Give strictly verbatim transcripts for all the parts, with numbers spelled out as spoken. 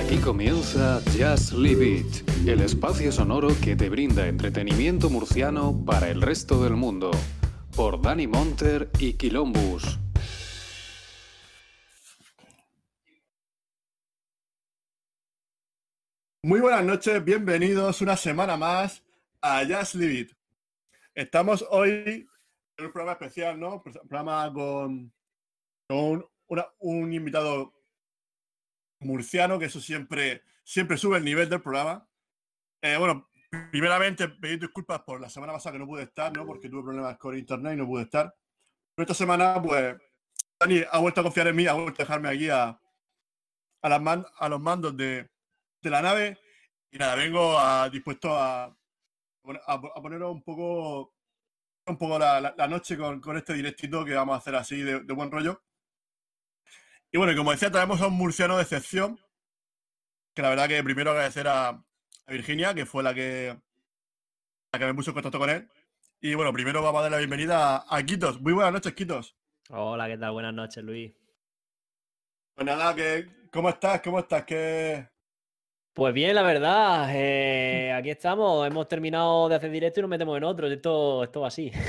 Aquí comienza Just Leave It, el espacio sonoro que te brinda entretenimiento murciano para el resto del mundo, por Dani Monter y Quilombus. Muy buenas noches, bienvenidos una semana más a Just Leave It. Estamos hoy en un programa especial, ¿no? Un programa con, con una, un invitado murciano, que eso siempre, siempre sube el nivel del programa. Eh, bueno, primeramente pedir disculpas por la semana pasada que no pude estar, ¿no? Porque tuve problemas con internet y no pude estar. Pero esta semana, pues, Dani ha vuelto a confiar en mí, ha vuelto a dejarme aquí a, a, las man, a los mandos de, de la nave. Y nada, vengo a, dispuesto a, a, a poneros un poco, un poco la, la, la noche con, con este directito que vamos a hacer así de, de buen rollo. Y bueno, como decía, traemos a un murciano de excepción, que la verdad que primero agradecer a, a Virginia, que fue la que, la que me puso en contacto con él. Y bueno, primero vamos a dar la bienvenida a, a Quitos. Muy buenas noches, Quitos. Hola, ¿qué tal? Buenas noches, Luis. Pues nada, que, ¿cómo estás? ¿Cómo estás? ¿Qué... Pues bien, la verdad, eh, aquí estamos, hemos terminado de hacer directo y nos metemos en otro, esto, esto va así.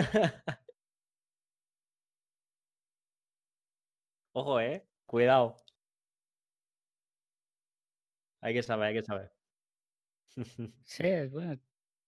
Ojo, eh, cuidado. Hay que saber, hay que saber. Sí, es bueno.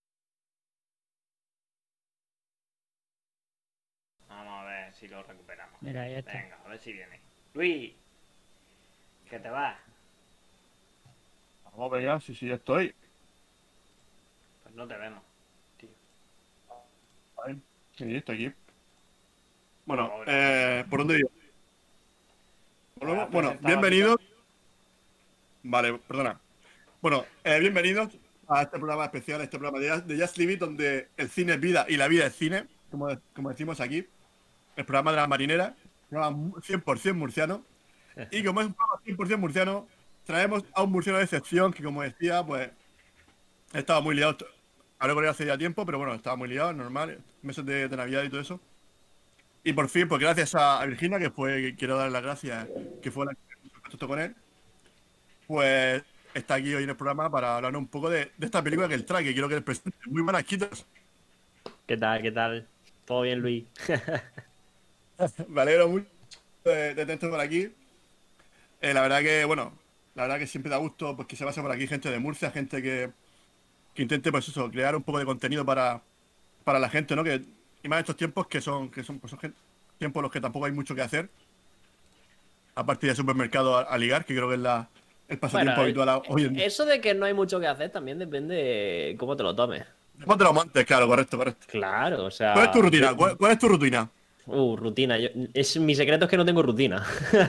Vamos a ver si lo recuperamos. Mira, ya está. Venga, a ver si viene. Luis, que te vas. Vamos a ver ya, sí, sí, ya estoy. Pues no te vemos, tío. Ahí. Sí, estoy aquí. Bueno, eh, ¿por dónde digo? Bueno, bueno, bienvenidos. Vale, perdona. Bueno, eh, bienvenidos a este programa especial, a este programa de, de Just Leave It, donde el cine es vida y la vida es cine, como, como decimos aquí. El programa de la marinera, programa cien por ciento murciano. Y como es un programa cien por ciento murciano, traemos a un murciano de excepción que, como decía, pues estaba muy liado. Hablé con él hace ya tiempo, pero bueno, estaba muy liado, normal, meses de, de Navidad y todo eso. Y por fin, pues gracias a Virginia, que fue, que quiero darle las gracias, que fue la que me puso en contacto con él, pues está aquí hoy en el programa para hablar un poco de, de esta película que él trae, que quiero que les presente. Muy buenas, Quitos. ¿Qué tal, qué tal? ¿Todo bien, Luis? Me alegro mucho de, de tenerte por aquí. Eh, la verdad que, bueno, la verdad que siempre da gusto pues, que se pase por aquí gente de Murcia, gente que, que intente, pues eso, crear un poco de contenido para, para la gente, ¿no? Que, y más estos tiempos que son, que son, pues, son tiempos en los que tampoco hay mucho que hacer. Aparte de supermercado a, a ligar, que creo que es la, el pasatiempo Bueno, habitual a- hoy en día. eso de que no hay mucho que hacer también depende de cómo te lo tomes. ¿Cómo te lo montes? Claro, correcto, correcto. Claro, o sea... ¿Cuál es tu rutina? yo- ¿Cuál, cuál es tu rutina? Uh, rutina. Yo, es, mi secreto es que no tengo rutina.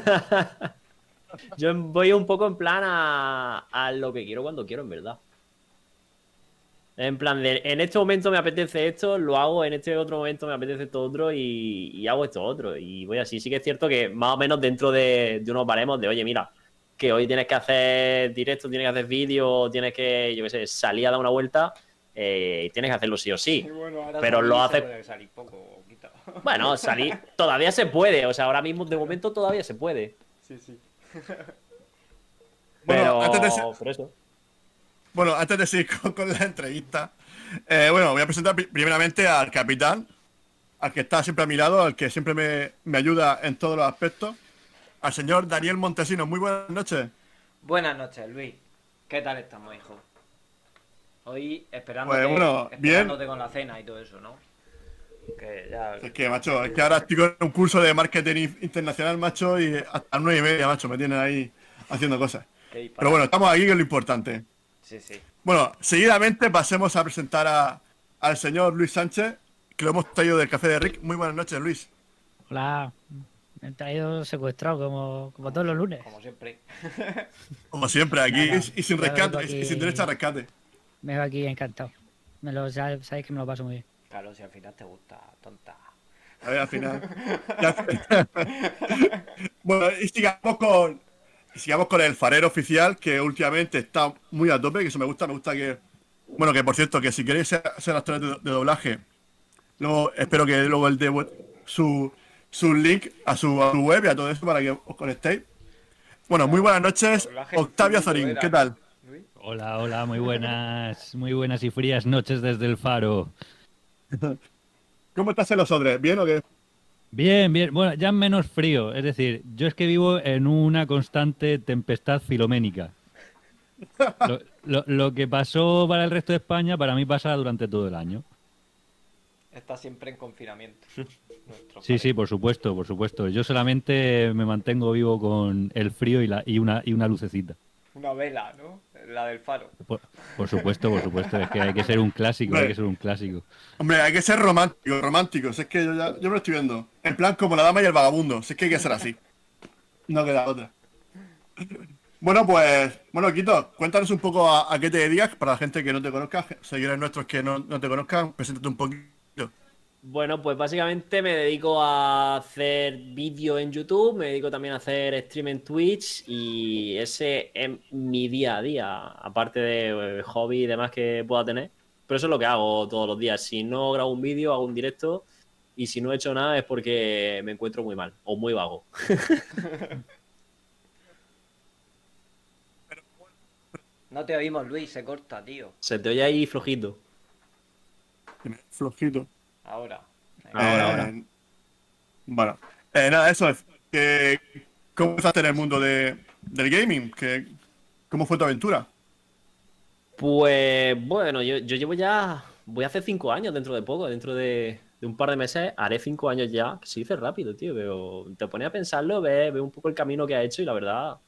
Yo voy un poco en plan a, a lo que quiero cuando quiero, en verdad. En plan de, en este momento me apetece esto, lo hago, en este otro momento me apetece esto otro y, y hago esto otro. Y voy así. Sí que es cierto que más o menos dentro de, de unos baremos de, oye, mira, que hoy tienes que hacer directo, tienes que hacer vídeo, tienes que, yo qué sé, salir a dar una vuelta, eh, y tienes que hacerlo sí o sí. Y bueno, ahora Pero salir lo se haces... puede salir poco, quita. Bueno, salir todavía se puede, o sea, ahora mismo de momento todavía se puede. Sí, sí. Bueno, Pero, antes de ser- por eso. Bueno, antes de seguir con, con la entrevista, eh, bueno, voy a presentar pri- primeramente al capitán, al que está siempre a mi lado, al que siempre me, me ayuda en todos los aspectos, al señor Daniel Montesinos. Muy buenas noches. Buenas noches, Luis. ¿Qué tal estamos, hijo? Hoy esperándote, Pues, bueno, esperándote con la cena y todo eso, ¿no? Que ya... Es que, macho, es que ahora estoy con un curso de marketing internacional, macho, y hasta las nueve y media, macho, me tienen ahí haciendo cosas. Qué disparate. Pero bueno, estamos aquí, que es lo importante. Sí, sí. Bueno, seguidamente pasemos a presentar a, al señor Luis Sánchez, que lo hemos traído del Café de Rick. Muy buenas noches, Luis. Hola, me han traído secuestrado como, como todos los lunes. Como siempre. Como siempre, aquí Nada, y, y sin yo rescate, vengo aquí- y sin derecho a rescate. Me veo aquí encantado. Me lo, ya sabéis que me lo paso muy bien. Claro, si al final te gusta, tonta. A ver, al final. Ya- bueno, y sigamos con. Y sigamos con el farero oficial, que últimamente está muy a tope, que eso me gusta, me gusta que. Bueno, que por cierto, que si queréis ser, ser actores de, de doblaje, luego espero que luego él dé vu- su, su link a su, a su web y a todo eso para que os conectéis. Bueno, muy buenas noches, Doblaje Octavio infinito Zorín, era. ¿qué tal? Luis. Hola, hola, muy buenas, muy buenas y frías noches desde el Faro. ¿Cómo estás en los Odres? ¿Bien o qué? Bien, bien, bueno, ya menos frío, es decir, yo es que vivo en una constante tempestad filoménica. Lo, lo- lo que pasó para el resto de España, para mí pasa durante todo el año. Está siempre en confinamiento. Nuestro Sí, sí, pareja. por supuesto, por supuesto. Yo solamente me mantengo vivo con el frío y, la, y, una, y una lucecita. Una vela, ¿no? La del faro. Por, por supuesto, por supuesto, es que hay que ser un clásico, hay que Hombre, ser un clásico. hombre, hay que ser romántico, romántico. Si es que yo ya yo me lo estoy viendo. En plan como la dama y el vagabundo. Si es que hay que ser así. No queda otra. Bueno, pues, bueno, Quito, cuéntanos un poco a, a qué te dedicas para la gente que no te conozca, seguidores nuestros que no, no te conozcan, preséntate un poquito. Bueno, pues básicamente me dedico a hacer vídeos en YouTube, me dedico también a hacer stream en Twitch y ese es mi día a día, aparte de eh, hobby y demás que pueda tener. Pero eso es lo que hago todos los días. Si no grabo un vídeo, hago un directo y si no he hecho nada es porque me encuentro muy mal o muy vago. No te oímos, Luis, se corta, tío. Se te oye ahí flojito. Flojito. Ahora. Ahora, ahora. Eh, Bueno, eh, nada, eso es. Que, ¿cómo empezaste en el mundo de, del gaming? ¿Qué, ¿Cómo fue tu aventura? Pues bueno, yo, yo llevo ya, voy a hacer cinco años dentro de poco, dentro de, de un par de meses, haré cinco años ya, que se dice rápido, tío, pero te pones a pensarlo, ves, ves un poco el camino que ha hecho y la verdad,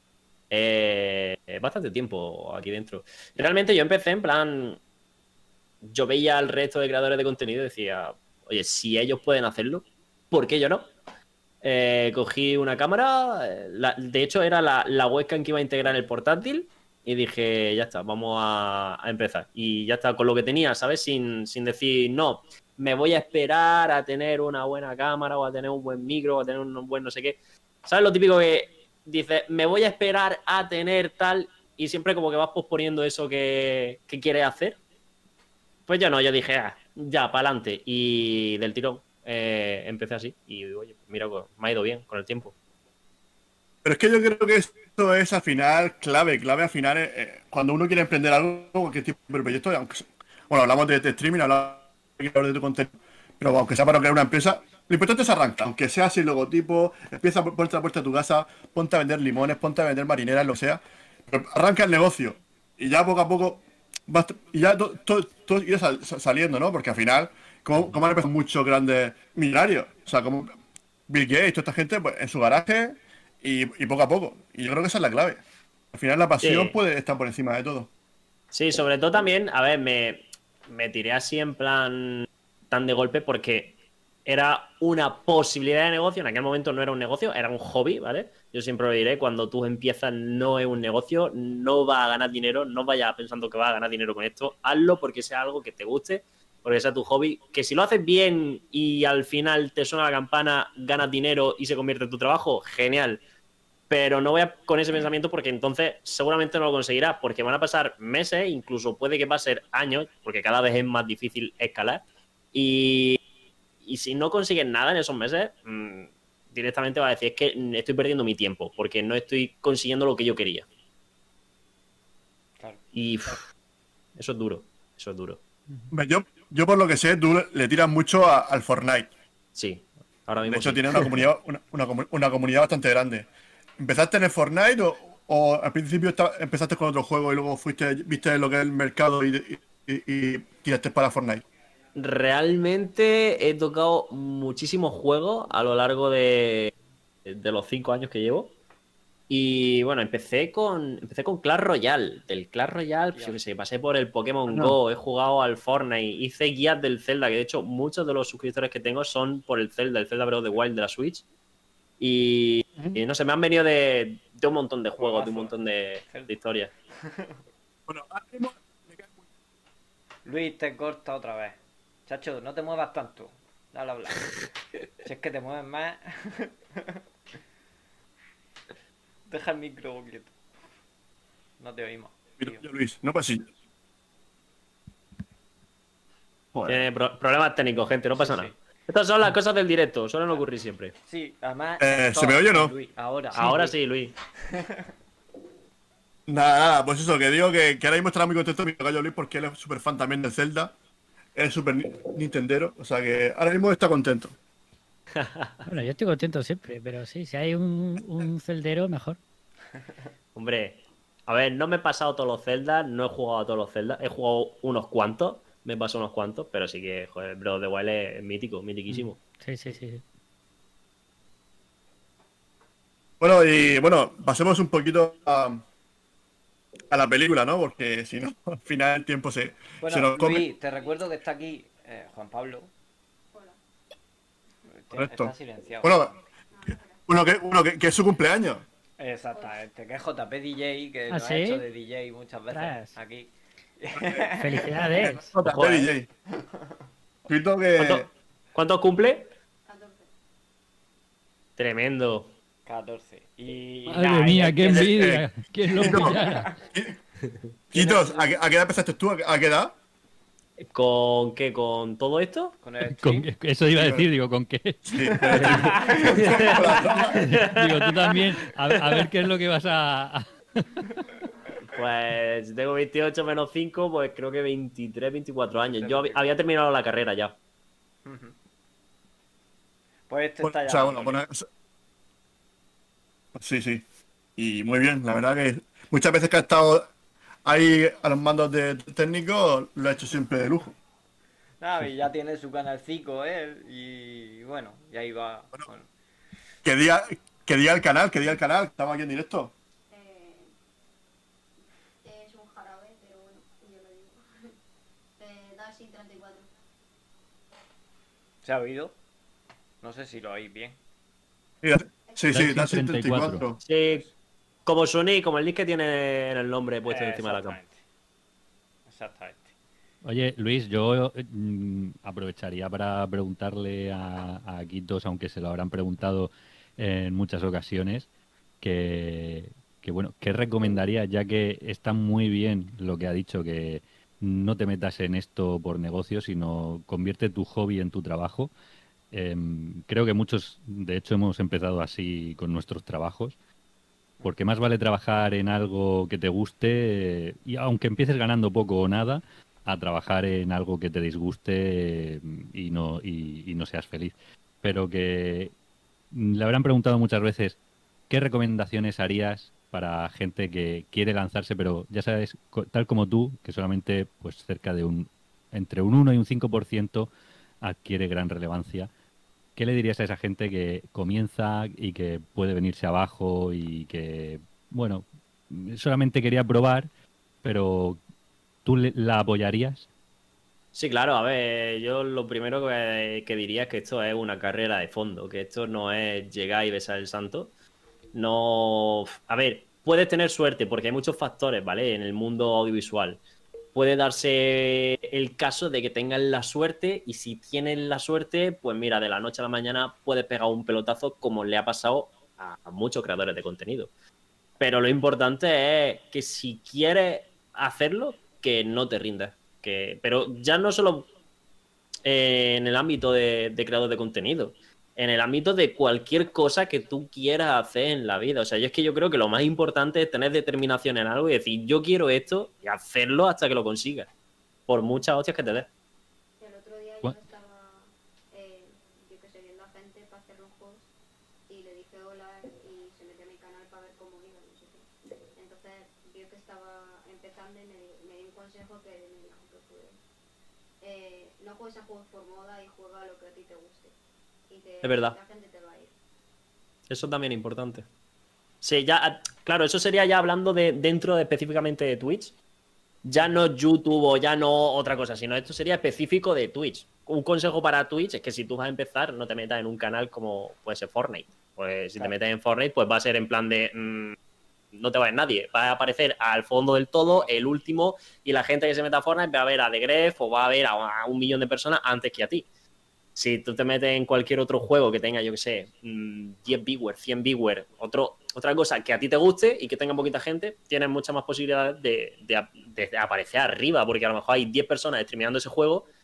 eh, es bastante tiempo aquí dentro. Realmente yo empecé en plan, yo veía al resto de creadores de contenido y decía, oye, si ellos pueden hacerlo, ¿por qué yo no? Eh, cogí una cámara, eh, la- de hecho era la, la webcam que iba a integrar el portátil y dije, ya está, vamos a, a empezar. Y ya está, con lo que tenía, ¿sabes? Sin, sin decir, no, me voy a esperar a tener una buena cámara o a tener un buen micro o a tener un buen no sé qué. ¿Sabes lo típico que dices, me voy a esperar a tener tal y siempre como que vas posponiendo eso que, que quieres hacer? Pues yo no, yo dije, ah, ya, para adelante. Y del tirón eh, empecé así. Y oye, mira, pues, me ha ido bien con el tiempo. Pero es que yo creo que esto es al final clave, clave al final eh, eh, cuando uno quiere emprender algo, cualquier tipo de proyecto, aunque se- bueno, hablamos de, de streaming, hablamos de tu contenido, pero aunque sea para crear una empresa, lo importante es arrancar, aunque sea sin logotipo, empieza por ponte a la puerta de tu casa, ponte a vender limones, ponte a vender marineras, lo sea, pero arranca el negocio y ya poco a poco vas, y ya todo to, to, irá sal, saliendo, ¿no? Porque al final, como, como han empezado muchos grandes millonarios, o sea, como Bill Gates, toda esta gente, pues en su garaje y, y poco a poco. Y yo creo que esa es la clave. Al final la pasión Sí. puede estar por encima de todo. Sí, sobre todo también, a ver, me, me tiré así en plan tan de golpe porque era una posibilidad de negocio. En aquel momento no era un negocio, era un hobby, ¿vale? Yo siempre lo diré, cuando tú empiezas no es un negocio, no vas a ganar dinero, no vayas pensando que vas a ganar dinero con esto, hazlo porque sea algo que te guste, porque sea tu hobby, que si lo haces bien y al final te suena la campana, ganas dinero y se convierte en tu trabajo, genial. Pero no voy a con ese pensamiento porque entonces seguramente no lo conseguirás, porque van a pasar meses, incluso puede que pasen años, porque cada vez es más difícil escalar. Y, y si no consigues nada en esos meses, mmm, directamente va a decir, es que estoy perdiendo mi tiempo, porque no estoy consiguiendo lo que yo quería. Claro. Y uf, eso es duro, eso es duro. Hombre, Yo, yo por lo que sé, tú le- le tiras mucho a- al Fortnite. Sí, ahora mismo De hecho, sí. tiene una comunidad, una, una comu- una comunidad bastante grande. ¿Empezaste en el Fortnite o, o al principio esta- empezaste con otro juego y luego fuiste, viste lo que es el mercado y, y, y- y tiraste para Fortnite? Realmente he tocado muchísimos juegos a lo largo de, de los cinco años que llevo. Y bueno, empecé con empecé con Clash Royale. Del Clash Royale, pues yo qué sé, pasé por el Pokémon No. Go, he jugado al Fortnite, hice guías del Zelda, que de hecho muchos de los suscriptores que tengo son por el Zelda, el Zelda Breath of the Wild de la Switch. Y, y no sé, me han venido de, de un montón de juegos, de un montón de, de historias. Bueno, ahora mismo me queda muy- Luis, te corta otra vez. Chacho, no te muevas tanto. Dale a hablar. Si es que te mueves más. Deja el micro quieto. No te oímos. Mira, tío. yo, Luis, no pasillo. Joder. Tiene pro- problemas técnicos, gente, no pasa Sí, nada. Estas son las cosas del directo, suelen ocurrir siempre. Sí, además. Eh, todo- ¿se me oye o no? Luis, ahora. Ahora Luis. sí, Luis. Nada, nada, pues eso, que digo que, que ahora mismo estará muy contento mi gallo Luis porque él es súper fan también de Zelda. Es súper ni- nintendero, o sea que ahora mismo está contento. Bueno, yo estoy contento siempre, pero sí, si hay un, un celdero, mejor. Hombre, a ver, no me he pasado todos los Zelda, no he jugado a todos los Zelda, he jugado unos cuantos, me he pasado unos cuantos, pero sí que, joder, Breath of the Wild es mítico, mitiquísimo. Sí, sí, sí. sí. Bueno, y bueno, pasemos un poquito a, a la película, ¿no? Porque si no, al final el tiempo se, Bueno, se nos come. Luis, te recuerdo que está aquí eh, Juan Pablo. Está- Correcto. Está silenciado. Bueno, uno que, uno que, que es su cumpleaños. Exactamente, que es J P D J, que ¿Ah, nos ha sí? hecho de D J muchas veces Ostras. aquí. Felicidades. J P Joder. D J. Escrito que. ¿Cuánto- ¿Cuántos cumple? Tremendo. catorce. Y. Madre nada, mía, y- qué y- envidia. ¿Quién lo pillara? Quitos, ¿a, qué- a qué edad empezaste tú? ¿A qué- a qué edad? ¿Con qué? ¿Con todo esto? Con el Con- stream. eso iba a decir, digo, ¿con qué? Sí. Digo, tú también, a, a ver qué es lo que vas a... a- Pues si tengo veintiocho menos cinco, pues creo que veintitrés, veinticuatro años. Yo hab- había terminado la carrera ya. Ujú. Pues este Bueno, está o sea, ya. bueno, bueno, o sea- sí, sí. Y muy bien, la verdad que muchas veces que ha estado ahí a los mandos de técnicos, lo ha hecho siempre de lujo. Nada, y ya tiene su canalcico él. Y bueno, y ahí va. Bueno. Que diga, que diga el canal, que diga el canal, estamos aquí en directo. Eh, es un jarabe, pero bueno, yo lo digo. Eh, Dashi treinta y cuatro. ¿Se ha oído? No sé si lo oís bien. Sí, sí, Dashi Dashi treinta y cuatro. treinta y cuatro. Sí, como Sony, como el nick que tiene en el nombre puesto encima de la cama. Exactamente. Exactamente. Oye, Luis, yo mm, aprovecharía para preguntarle a, a Quitos, aunque se lo habrán preguntado en muchas ocasiones, que, que bueno, ¿qué recomendaría? Ya que está muy bien lo que ha dicho, que no te metas en esto por negocio, sino convierte tu hobby en tu trabajo. Em, creo que muchos, de hecho, hemos empezado así con nuestros trabajos, porque más vale trabajar en algo que te guste, eh, y aunque empieces ganando poco o nada, a trabajar en algo que te disguste eh, y no, y, y no seas feliz. Pero que mm, le habrán preguntado muchas veces, ¿qué recomendaciones harías para gente que quiere lanzarse, pero ya sabes, co- tal como tú, que solamente pues cerca de un, entre un uno y un cinco por ciento adquiere gran relevancia? ¿Qué le dirías a esa gente que comienza y que puede venirse abajo y que, bueno, solamente quería probar, pero tú le- la apoyarías? Sí, claro, a ver, yo lo primero que, que diría es que esto es una carrera de fondo, que esto no es llegar y besar el santo. No, a ver, puedes tener suerte porque hay muchos factores, ¿vale? En el mundo audiovisual. Puede darse el caso de que tengan la suerte y si tienen la suerte, pues mira, de la noche a la mañana puedes pegar un pelotazo como le ha pasado a, a muchos creadores de contenido. Pero lo importante es que si quieres hacerlo, que no te rindas. Que, pero ya no solo eh, en el ámbito de, de creador de contenido, en el ámbito de cualquier cosa que tú quieras hacer en la vida. O sea, yo es que yo creo que lo más importante es tener determinación en algo y decir, yo quiero esto y hacerlo hasta que lo consigas. Por muchas hostias que te des. El otro día yo ¿Cuál? estaba, eh, yo que sé, viendo a gente para hacer los juegos y le dije hola y se metió a mi canal para ver cómo iba, no sé qué. Entonces vio que estaba empezando y me, di- me dio un consejo que me dijo que fue, eh, no juegues a juegos por moda y juega a lo que a ti te guste. Y que Es verdad. la gente te va a ir. Eso también es importante. Sí, ya, claro, eso sería ya hablando de dentro de, específicamente de Twitch. Ya no YouTube o ya no otra cosa, sino esto sería específico de Twitch. Un consejo para Twitch es que si tú vas a empezar, no te metas en un canal como puede ser Fortnite. Pues si te Claro. metes en Fortnite, pues va a ser en plan de mmm, no te va a ver nadie. Va a aparecer al fondo del todo, el último, y la gente que se meta a Fortnite va a ver a The Gref o va a ver a, a un millón de personas antes que a ti. Si tú te metes en cualquier otro juego que tenga, yo que sé, mmm, diez viewers, cien viewers, otro, otra cosa que a ti te guste y que tenga poquita gente, tienes muchas más posibilidades de, de, de aparecer arriba, porque a lo mejor hay diez personas streameando ese juego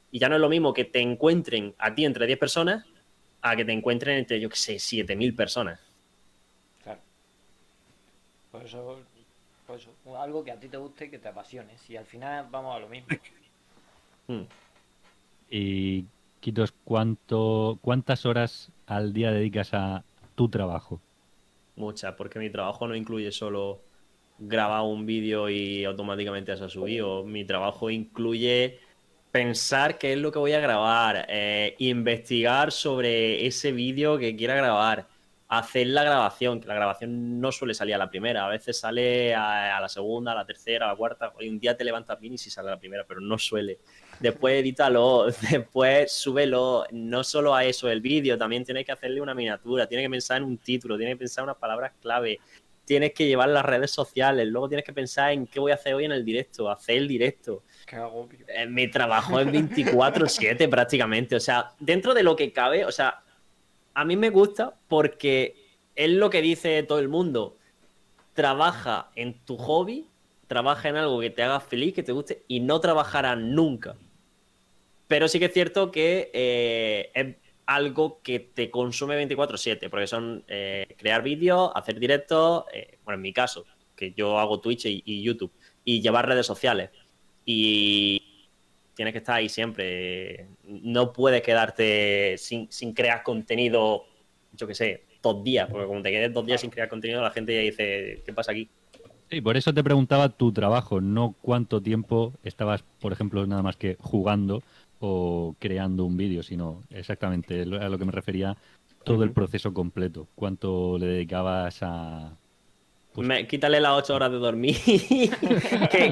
Y ya no es lo mismo que te encuentren a ti entre diez personas a que te encuentren entre, yo qué sé, siete mil personas. Claro. Por eso, por eso, algo que a ti te guste y que te apasione. Si al final vamos a lo mismo. Hmm. Y, Quitos, ¿cuánto, ¿cuántas horas al día dedicas a tu trabajo? Muchas, porque mi trabajo no incluye solo grabar un vídeo y automáticamente se ha subido. Mi trabajo incluye pensar qué es lo que voy a grabar, eh, investigar sobre ese vídeo que quiera grabar, hacer la grabación, que la grabación no suele salir a la primera, a veces sale a, a la segunda, a la tercera, a la cuarta. Hoy un día te levantas bien y sí sale a la primera, pero no suele. Después edítalo, después súbelo. No solo a eso el vídeo, también tienes que hacerle una miniatura, tienes que pensar en un título, tienes que pensar en unas palabras clave, tienes que llevar las redes sociales, luego tienes que pensar en qué voy a hacer hoy en el directo, hacer el directo. Qué agobio. Eh, Mi trabajo es veinticuatro siete prácticamente, o sea, dentro de lo que cabe, o sea, a mí me gusta porque es lo que dice todo el mundo. Trabaja en tu hobby, trabaja en algo que te haga feliz, que te guste, y no trabajarás nunca. Pero sí que es cierto que eh, es algo que te consume veinticuatro siete, porque son eh, crear vídeos, hacer directos, eh, bueno, en mi caso, que yo hago Twitch y, y YouTube, y llevar redes sociales. Y tienes que estar ahí siempre. No puedes quedarte sin, sin crear contenido, yo qué sé, dos días, porque como te quedes dos días sin crear contenido, la gente ya dice, ¿qué pasa aquí? Sí, por eso te preguntaba tu trabajo, no cuánto tiempo estabas, por ejemplo, nada más que jugando o creando un vídeo, sino exactamente a lo que me refería, todo el Ujú. proceso completo. ¿Cuánto le dedicabas a...? Pues- Me- quítale las ocho horas de dormir. Que-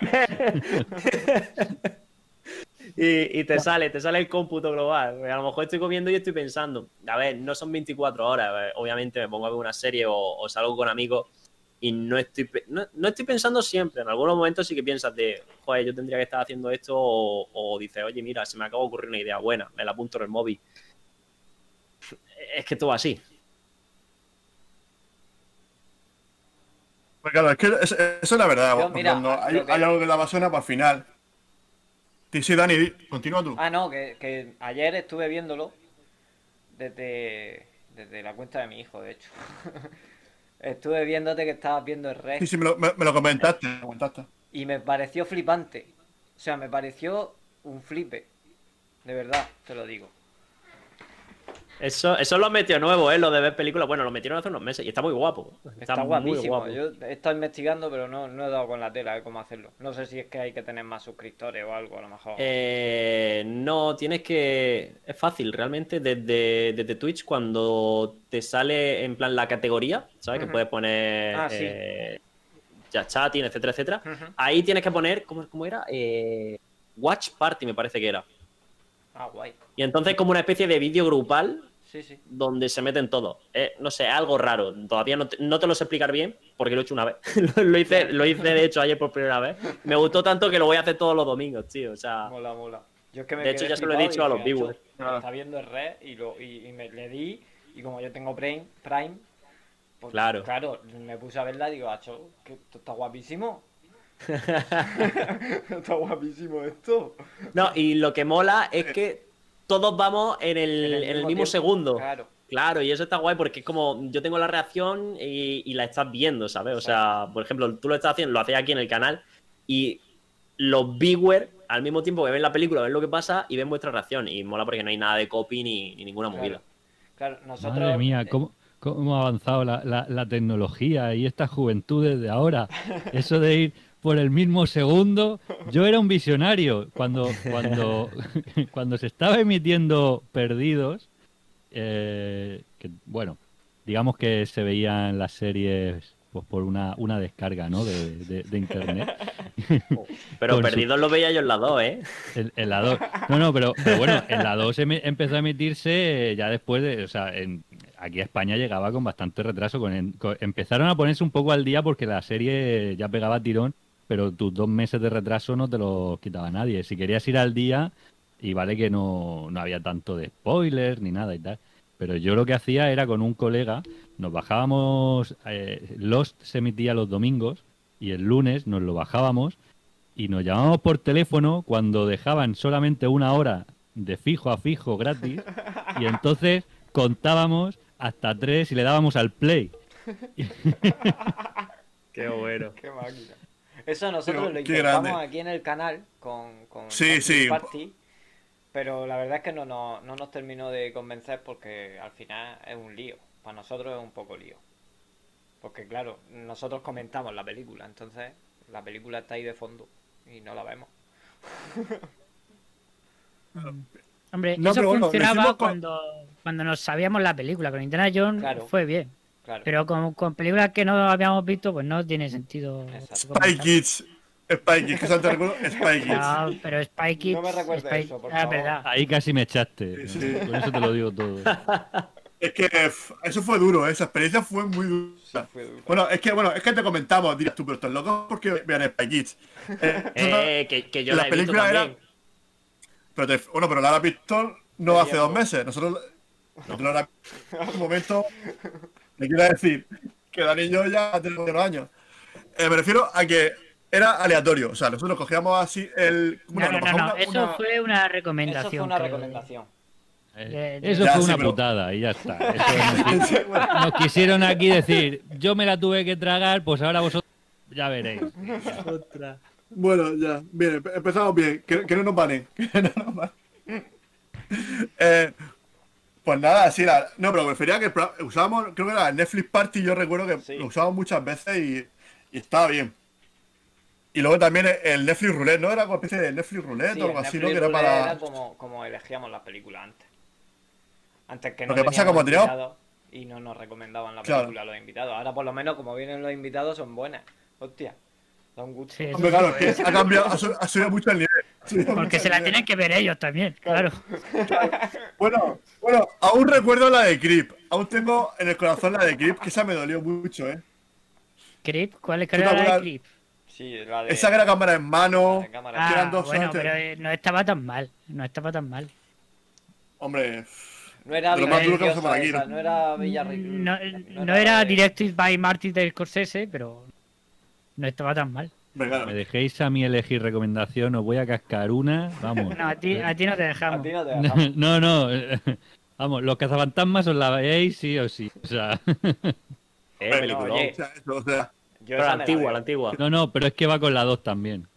que- y, y te sale, te sale el cómputo global. A lo mejor estoy comiendo y estoy pensando, a ver, no son veinticuatro horas. eh, Obviamente me pongo a ver una serie o, o salgo con amigos y no estoy, pe- no, no estoy pensando siempre. En algunos momentos sí que piensas de, joder, yo tendría que estar haciendo esto, o, o dices, oye, mira, se me acaba de ocurrir una idea buena, me la apunto en el móvil. Es que todo así. Pues claro, es que es- eso es la verdad. Yo, porque mira, cuando hay, lo que- hay algo que te apasiona, pues al final. Sí, sí, Dani, di- continúa tú. Ah, no, que, que ayer estuve viéndolo desde, desde la cuenta de mi hijo, de hecho. Estuve viéndote que estabas viendo el Red Sí, sí, me lo, me- me lo comentaste. me lo comentaste. y me pareció flipante. O sea, me pareció un flipe. De verdad, te lo digo. Eso, eso lo metió nuevo, ¿eh? Lo de ver películas. Bueno, lo metieron hace unos meses y está muy guapo. Está, Está, muy guapísimo. guapo. Yo he estado investigando, pero no, no he dado con la tela de cómo hacerlo. No sé si es que hay que tener más suscriptores o algo, a lo mejor. Eh, no, tienes que... Es fácil, realmente, desde, desde Twitch, cuando te sale en plan la categoría, ¿sabes? Que Ujú. puedes poner Ah, sí. eh, ya chatting, etcétera, etcétera. Ujú. Ahí tienes que poner, ¿cómo, cómo era? Eh, Watch Party, me parece que era. Ah, guay. Y entonces como una especie de vídeo grupal Sí, sí. donde se meten todos. Eh, no sé, algo raro. Todavía no te, no te lo sé explicar bien porque lo he hecho una vez. lo, lo hice, lo hice, de hecho, ayer por primera vez. Me gustó tanto que lo voy a hacer todos los domingos, tío. O sea, Mola, mola. Yo es que me de hecho, quedé ya se lo he flipado dicho a y los dije, viewers. "Acho, está viendo el Red y, lo, y, y me le di. Y como yo tengo Prime, Prime pues, Claro. claro, me puse a verla y digo, acho, que esto está guapísimo. Está guapísimo esto. No, y lo que mola es que todos vamos en el, En el en el mismo mismo tiempo, segundo. claro. Claro, y eso está guay porque es como yo tengo la reacción y, y la estás viendo, ¿sabes? O sea, por ejemplo, tú lo estás haciendo, lo hacéis aquí en el canal y los viewers al mismo tiempo que ven la película, ven lo que pasa y ven vuestra reacción. Y mola porque no hay nada de copy ni, ni ninguna movida. Claro, claro, nosotros. Madre mía, eh, ¿cómo, cómo ha avanzado la, la- la tecnología y estas juventudes de ahora? Eso de ir por el mismo segundo. Yo era un visionario cuando, cuando, cuando se estaba emitiendo Perdidos. eh, que, bueno, digamos que se veían las series pues por una, una descarga, ¿no? de, de- de internet. Pero Con su- perdidos lo veía yo en la dos, ¿eh? En, en la dos. No, no, pero, pero bueno, en la dos eme- empezó a emitirse eh, ya después de. O sea, en- aquí a España llegaba con bastante retraso. Con, en- con- empezaron a ponerse un poco al día porque la serie ya pegaba tirón, pero tus dos meses de retraso no te los quitaba nadie. Si querías ir al día, y vale que no, no había tanto de spoilers ni nada y tal. Pero yo lo que hacía era con un colega, nos bajábamos. eh, Lost se emitía los domingos y el lunes nos lo bajábamos. y nos llamábamos por teléfono cuando dejaban solamente una hora de fijo a fijo gratis y entonces contábamos hasta tres y le dábamos al play. Qué bueno. Qué máquina. Eso nosotros Qué- lo qué intentamos grande. aquí en el canal con, con Sí, Netflix sí. Party, pero la verdad es que no, no, no nos terminó de convencer porque al final es un lío. Para nosotros es un poco lío. Porque claro, nosotros comentamos la película, entonces la película está ahí de fondo y no la vemos. Hombre, No, eso pero bueno, lo funcionaba hicimos con- cuando, cuando nos sabíamos la película. Con Indiana Jones Claro. fue bien. Claro. Pero con, con películas que no habíamos visto, pues no tiene sentido. Exacto. Spy comentar. Kids. Spy Kids, que te recuerdo, Spy Kids. No, pero Spy Kids. No me recuerdes Spy- eso, por ah, favor. verdad. Ahí casi me echaste. Sí, sí. Con eso te lo digo todo. Es que f- eso fue duro, ¿eh? Esa experiencia fue muy dura. Sí, fue duro. Bueno, es que bueno, es que te comentamos, dirás tú, pero estos locos porque vean Spy Kids. Eh, Eh, que, que yo la la he visto película era- también. pero te- bueno, pero la has visto no Qué hace dos tiempo. meses. Nosotros nosotros la en un momento me quiero decir que Dani y yo ya tenemos unos años. Eh, me refiero a que era aleatorio. O sea, nosotros cogíamos así el. No, bueno, no, nos no, pasamos no, una- eso una- fue una Eso recomendación. fue una creo. recomendación. Eh, de- Eso Ya, fue sí, una pero- putada y ya está. Eso nos, qui- nos quisieron aquí decir, yo me la tuve que tragar, pues ahora vosotros ya veréis. Ostras. Bueno, ya, bien, empe- empezamos bien. Que, que no nos banen. Que no nos banen. Eh, pues nada, sí, la- no, pero prefería que el pro- usábamos, creo que era el Netflix Party, yo recuerdo que Sí. lo usábamos muchas veces y, y estaba bien. Y luego también el Netflix Roulette, ¿no? Era como una especie de Netflix Roulette Sí, o algo el así, ¿no? Netflix Que era Roulette para. era como, como elegíamos las películas antes. Antes que Lo no que pasa teníamos como teníamos- invitados y no nos recomendaban la Claro. película los invitados. Ahora por lo menos como vienen los invitados son buenas. Hostia, da un gusto. Sí, eso Hombre, sí, claro, es que ha cambiado, ha, su- ha subido mucho el nivel. Ha subido mucho porque el se la nivel. tienen que ver ellos también, claro. Bueno, bueno, aún recuerdo la de Creep. Aún tengo en el corazón la de Creep, que esa me dolió mucho, ¿eh? Creep, ¿cuál es ¿Tú que te era la de acuerdas? Creep? Sí, la de... Esa que era cámara en mano. la de cámara. que Ah, eran dos bueno, horas. pero eh, no estaba tan mal, no estaba tan mal. Hombre, No era de lo más duro que Villarreligiosa pasó por aquí, esa, ¿no? no era Villarri... No, no era de- Directed by Martin de Scorsese, pero no estaba tan mal. hombre, claro. Me dejéis a mí elegir recomendación, os voy a cascar una, vamos. No, a ti, a ti no te A dejamos. ti no te dejamos. No, no, eh, vamos, los cazafantasmas os la veis sí o sí. O sea, Eh, Hombre, peliculón. oye. O sea, eso, o sea, Yo Pero esa la me antigua, veo. la antigua. no, no, pero es que va con la dos también.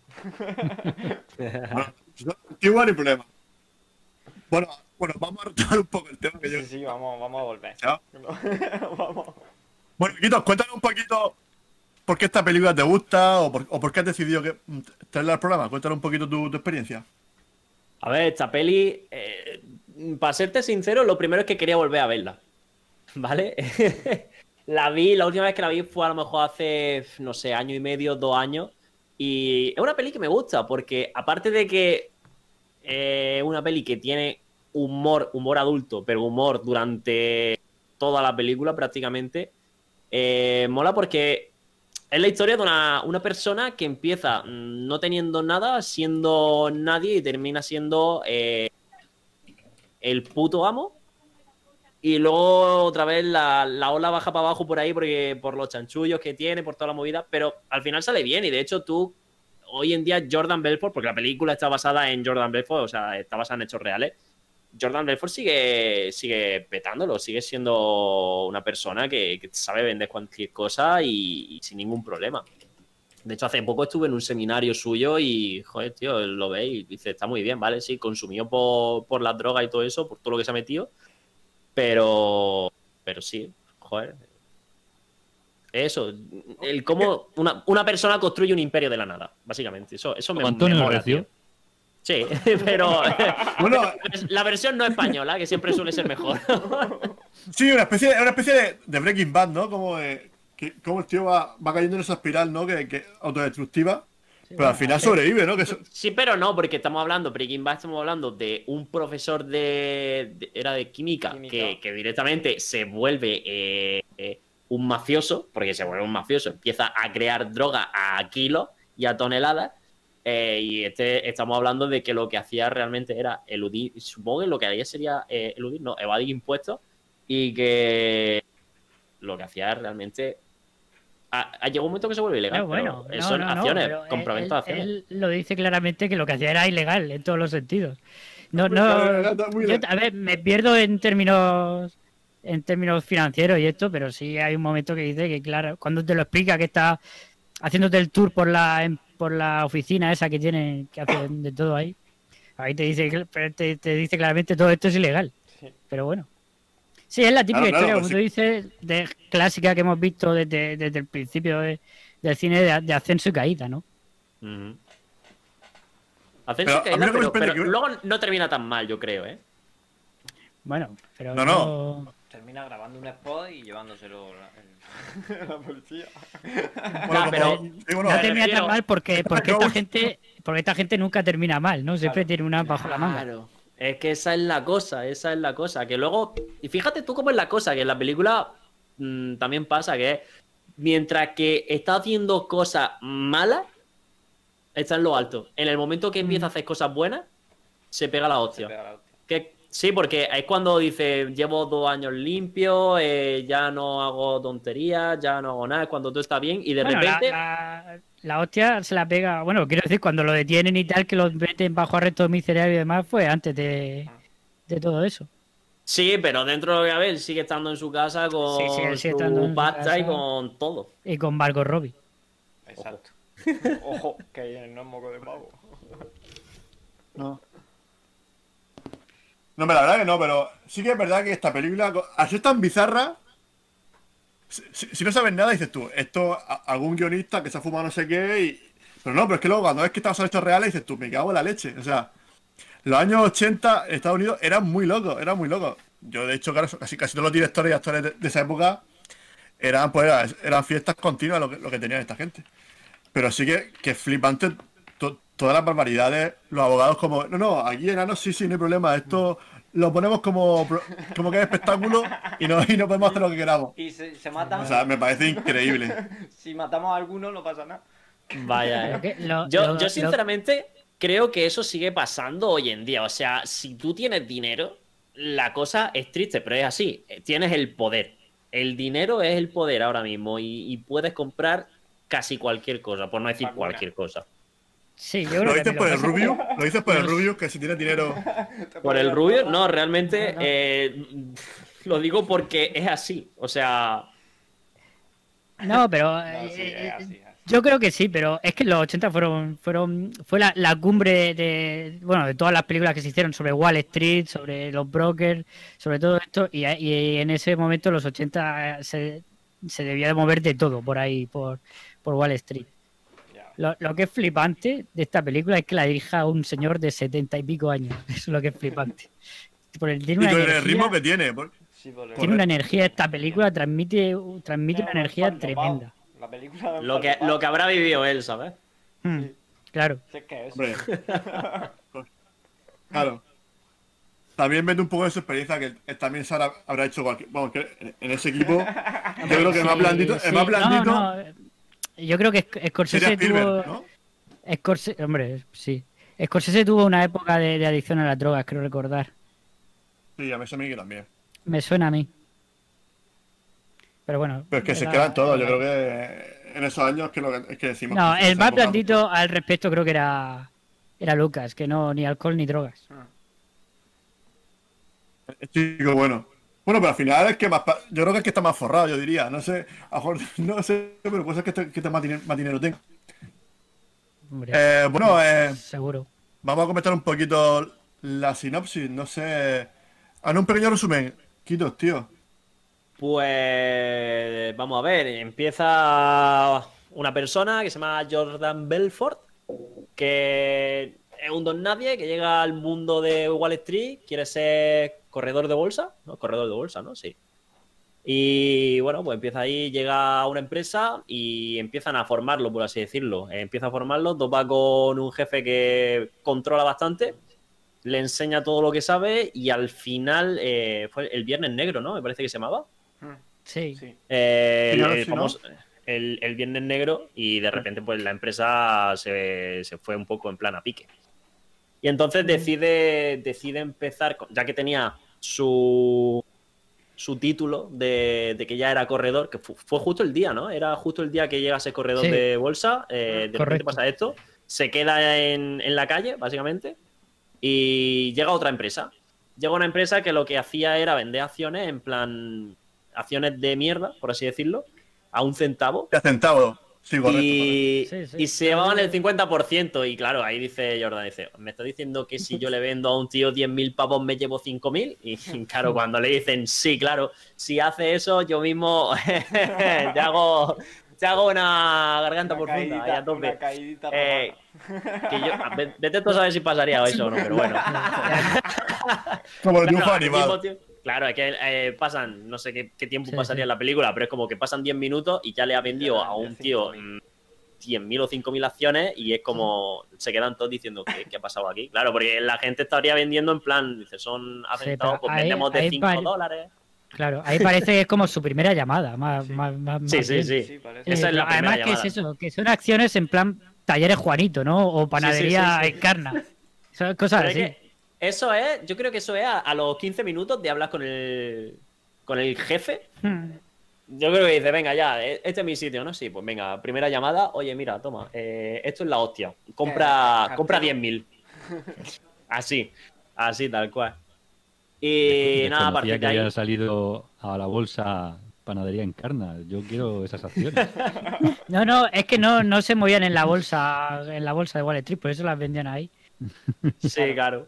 antiguo ni problema. Bueno, bueno, vamos a retomar un poco el tema que yo. Sí, sí, vamos, vamos a volver. Ya. Vamos. Bueno, Quitos, cuéntanos un poquito por qué esta película te gusta o por, o por qué has decidido que, mm, traerla al programa. Cuéntanos un poquito tu, tu experiencia. A ver, esta peli, eh, para serte sincero, lo primero es que quería volver a verla. ¿Vale? La vi, la última vez que la vi fue a lo mejor hace, no sé, año y medio, dos años. Y es una peli que me gusta, porque aparte de que eh, es una peli que tiene humor, humor adulto, pero humor durante toda la película prácticamente, eh, mola porque es la historia de una, una persona que empieza mm, no teniendo nada, siendo nadie y termina siendo eh, el puto amo. Y luego otra vez la, la ola baja para abajo por ahí porque, por los chanchullos que tiene, por toda la movida, pero al final sale bien. Y de hecho tú, hoy en día Jordan Belfort, porque la película está basada en Jordan Belfort, o sea, está basada en hechos reales, Jordan Belfort sigue, sigue petándolo, sigue siendo una persona que, que sabe vender cualquier cosa y, y sin ningún problema. De hecho, hace poco estuve en un seminario suyo y, joder, tío, lo veis y dice, está muy bien, ¿vale? Sí, consumido por, por las drogas y todo eso, por todo lo que se ha metido, pero, pero sí, joder. Eso, el cómo una, una persona construye un imperio de la nada, básicamente. Eso, eso me, Como Antonio me mola, Recio. tío. Sí, pero Bueno, la versión no española, que siempre suele ser mejor. sí, una especie, una especie de, de Breaking Bad, ¿no? Como, de, que, como el tío va, va cayendo en esa espiral, ¿no? Que, que autodestructiva. Pero al final sobrevive, ¿no? Que eso- Sí, pero no, porque estamos hablando, Breaking Bad, estamos hablando de un profesor de, de- era de química, Química. Que, que directamente se vuelve eh, eh, un mafioso, porque se vuelve un mafioso, empieza a crear droga a kilos y a toneladas, eh, y este estamos hablando de que lo que hacía realmente era eludir, supongo que lo que haría sería eh, eludir, no, evadir impuestos, y que lo que hacía realmente a- a- llegó un momento que se vuelve ilegal. No, bueno, pero no, son no, no, acciones, pero compraventa de él, acciones. él lo dice claramente que lo que hacía era ilegal en todos los sentidos. No, Muy claro, no, está muy yo, bien. a ver, me pierdo en términos en términos financieros y esto, pero sí hay un momento que dice que, claro, cuando te lo explica que está haciéndote el tour por la em- por la oficina esa que tiene, que hace de todo ahí, ahí te dice, que- te, te dice claramente todo esto es ilegal. Sí. Pero bueno. Sí, es la típica Claro, claro, historia, pues como sí. tú dices, de clásica que hemos visto desde, desde el principio de- del cine de, de ascenso y caída, ¿no? Ujú. Ascenso Pero y a mí caída, lo que me pero, sorprende pero que- luego no termina tan mal, yo creo, ¿eh? Bueno, pero No, no. Termina grabando un spot y llevándoselo la, el- la policía. Bueno, Ya, como- pero- sí, bueno, no me termina refiero- tan mal porque, porque Acabo- esta gente porque esta gente nunca termina mal, ¿no? Siempre Claro. tiene una bajo la manga. Claro. Es que esa es la cosa, esa es la cosa. Que luego. Y fíjate tú cómo es la cosa, que en la película mm, también pasa que es. Mientras que está haciendo cosas malas, está en lo alto. En el momento que empieza a hacer cosas buenas, se pega la Se hostia. pega la hostia. Que, sí, porque es cuando dice, llevo dos años limpio, eh, ya no hago tonterías, ya no hago nada, es cuando todo está bien y de Bueno, la, repente... la- la hostia se la pega, bueno, quiero decir, cuando lo detienen y tal, que los meten bajo arresto domiciliario y demás, fue antes de, de todo eso. Sí, pero dentro de lo que cabe, él sigue estando en su casa con Sí, sí, él sigue estando en su su pasta y casa. con todo. Y con Margot Robbie. Exacto. Ojo, que no es moco de pavo. No. No, pero la verdad que no, pero sí que es verdad que esta película, co- al ser tan bizarra, si, si- si no sabes nada, dices tú, esto, a- algún guionista que se ha fumado no sé qué, y... pero no, pero es que luego cuando ves que están son hechos reales, dices tú, me cago en la leche. O sea, los años ochenta en Estados Unidos eran muy locos, eran muy locos. Yo, de hecho, claro, casi, casi todos los directores y actores de, de esa época eran, pues, eran, eran fiestas continuas lo que, lo que tenían esta gente. Pero sí que, que flipante to- todas las barbaridades, los abogados como, no, no, aquí enanos sí, sí, no hay problema, esto lo ponemos como, pro- como que es espectáculo y no, y no podemos hacer lo que queramos. Y se, se matan. O sea, me parece increíble. Si matamos a alguno, no pasa nada. Vaya, Lo eh. que- lo- Yo, lo- yo lo- sinceramente creo que eso sigue pasando hoy en día. O sea, si tú tienes dinero, la cosa es triste, pero es así. Tienes el poder. El dinero es el poder ahora mismo y, y puedes comprar casi cualquier cosa, por no decir Vacuna. cualquier cosa. Sí, yo creo ¿Lo que dices lo por que el pasa- Rubio? ¿Lo dices por el Rubio? Que si tiene dinero... Por el rubio, no, realmente No, no. eh, lo digo porque es así. O sea, No, pero No, eh, sí, eh, es así, es así. yo creo que sí, pero es que los ochenta fueron, fueron, fue la, la cumbre de, bueno, de todas las películas que se hicieron sobre Wall Street, sobre los brokers, sobre todo esto, y, y en ese momento los ochenta se, se debía de mover de todo por ahí, por, por Wall Street. Ya. Lo, lo que es flipante de esta película es que la dirija un señor de setenta y pico años. Eso es lo que es flipante. Por el- tiene Y una con el energía, ritmo que tiene. por- Sí, por el- tiene una energía esta película, transmite, transmite una Mira, energía Juan Lopao. tremenda. La película de lo Juan que, Lopao. lo que habrá vivido él, ¿sabes? Mm, claro. Si es que es. Hombre. Claro. También vende un poco de su experiencia que él también se habrá, habrá hecho cualquier... Vamos, que en- en ese equipo yo creo que el más Sí, blandito, el sí. más blandito No, no, Yo creo que Sc- Scorsese sería Spielberg, tuvo... ¿no? Scorsese, hombre, sí. Scorsese tuvo una época de, de adicción a las drogas, creo recordar. Sí, a mí se me que también. Me suena a mí. Pero bueno. Pero es que se era- quedan todos, yo era- creo que en esos años que, lo que, es que decimos... No, que en el esa más época, blandito al respecto creo que era era Lucas, que no ni alcohol ni drogas. Es chico bueno. Bueno, pero al final es que más... pa- Yo creo que es que está más forrado, yo diría. No sé, a lo mejor, no sé, pero puede ser que este, que este más, dinero, más dinero tenga. Hombre, Eh, bueno, eh, seguro. vamos a comentar un poquito la sinopsis, no sé... Ah, no, un pequeño resumen. Quitos, tío. Pues vamos a ver, empieza una persona que se llama Jordan Belfort, que es un don nadie, que llega al mundo de Wall Street, quiere ser corredor de bolsa, ¿no? Corredor de bolsa, ¿no? Sí. Y bueno, pues empieza ahí, llega a una empresa y empiezan a formarlo, por así decirlo. Empieza a formarlo, topa con un jefe que controla bastante, le enseña todo lo que sabe y al final eh, fue el Viernes Negro, ¿no? Me parece que se llamaba. Sí. Sí. Eh, Sí, el, ¿no? el Sí, ¿no? famoso- el- el Viernes Negro y de repente pues la empresa se, se fue un poco en plan a pique. Y entonces decide, decide empezar, con- ya que tenía su, su título de, de que ya era corredor, que fu- fue justo el día, ¿no? Era justo el día que llega a ser corredor Sí. de bolsa, eh, de repente Correcto. pasa esto, se queda en, en la calle, básicamente, y llega otra empresa. Llega una empresa que lo que hacía era vender acciones, en plan, acciones de mierda, por así decirlo, a un centavo. Ya centavo. Sí, correcto. correcto. Y, Sí, sí. y se llevaban el cincuenta por ciento. Y claro, ahí dice Jordan, dice, me está diciendo que si yo le vendo a un tío diez mil pavos me llevo cinco mil. Y claro, cuando le dicen, sí, claro, si hace eso, yo mismo te hago, te hago una garganta Una profunda. ahí a caidita, tope. una caidita Eh, romana. Que yo, a- ve- vete tú a saber si pasaría eso o no, pero bueno. Como los Claro, dibujos al mismo animados. tiempo- claro, es que eh, pasan, no sé qué, qué tiempo Sí, pasaría sí. en la película, pero es como que pasan diez minutos y ya le ha vendido Ya, a ya un tío cinco mil. mm, diez mil o cinco mil acciones y es como se quedan todos diciendo ¿qué, qué ha pasado aquí? Claro, porque la gente estaría vendiendo en plan, dice, son atentados, pero pues ahí- vendemos de ahí cinco pare- dólares. Claro, ahí parece que es como su primera llamada, más, Sí. más, más, Sí, más sí, bien. sí. Sí, parece. Esa Eh, es la pero además, primera ¿qué es llamada. eso? Que son acciones en plan talleres Juanito, ¿no? O panadería Sí, sí, sí, sí. Encarna. Son cosas Pero es así. que eso es, yo creo que eso es a, a los quince minutos de hablar con el, con el jefe. Hmm. Yo creo que dice, venga, ya, e- este es mi sitio, ¿no? Sí, pues venga, primera llamada, oye, mira, toma, eh, esto es la hostia. Compra, Eh, compra cartero. diez mil. Así, así, tal cual. Y nada, a Desconocía partir que de ahí. había salido a la bolsa Panadería Encarna. Yo quiero esas acciones. No, no, es que no, no se movían en la bolsa, en la bolsa de Wall Street, por eso las vendían ahí. Sí, claro.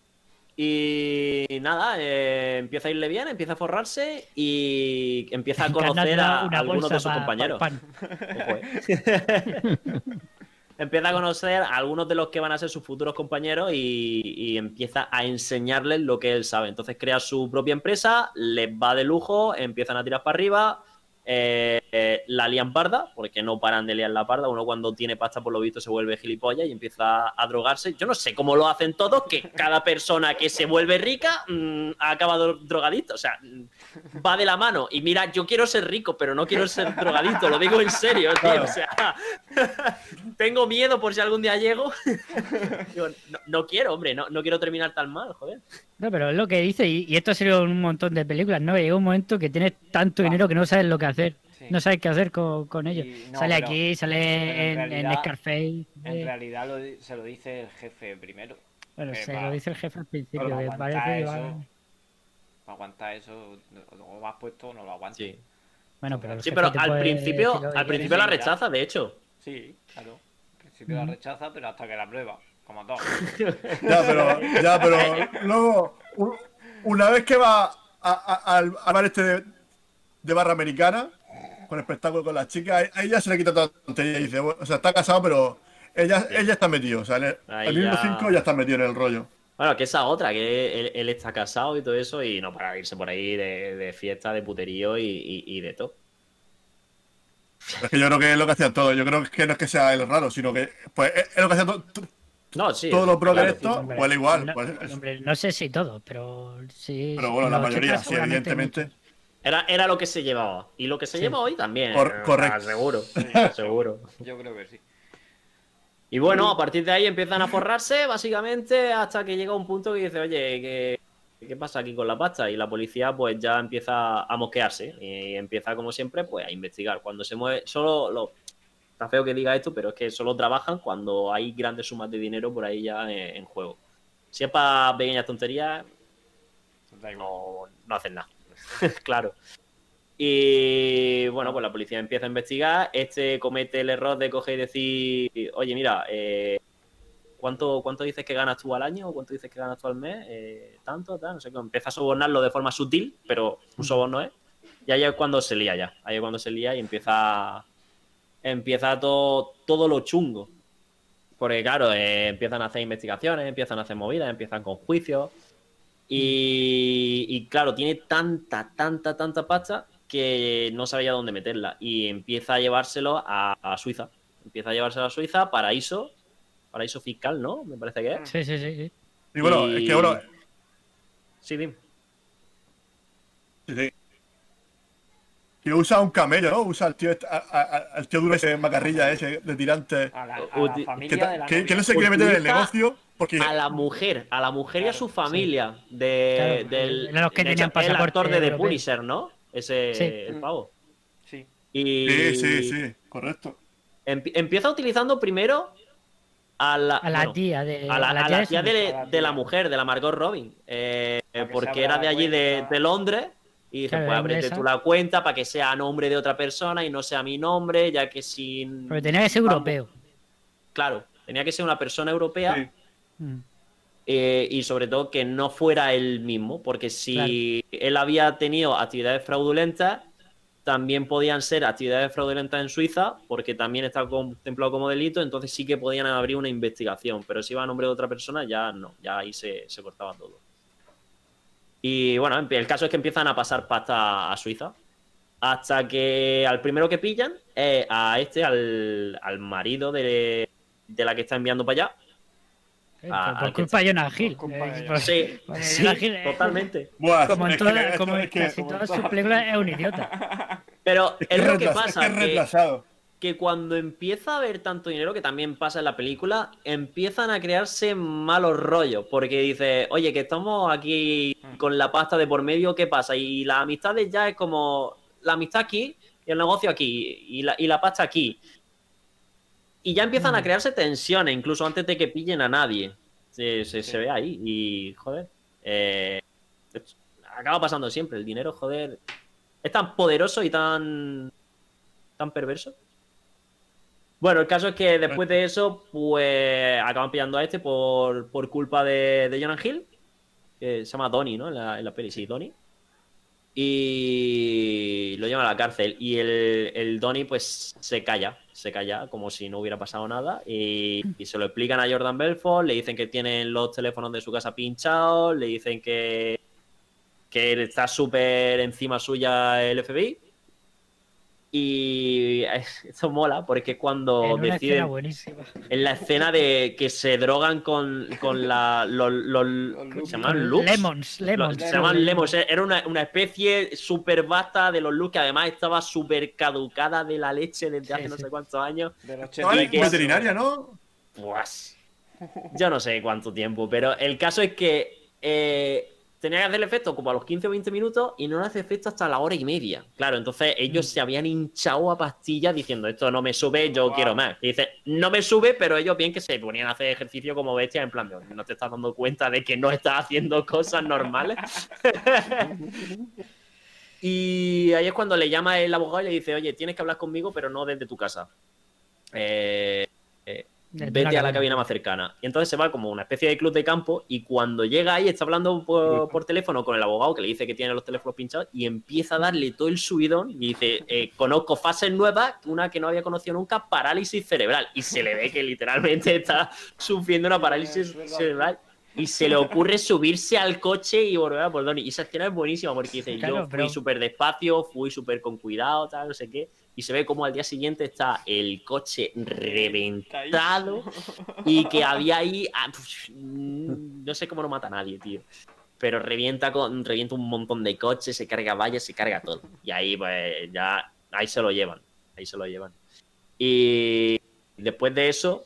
Y nada, eh, empieza a irle bien, empieza a forrarse y empieza a Encarna conocer te da a una algunos bolsa de sus pa- compañeros. pa- pan. Ojo, eh. Empieza a conocer a algunos de los que van a ser sus futuros compañeros y, y empieza a enseñarles lo que él sabe. Entonces crea su propia empresa, les va de lujo, empiezan a tirar para arriba, eh, eh, la lían parda, porque no paran de liar la parda. Uno cuando tiene pasta por lo visto se vuelve gilipollas y empieza a drogarse. Yo no sé cómo lo hacen todos, que cada persona que se vuelve rica mmm, acaba dro- drogadito. O sea, mm, va de la mano. Y mira, yo quiero ser rico, pero no quiero ser drogadito. Lo digo en serio, tío. Claro. O sea, tengo miedo por si algún día llego. Digo, no, no quiero, hombre, no, no quiero terminar tan mal, joder. No, pero es lo que dice, y, y esto ha sido en un montón de películas, ¿no? Llega un momento que tienes tanto dinero que no sabes lo que hacer. Sí. No sabes qué hacer con, con ellos. Y no, sale pero- aquí, sale pero en en, en realidad- Scarface. En eh, realidad lo di- se lo dice el jefe primero. bueno, eh, se va- lo dice el jefe al principio, para que aguantar parece que va... eso, Para aguantar eso, o lo has puesto o no lo aguantas. Sí, Bueno, pero el sí jefe pero te al puede principio, decir lo que al quieres. principio la Sí, ya. rechaza, de hecho. Sí, claro. Al principio la Ujú. rechaza, pero hasta que la prueba, como todo. Ya, pero, ya, pero luego, u- una vez que va a- a- al al bar este de, de barra americana, con espectáculo con las chicas, ahí, ahí ya se le quita toda la tontería y dice, bueno, o sea, está casado, pero ella, ella está metido, o sea, en el, Ahí al minuto ya- cinco ya está metido en el rollo. Bueno, que esa otra, que él, él está casado y todo eso, y no para de irse por ahí de, de fiesta, de puterío y, y- y de todo. Es que yo creo que es lo que hacían todos, yo creo que no es que sea el raro, sino que pues, es, es lo que hacían to- to- No, sí. todos los claro. progres estos, Hombre, pues igual. no, pues, es- hombre, no sé si todo, pero sí. pero bueno, en la los mayoría, ochenta sí, seguramente evidentemente. muchos. Era, era lo que se llevaba. Y lo que se Sí. lleva hoy también. Cor- eh, correcto. Seguro. Seguro. Yo creo que sí. Y bueno, a partir de ahí empiezan a forrarse, básicamente, hasta que llega un punto que dice, oye, ¿qué, qué pasa aquí con la pasta? Y la policía, pues ya empieza a mosquearse. Y empieza, como siempre, pues a investigar. Cuando se mueve, solo lo. Está feo que diga esto, pero es que solo trabajan cuando hay grandes sumas de dinero por ahí ya en, en juego. Si es para pequeñas tonterías, Da igual. no, no hacen nada. Claro. Y bueno, pues la policía empieza a investigar. Este comete el error de coger y decir, oye, mira, eh, ¿cuánto, ¿cuánto dices que ganas tú al año? ¿O cuánto dices que ganas tú al mes? Eh, tanto, tal, no sé qué. Empieza a sobornarlo de forma sutil, pero un soborno es. Y ahí es cuando se lía ya. Ahí es cuando se lía y empieza, empieza todo, todo lo chungo. Porque claro, eh, empiezan a hacer investigaciones, empiezan a hacer movidas, empiezan con juicios. Y, y claro, tiene tanta, tanta, tanta pasta que no sabía dónde meterla. Y empieza a llevárselo a, a Suiza. Empieza a llevárselo a Suiza, paraíso, paraíso fiscal, ¿no? Me parece que es. Sí, sí, sí. sí. Y bueno, Y- es que bueno, Sí, dime. sí, sí. que usa un camello, ¿no? Usa al tío, este- a- a- a- al tío duro ese macarrilla ese de tirante. A la, a la Uti- Que, familia ta- de la que- novia. que no se quiere meter en el Utiliza negocio porque a la mujer, a la mujer y a Claro, su familia de, Claro, del eran los que de tenían hecho, el pasaporte actor de The europeo. Punisher, ¿no? Ese Sí. el pavo. Sí. Y sí, sí, sí, correcto. empi- empieza utilizando primero a la, A la bueno, tía de. a la, a la tía tía de- de, A la de la tía. mujer, de la Margot Robin, eh, Para que porque se era abra de la allí de, cuenta. de Londres y dice, Claro, pues era ábrete inglesa. tú la cuenta para que sea a nombre de otra persona y no sea mi nombre, ya que sin... Porque tenía que ser Vamos. europeo. Claro, tenía que ser una persona europea. Sí. Mm. Eh, y sobre todo que no fuera él mismo, porque si él había tenido actividades fraudulentas, también podían ser actividades fraudulentas en Suiza, porque también está contemplado como delito, entonces sí que podían abrir una investigación, pero si iba a nombre de otra persona, ya no, ya ahí se, se cortaba todo. Y bueno, el caso es que empiezan a pasar pasta a Suiza, hasta que al primero que pillan es a este, al, al marido de, de la que está enviando para allá. Eh, Ah, por, por al culpa que- de Jonah Hill. por culpa de Eh, Jonah por- Sí, Porque sí, Jonah Hill, eh, totalmente. Buah, Como en es que todas, esto como es en que- casi todas sus películas, es un idiota. Pero es que es lo que retras- pasa, es que es que, retrasado. que cuando empieza a haber tanto dinero, que también pasa en la película, empiezan a crearse malos rollos, porque dice, oye, que estamos aquí con la pasta de por medio, ¿qué pasa? Y las amistades ya es como, la amistad aquí, y el negocio aquí, y la, y la pasta aquí. Y ya empiezan a crearse tensiones, incluso antes de que pillen a nadie. Se, se, se ve ahí, y joder, eh, acaba pasando siempre, el dinero, joder, es tan poderoso y tan, tan perverso. Bueno, el caso es que después de eso, pues acaban pillando a este por, por culpa de, de Jonah Hill, que se llama Donnie, ¿no? En la, en la peli, sí, Donnie. Y lo llevan a la cárcel. Y el, el Donnie, pues, se calla, se calla, como si no hubiera pasado nada. Y, y se lo explican a Jordan Belfort, le dicen que tienen los teléfonos de su casa pinchados, le dicen que, que está súper encima suya el F B I. Y esto mola porque es cuando En una escena deciden buenísima. en la escena de que se drogan con, con la, los, los- ¿cómo se llaman? Con Lux. Lemons, lemons. Lo- se llaman lemons. Era una, una especie súper vasta de los Lux que además estaba súper caducada de la leche desde Sí, hace no sí. sé cuántos años. De los Estaba en y que- veterinaria, ¿no? Pues yo no sé cuánto tiempo, pero el caso es que eh, tenía que hacer el efecto como a los quince o veinte minutos y no le hace efecto hasta la hora y media. Claro, entonces ellos se habían hinchado a pastillas diciendo esto no me sube, yo Wow. quiero más. Y dice, no me sube, pero ellos bien que se ponían a hacer ejercicio como bestias en plan de, no te estás dando cuenta de que no estás haciendo cosas normales. Y ahí es cuando le llama el abogado y le dice, oye, tienes que hablar conmigo, pero no desde tu casa. Eh, eh, Desde vete una a la cabina. cabina más cercana. Y entonces se va como una especie de club de campo y cuando llega ahí está hablando por, por teléfono con el abogado que le dice que tiene los teléfonos pinchados y empieza a darle todo el subidón y dice, eh, conozco fases nuevas, una que no había conocido nunca, parálisis cerebral. Y se le ve que literalmente está sufriendo una parálisis Es verdad. cerebral. Y se le ocurre subirse al coche y volver a por Donnie. Y esa escena es buenísima porque dice, Claro, yo fui pero- súper despacio, fui súper con cuidado, tal, no sé qué. Y se ve como al día siguiente está el coche reventado y que había ahí... ah, pf, mm, no sé cómo no mata a nadie, tío. Pero revienta, con, revienta un montón de coches, se carga vallas, se carga todo. Y ahí pues ya... Ahí se lo llevan. Ahí se lo llevan. Y después de eso...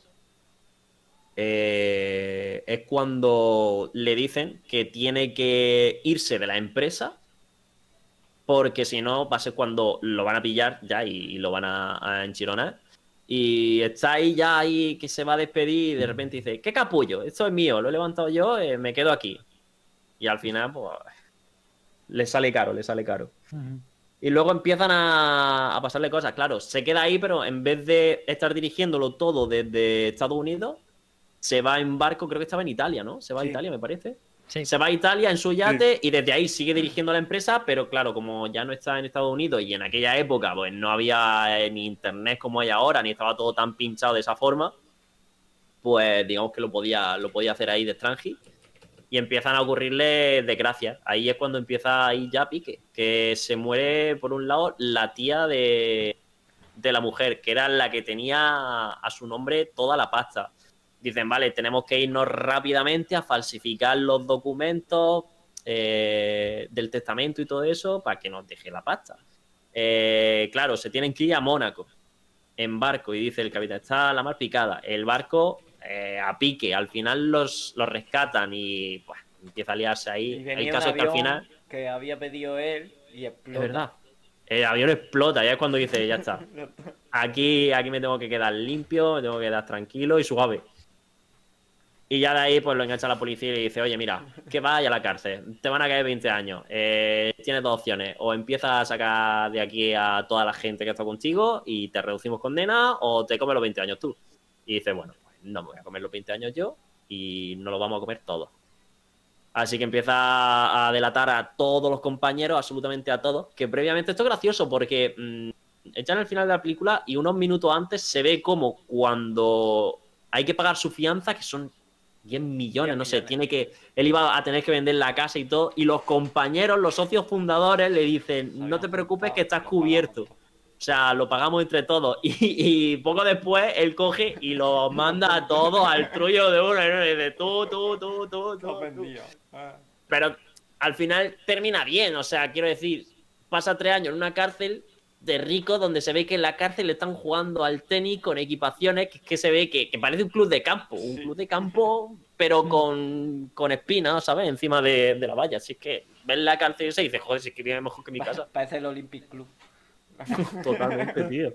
Eh, es cuando le dicen que tiene que irse de la empresa porque si no va a ser cuando lo van a pillar ya y, y lo van a, a enchironar y está ahí ya ahí que se va a despedir y de repente dice, ¿qué capullo? Esto es mío, lo he levantado yo, eh, me quedo aquí. Y al final pues le sale caro, le sale caro. Ujú. Y luego empiezan a, a pasarle cosas, claro, se queda ahí pero en vez de estar dirigiéndolo todo desde Estados Unidos se va en barco, creo que estaba en Italia, ¿no? Se va Sí. a Italia, me parece. Sí. Se va a Italia en su yate y desde ahí sigue dirigiendo la empresa, pero claro, como ya no está en Estados Unidos y en aquella época pues no había eh, ni internet como hay ahora, ni estaba todo tan pinchado de esa forma, pues digamos que lo podía, lo podía hacer ahí de extranji y empiezan a ocurrirle desgracias. Ahí es cuando empieza ahí ya pique, que se muere por un lado la tía de, de la mujer, que era la que tenía a su nombre toda la pasta. Dicen, vale, tenemos que irnos rápidamente a falsificar los documentos eh, del testamento y todo eso para que nos deje la pasta. Eh, claro, se tienen que ir a Mónaco en barco y dice el capitán, está la mar picada. El barco eh, a pique, al final los, los rescatan y pues, empieza a liarse ahí. Y venía El un caso es que al avión final... que había pedido él y explota. Es verdad. El avión explota, ya es cuando dice, ya está. Aquí, aquí me tengo que quedar limpio, me tengo que quedar tranquilo y suave. Y ya de ahí pues lo engancha la policía y le dice, oye, mira, que vaya a la cárcel, te van a caer veinte años. Eh, tienes dos opciones, o empiezas a sacar de aquí a toda la gente que está contigo y te reducimos condena, o te comes los veinte años tú. Y dice, bueno, pues no me voy a comer los veinte años yo y no los vamos a comer todos. Así que empieza a delatar a todos los compañeros, absolutamente a todos, que previamente esto es gracioso porque mmm, echan el final de la película y unos minutos antes se ve como cuando hay que pagar su fianza, que son diez millones, no sé, tiene que él iba a tener que vender la casa y todo, y los compañeros, los socios fundadores le dicen, no te preocupes que estás cubierto. O sea, lo pagamos entre todos. Y, y poco después él coge y los manda a todos al trullo de uno. Y dice, tú, tú, tú, tú, tú. Pero al final termina bien. O sea, quiero decir, pasa tres años en una cárcel de ricos donde se ve que en la cárcel le están jugando al tenis con equipaciones que, que se ve que, que parece un club de campo. Un club de campo, pero con, con espinas, ¿sabes? Encima de, de la valla. Así es que ves la cárcel y se dice, joder, si es que viene mejor que mi casa. Parece el Olympic Club. Totalmente, tío.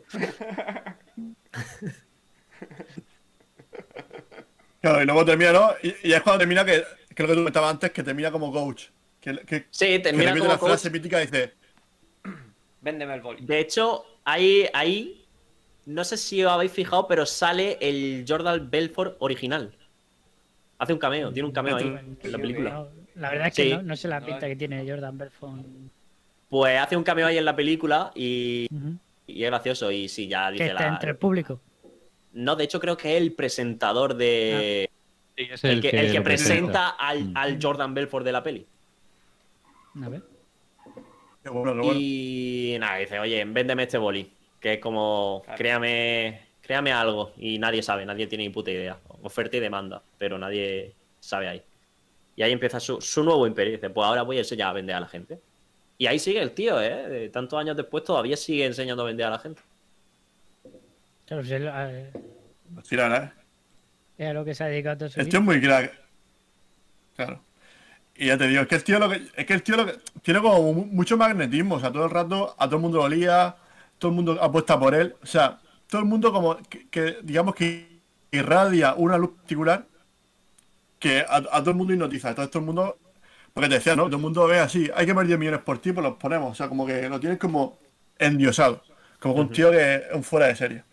Claro, y luego termina, ¿no? Y, y es cuando termina, que, que es lo que tú comentabas antes, que termina como coach. Que, que, sí, termina que como la coach. frase mítica dice... Véndeme el boli. De hecho, ahí, ahí, no sé si os habéis fijado, pero sale el Jordan Belfort original. Hace un cameo, tiene un cameo ahí en la película. No, la verdad es que Sí. no, no sé la pinta que tiene Jordan Belfort. Pues hace un cameo ahí en la película y, Ujú. y es gracioso. Y sí, ya Que dice está la... entre el público. No, de hecho creo que es el presentador de... Sí, es el, que, el que lo presenta al, Mm. al Jordan Belfort de la peli. A ver. Qué bueno, qué bueno. Y nada, dice, oye, véndeme este boli. Que es como, Claro. créame, créame algo. Y nadie sabe, nadie tiene ni puta idea. Oferta y demanda, pero nadie sabe ahí. Y ahí empieza su, su nuevo imperio. Dice, pues ahora voy a enseñar a vender a la gente. Y ahí sigue el tío, ¿eh? De tantos años después todavía sigue enseñando a vender a la gente. Claro, si él, eh, Sí, la verdad. es a lo que se ha dedicado todo su El tío es vida. muy crack. Claro. Y ya te digo, es que el tío lo que, es que el tío lo que tiene como mu- mucho magnetismo. O sea, todo el rato a todo el mundo lo lía, todo el mundo apuesta por él. O sea, todo el mundo como que, que, digamos que irradia una luz particular que a, a todo el mundo hipnotiza. Entonces todo el mundo, porque te decía, ¿no? Todo el mundo ve así, hay que poner diez millones por ti, pues los ponemos. O sea, como que lo tienes como endiosado. Como un tío que es un fuera de serie.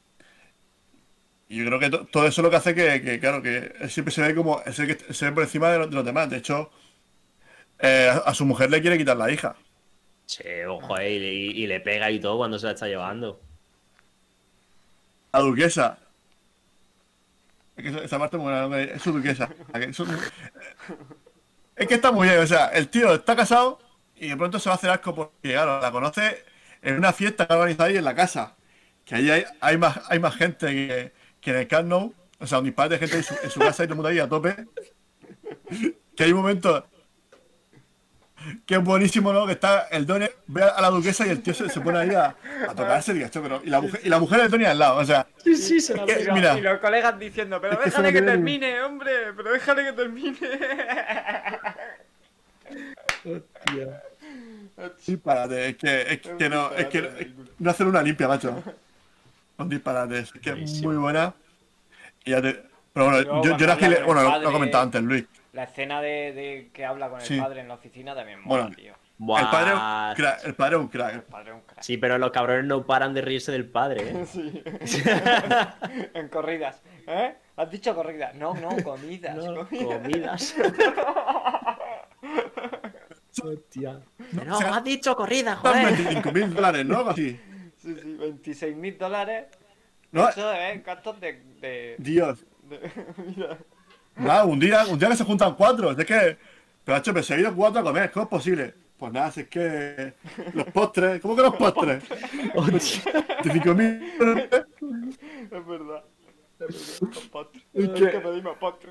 Y yo creo que to- todo eso es lo que hace que, que, claro, que él siempre se ve como, es el que se ve por encima de, los- de los demás. De hecho, eh, a, a su mujer le quiere quitar la hija. Sí, ojo, eh, y, le- y le pega y todo cuando se la está llevando. La duquesa. Es que esa, esa parte es muy buena, es su duquesa. La que- su- es que está muy bien, o sea, el tío está casado y de pronto se va a hacer asco porque, claro, la conoce en una fiesta que ha organizado ahí en la casa. Que ahí hay, hay, más, hay más gente que, que en el Camp Nou. O sea, un disparate de gente en su, en su casa y todo el mundo ahí a tope. Que hay un momento que es buenísimo, ¿no? Que está el Donnie, ve a la duquesa y el tío se, se pone ahí a, a tocarse y, esto, pero, y, la mujer, y la mujer del Donnie al lado, o sea. Sí, sí, se la que- Y, los, mira, y los colegas diciendo, pero Es que déjale eso que no tiene termine, hombre, pero déjale que termine. disparate, es que, es que no, es que es- no hacer una limpia, macho. Un disparate, es que es muy buena. Y ya te, pero bueno, Y luego yo, yo cuando era que habla le- con bueno, el lo, padre- lo he comentado antes, Luis. La escena de, de que habla con el Sí. padre en la oficina también mola, Bueno. tío. Buah. El padre, es un crack, el padre es un crack. El padre es un crack. Sí, pero los cabrones no paran de reírse del padre, ¿eh? Sí. En corridas. ¿Eh? ¿Has dicho corridas? No, no, comidas. No, comidas. comidas. Hostia. No, o sea, has dicho corrida, joder. veinticinco mil dólares, ¿no? Algo así. Sí, sí, veintiséis mil dólares. No, Eso es gastos de... de, Dios. de- mira. Nada, un día, un día que se juntan cuatro. Es que, pero hecho, pero se han ido cuatro a comer. ¿Cómo es posible? Pues nada, si es que los postres. ¿Cómo que los postres? veinticinco mil. Es verdad. Es verdad. Con postre. Es Es que- que pedimos postre.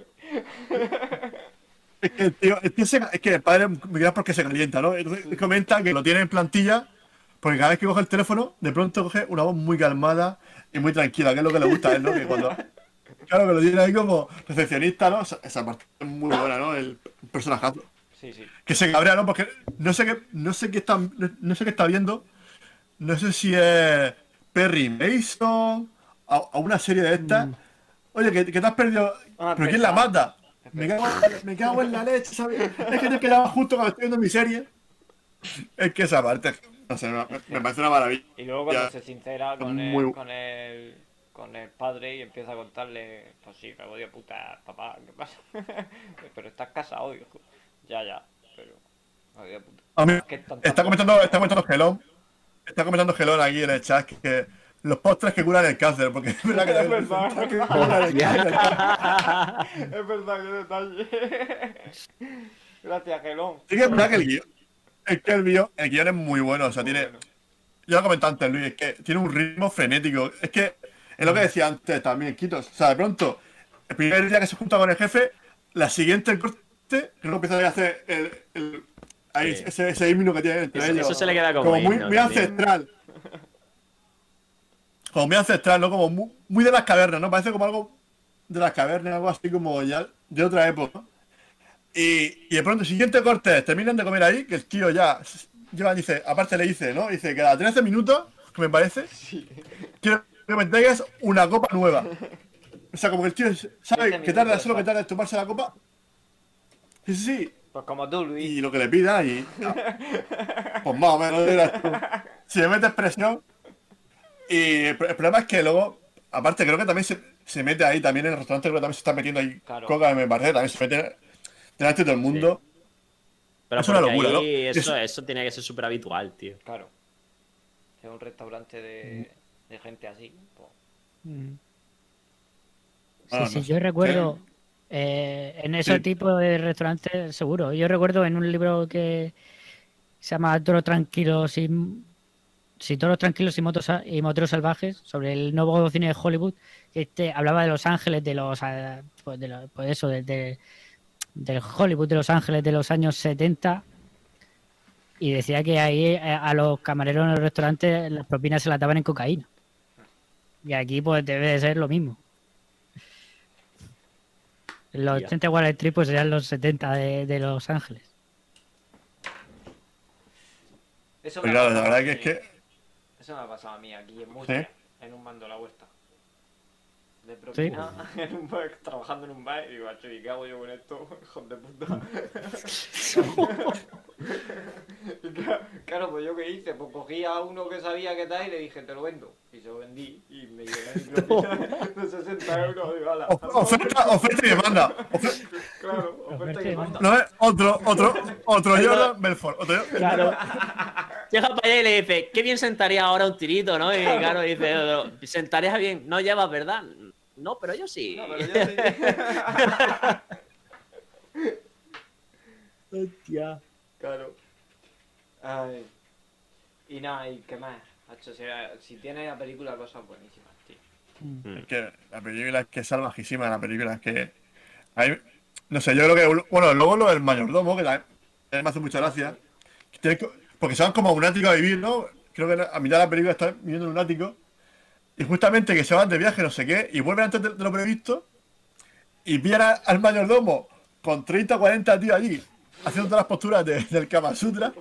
Es que, tío, es que, se- es que el padre me dirá porque se calienta, ¿no? Entonces comenta que lo tiene en plantilla Porque cada vez que coge el teléfono, de pronto coge una voz muy calmada y muy tranquila, que es lo que le gusta a él, ¿no? Que cuando. Claro, que lo tiene ahí como recepcionista, ¿no? Esa, esa parte es muy buena, ¿no? El personajazo. Sí, sí. Que se cabrea, ¿no? Porque no sé qué, no sé qué está, no, no sé qué está viendo. No sé si es Perry Mason o, o una serie de estas. Oye, que, que te has perdido. Ah, ¿Pero quién la pesado. mata? Me cago, me cago en la leche, ¿sabes? Es que te quedaba justo cuando estoy viendo mi serie. Es que esa parte, no sé, me, me parece una maravilla. Y luego cuando Ya. se sincera con Muy- el, con el con el padre y empieza a contarle, pues sí, me voy a puta, papá, ¿qué pasa? Pero estás casado, hijo. Ya, ya, pero me voy a puta. A mí, ¿Qué tonta- está comentando, está comentando Gelón. Está comentando Gelón aquí en el chat que, que los postres que curan el cáncer, porque es verdad que, Es verdad. que curan el cáncer. Es verdad, qué detalle. Gracias, Gelón. Sí que es verdad que el guión, es que el guión, el guión es muy bueno, o sea, Muy tiene, bueno. yo lo he comentado antes, Luis, es que tiene un ritmo frenético. Es que es lo que decía antes también, Quitos. O sea, de pronto, el primer día que se junta con el jefe, la siguiente el corte, creo que empieza a hacer el, el- ahí, Sí. ese, ese himno que tiene entre Eso- ellos. eso se le queda como muy, himno muy también. ancestral. Como muy ancestral, ¿no? Como muy, muy de las cavernas, ¿no? Parece como algo de las cavernas, algo así como ya de otra época, ¿no? Y, y de pronto, siguiente corte, terminan de comer ahí, que el tío ya lleva, dice, aparte le dice, ¿no? Dice, cada trece minutos, que me parece, quiero que me traigas una copa nueva. O sea, como que el tío sabe trece que tarda minutos, solo que exacto. tarda en tomarse la copa. Sí, sí, sí. Pues como tú, Luis. Y lo que le pida y. Pues más o menos dirás tú. Si le metes presión. Y el, el problema es que luego, aparte, creo que también se, se mete ahí, también en el restaurante, creo que también se está metiendo ahí Claro. coca, me parece, también se mete delante de todo el mundo. Pero Es una porque locura, ahí ¿no? eso, Es- eso tiene que ser súper habitual, tío. Claro. Es un restaurante de, de gente así. Pues. Mm. Ah, Sí, no sí, sé. yo recuerdo eh, en ese Sí. tipo de restaurantes, seguro. Yo recuerdo en un libro que se llama Toros Tranquilos y sí, Toros Tranquilos y Motos y Moteros Salvajes, sobre el nuevo cine de Hollywood, que este hablaba de Los Ángeles, de los eh, pues, de lo- pues eso, de, de- del Hollywood de Los Ángeles de los años setenta. Y decía que ahí eh, a los camareros en los restaurantes las propinas se las daban en cocaína. Y aquí pues debe de ser lo mismo. Los Ya. ochenta Wall Street pues serían los setenta de, de Los Ángeles. Eso Pues me ha claro, la pasado a verdad que es mí. que. Eso me ha pasado a mí aquí en Murcia, en un mando a la huerta. De propina, en un bar, trabajando en un bar, y digo, "Acho, ¿y qué hago yo con esto? Hijos de puta". Y claro, claro, pues yo qué hice, pues cogí a uno que sabía qué tal y le dije, te lo vendo. Y se lo vendí y me llevé mi propina de sesenta euros. Digo, "Hala". of- Oferta, oferta y demanda. Ofe- Claro, oferta y demanda. No es otro, otro, otro Jordan Belfort. Otro, Claro. Llega para allá y le dice, qué bien sentaría ahora un tirito, ¿no? Y claro, dice, sentaría bien. No llevas, ¿verdad? No, pero yo sí. No, pero yo sí. Hostia. Claro. Ay. Y nada, ¿y qué más? Hacho, si, si tiene la película cosas buenísimas, tío. Es que la película es que es salvajísima, la película es que. Hay, no sé, yo creo que. Bueno, luego lo del mayordomo, que también me hace mucha gracia. que tiene que- porque se van como a un ático a vivir, ¿no? Creo que a mitad de la película están viviendo en un ático. Y justamente que se van de viaje, no sé qué, y vuelven antes de, de lo previsto. Y pillan a- al mayordomo con treinta o cuarenta tíos allí, haciendo todas las posturas de- del Kama Sutra.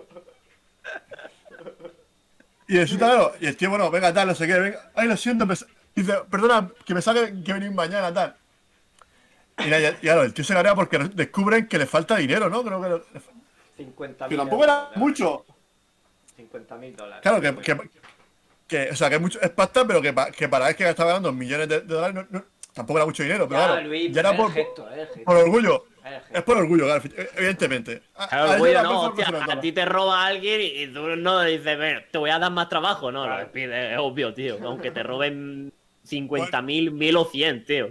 Y resulta, claro, y el tío, bueno, venga, tal, no sé qué, venga, ay, lo siento, me sa- dice, perdona, que me saque que venir mañana, tal. Y, nada, y, y claro, el tío se cabrea porque descubren que le falta dinero, ¿no? Creo que, le- cincuenta que mil tampoco era dólares. mucho. cincuenta mil dólares. Claro, que, que, que, o sea, que es mucho, es pasta, pero que, pa- que para vez que estaba ganando millones de, de dólares, no, no- tampoco era mucho dinero, pero Ya, claro, Luis, ya era es por, el gesto, es el gesto. por orgullo. Es el Es gesto. por orgullo, claro, evidentemente. A- Claro, a ellos orgullo, la no, Belfort hostia, se lo a toma. ti te roba alguien y tú no le dices, "Ven, te voy a dar más trabajo". No, Claro. lo pides, es obvio, tío. Aunque te roben cincuenta mil, mil o cien, tío.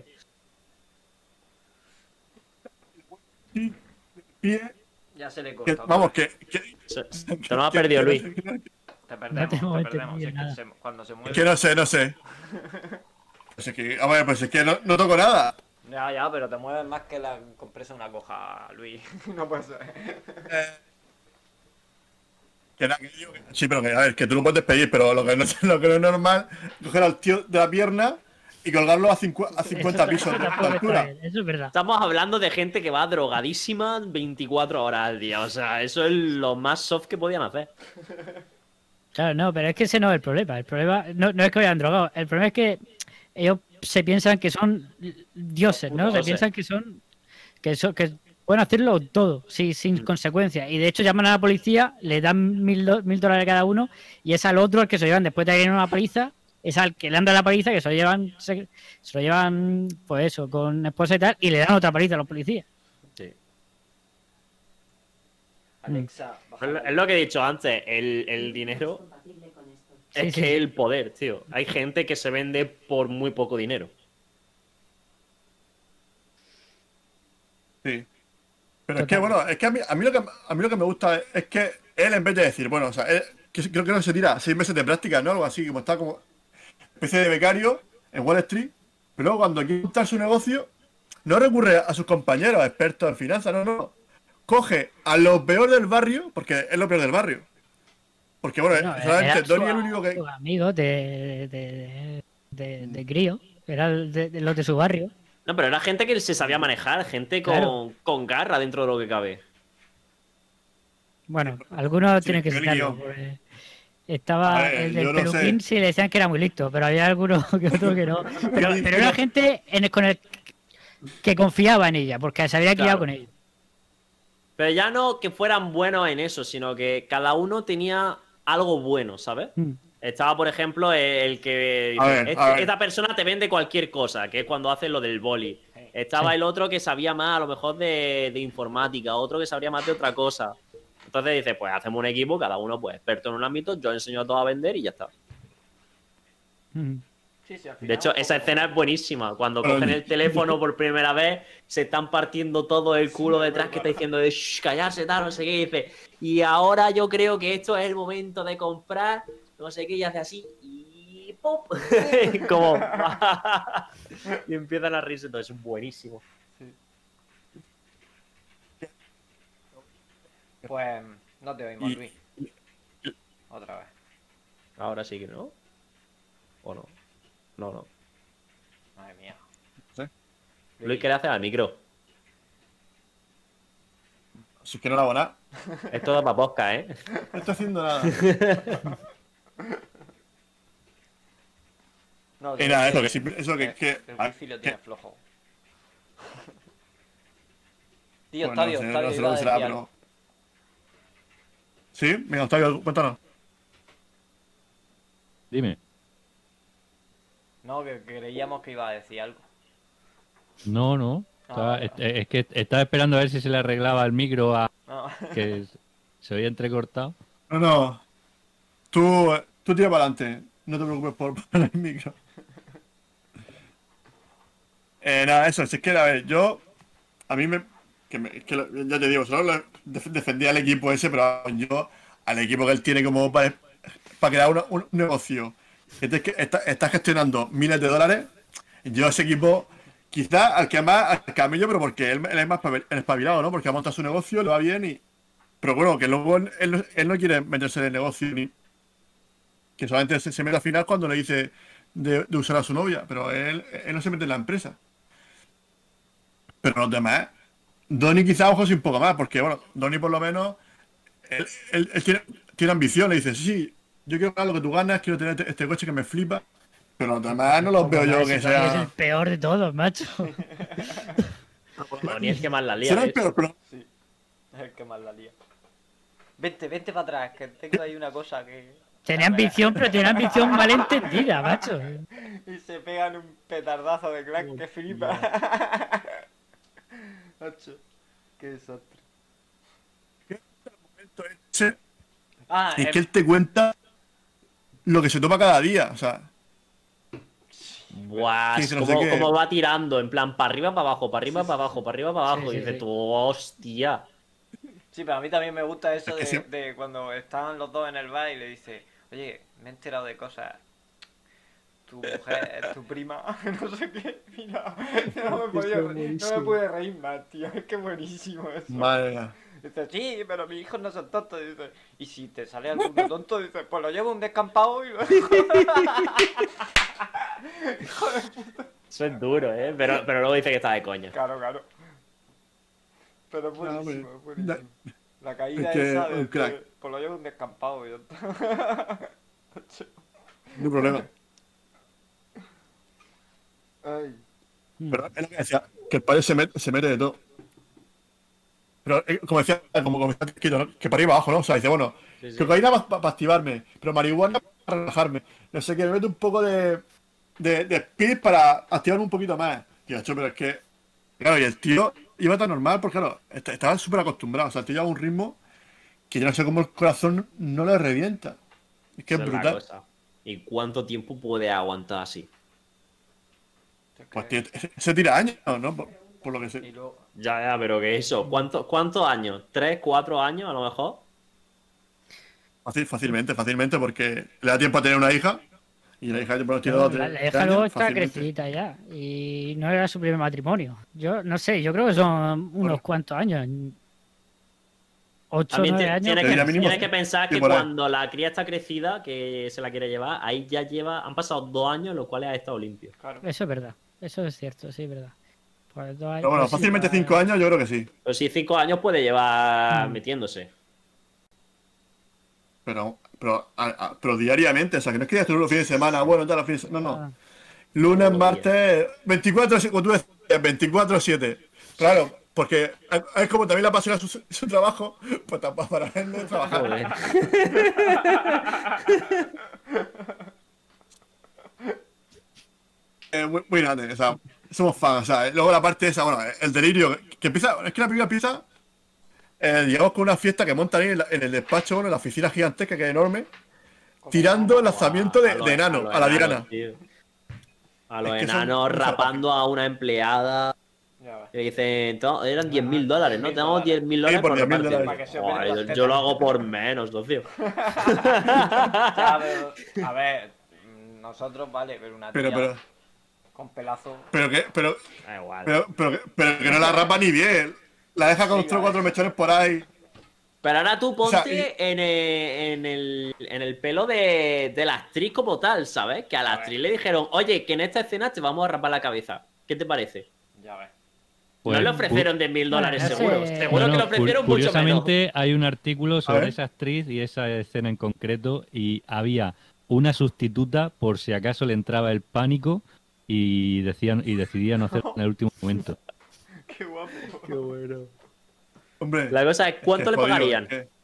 Pie, Ya se le que- corta. vamos, que, que, Se- Te lo has perdido, Luis. Te perdemos, No te tengo perdemos. entendido Si es que nada. se- cuando se mueve. que no sé, no sé. Pues es que, a ver, pues es que no, no toco nada. Ya, ya, pero te mueves más que la compresa una coja, Luis. No puede ser. Eh, Que nada, que digo que- sí, pero que, a ver, que tú lo puedes despedir, pero lo que no, lo que no es normal es coger al tío de la pierna y colgarlo a, cincu- a cincuenta Eso- pisos eso de, de tampoco está altura. bien, eso es verdad. Estamos hablando de gente que va drogadísima veinticuatro horas al día. O sea, eso es lo más soft que podían hacer. Claro, no, pero es que ese no es el problema. El problema no, no es que vayan drogados. El problema es que ellos se piensan que son dioses, ¿no? Se Dioses. piensan que son que son que pueden hacerlo todo, sí, sin consecuencias. Y de hecho llaman a la policía, le dan mil, do- mil dólares a cada uno y es al otro al que se lo llevan después de ir en una paliza, es al que le han dado la paliza que se lo llevan, se, se lo llevan, pues eso, con esposa y tal, y le dan otra paliza a los policías. Sí. Alexa, baja Es lo- la- es lo que he dicho antes, el, el dinero es Sí, sí, que sí. el poder, tío. Hay gente que se vende por muy poco dinero. Sí. Pero es que, bueno, es que a mí, a mí lo que a mí lo que me gusta es, es que él, en vez de decir, bueno, o sea, él, que- creo que no se tira seis meses de práctica, ¿no? Algo así, como está como especie de becario en Wall Street, pero luego cuando quiere montar su negocio, no recurre a sus compañeros, expertos en finanzas, no, no. Coge a lo peor del barrio, porque es lo peor del barrio. Porque, bueno, No, solamente eran Donnie es sus- el único que. sus amigos de, de, de, de crío, era el de, de los de su barrio. No, pero era gente que se sabía manejar, gente con, Claro. con garra dentro de lo que cabe. Bueno, algunos Sí, tienen que yo el citarlo. guión. porque Estaba A ver, el yo del no peluquín, sé. sí le decían que era muy listo, pero había algunos que otros que no. Pero, pero era gente en el- con el que confiaba en ella, porque se había Claro. criado con ella. Pero ya no que fueran buenos en eso, sino que cada uno tenía algo bueno, ¿sabes? Mm. Estaba, por ejemplo, el que dice, A ver, "Este- a ver. esta persona te vende cualquier cosa, que es cuando hace lo del boli. Estaba Sí. el otro que sabía más, a lo mejor, de, de informática, otro que sabría más de otra cosa. Entonces dice, pues hacemos un equipo, cada uno pues experto en un ámbito, yo enseño a todos a vender y ya está. Mm. Sí, sí, al final De hecho, un esa poco- escena es buenísima. Cuando Pero- cogen el teléfono por primera vez, se están partiendo todo el culo detrás que está diciendo de "Shh, callarse, tal, no sé qué". Y dice, y ahora yo creo que esto es el momento de comprar, no sé qué, y hace así, y ¡pum! Como. Y empiezan a reírse todo. Es buenísimo. Pues no te oímos, Y- Luis. Otra vez. Ahora sí que no. ¿O no? No, no. Madre mía. Luis, ¿qué le hace al micro? Si es que no la hago nada. Esto da para podcast, ¿eh? No estoy haciendo nada. No, Y nada, eso que sí, eso que. el- que el ah, wifi lo que- tiene flojo. Tío, bueno, Octavio, no sé, Octavio, no sé iba lo a que será, decir pero. algo. Sí, venga, Octavio, cuéntanos. Dime. No, que creíamos que iba a decir algo. No, no. Estaba- Ah, es, es que estaba esperando a ver si se le arreglaba el micro a No. que se oía entrecortado. No, no. Tú, tú tira para adelante. No te preocupes por poner el micro. Eh, nada, eso. Si es que, a ver, yo. A mí me. Que me- es que lo- ya te digo, solo lo- def- defendía al equipo ese, pero yo. Al equipo que él tiene como para, para crear una- un negocio. Que te- que está, está gestionando miles de dólares. Yo a ese equipo. Quizás al que más. Al camello, pero porque él, él es más pavel- espabilado, ¿no? Porque ha montado su negocio, le va bien y. Pero bueno, que luego él, él no- él no quiere meterse en el negocio ni. Que solamente se, se mete al final cuando le dice de, de usar a su novia, pero él, él no se mete en la empresa. Pero los demás, Donnie quizá ojos y un poco más, porque bueno, Donnie por lo menos, él, él- él tiene, tiene ambición, le dice, sí, sí, yo quiero ganar lo que tú ganas, quiero tener este, este coche que me flipa, pero los demás no los veo yo que Ese Tony es el sea... peor de todos, macho. No, ni es que más la lía. Será el ¿ves? peor, pero Sí. Es el que más la lía. Vente, vente para atrás, que tengo ahí una cosa que. Tenía ambición, pero tiene una ambición mal entendida, macho. Y se pegan un petardazo de crack que flipa. Macho, qué desastre. ese- Ah, es el- que él te cuenta lo que se toma cada día, o sea... Buah, Sí, es no sé como, qué. como va tirando, en plan, para arriba, para abajo, para arriba, para abajo, para arriba, para abajo. Sí, y sí, dices sí. tú, hostia. Sí, pero a mí también me gusta eso Es que de, sí. de cuando estaban los dos en el bar y le dice, oye, me he enterado de cosas. Tu mujer es tu prima, no sé qué. Mira, no me, podía re- no me pude reír más, tío. Es que buenísimo eso. Madre mía. Dice, sí, pero mis hijos no son tontos. Dice, y si te sale alguno tonto, dice, pues lo llevo a un descampado y lo digo. Eso es duro, ¿eh? Pero, pero luego dice que está de coña. Claro, claro. Pero es No, buenísimo, hombre. es buenísimo. La caída Es que esa un de, crack. de- pues lo llevo a un descampado y ya está. No hay problema. Ay. Pero es lo que decía, que el padre se mete, se mete de todo. Pero eh, como decía, como, como decía Quito, ¿no? Que para ir abajo, ¿no? O sea, dice, bueno, Sí, sí. cocaína para activarme, pero marihuana para relajarme. No sé qué, me mete un poco de, de, de speed para activarme un poquito más. Y hecho, pero es que, claro, y el tío iba tan normal, porque claro, est- estaba súper acostumbrado. O sea, el tío lleva un ritmo que yo no sé cómo el corazón no le revienta. Es que es Esa es la brutal. cosa. ¿Y cuánto tiempo puede aguantar así? Pues tío, ese, ese tira años, ¿no? Por, por lo que Y sé. luego, Ya, ya, pero que eso. ¿Cuántos, cuántos años? ¿Tres, cuatro años a lo mejor? Fácil, fácilmente, fácilmente, porque le da tiempo a tener una hija. Y la hija, bueno, tiene dos, La, tres la hija años, luego está fácilmente. crecidita ya. Y no era su primer matrimonio. Yo no sé, yo creo que son unos Bueno. cuantos años. Ocho, También nueve ti- años. tienes, Pero que, ya mínimo tienes sí. que pensar Sí, que por ahí. cuando la cría está crecida, que se la quiere llevar, ahí ya lleva, han pasado dos años en los cuales ha estado limpio. claro. Eso es verdad. Eso es cierto, sí, es verdad. Pues dos años- Pero bueno, pues sí, fácilmente pues- cinco años, yo creo que sí. Pero sí, cinco años puede llevar Mm. metiéndose. Pero, pero, a- a- pero diariamente, o sea, que no es que digas tú los fines de semana, bueno, tal, los fines de semana. No, Ah. no. Lunes, Todos los martes, veinticuatro, como tú decías, veinticuatro siete. Claro, porque es como también le apasiona su, su trabajo, pues tampoco para él no es trabajar. Joder. Eh, muy, muy grande, o sea, somos fans, o sea, luego la parte esa, bueno, el delirio, que empieza, es que la película empieza, eh, digamos, con una fiesta que montan ahí en, la- en el despacho, bueno, en la oficina gigantesca que es enorme, tirando el lanzamiento de, los- de enano, los a la enanos, Diana. tío. A los Es que son- enanos son rapando a una empleada. Ya ves. Que dicen, "To- eran diez mil dólares, ¿no? diez mil Tenemos diez mil dólares por por diez mil repartir". dólares. Para que se Joder, vean las yo- tetas. yo lo hago por menos, socio. Ya, pero, a ver, mm, nosotros, vale, pero una tía Pero, pero, con pelazo. pero que, pero, Da igual. pero, pero, que- pero que no la rapa ni bien. La deja con Sí, tres o vale. cuatro mechones por ahí. Pero ahora tú ponte O sea, y- en, el, en, el, en el pelo de, de la actriz como tal, ¿sabes? Que a la actriz le dijeron, oye, que en esta escena te vamos a rapar la cabeza. ¿Qué te parece? Ya ves. Pues, no le ofrecieron diez mil dólares, Bueno, seguro. ese- Seguro No, que le no, ofrecieron cu- mucho menos. Curiosamente, hay un artículo sobre ver. esa actriz y esa escena en concreto, y había una sustituta por si acaso le entraba el pánico y decían y decidían hacerlo en el último momento. Qué guapo. Qué bueno. Hombre. La cosa es, ¿cuánto que le jodido, pagarían? es que-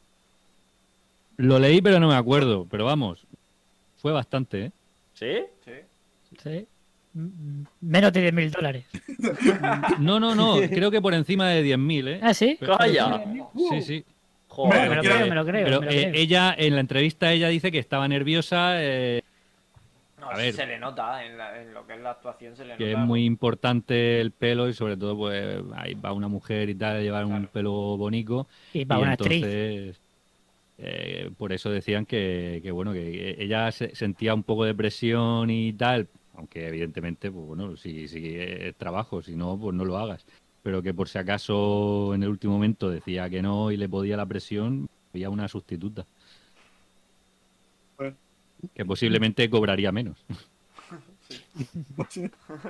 Lo leí, pero no me acuerdo. Pero vamos, fue bastante, ¿eh? ¿Sí? Sí. Sí. Mm, Menos de diez mil dólares. No, no, no. Creo que por encima de diez mil, ¿eh? Ah, sí. Pero- Calla. Sí, sí. Joder, Me lo que- creo, me lo creo. Pero me lo eh, creo. ella, en la entrevista, ella dice que estaba nerviosa, eh, No, A sí ver. se le nota, en, la- en lo que es la actuación se le que nota. es muy importante el pelo y sobre todo, pues, ahí va una mujer y tal, a llevar un Claro. pelo bonito. Y para y una actriz. entonces, eh, por eso decían que, que, bueno, que ella se- sentía un poco de presión y tal, aunque evidentemente, pues bueno, si, si es trabajo, si no, pues no lo hagas. Pero que por si acaso en el último momento decía que no y le podía la presión, había una sustituta. Bueno. Que posiblemente cobraría menos. pues sí.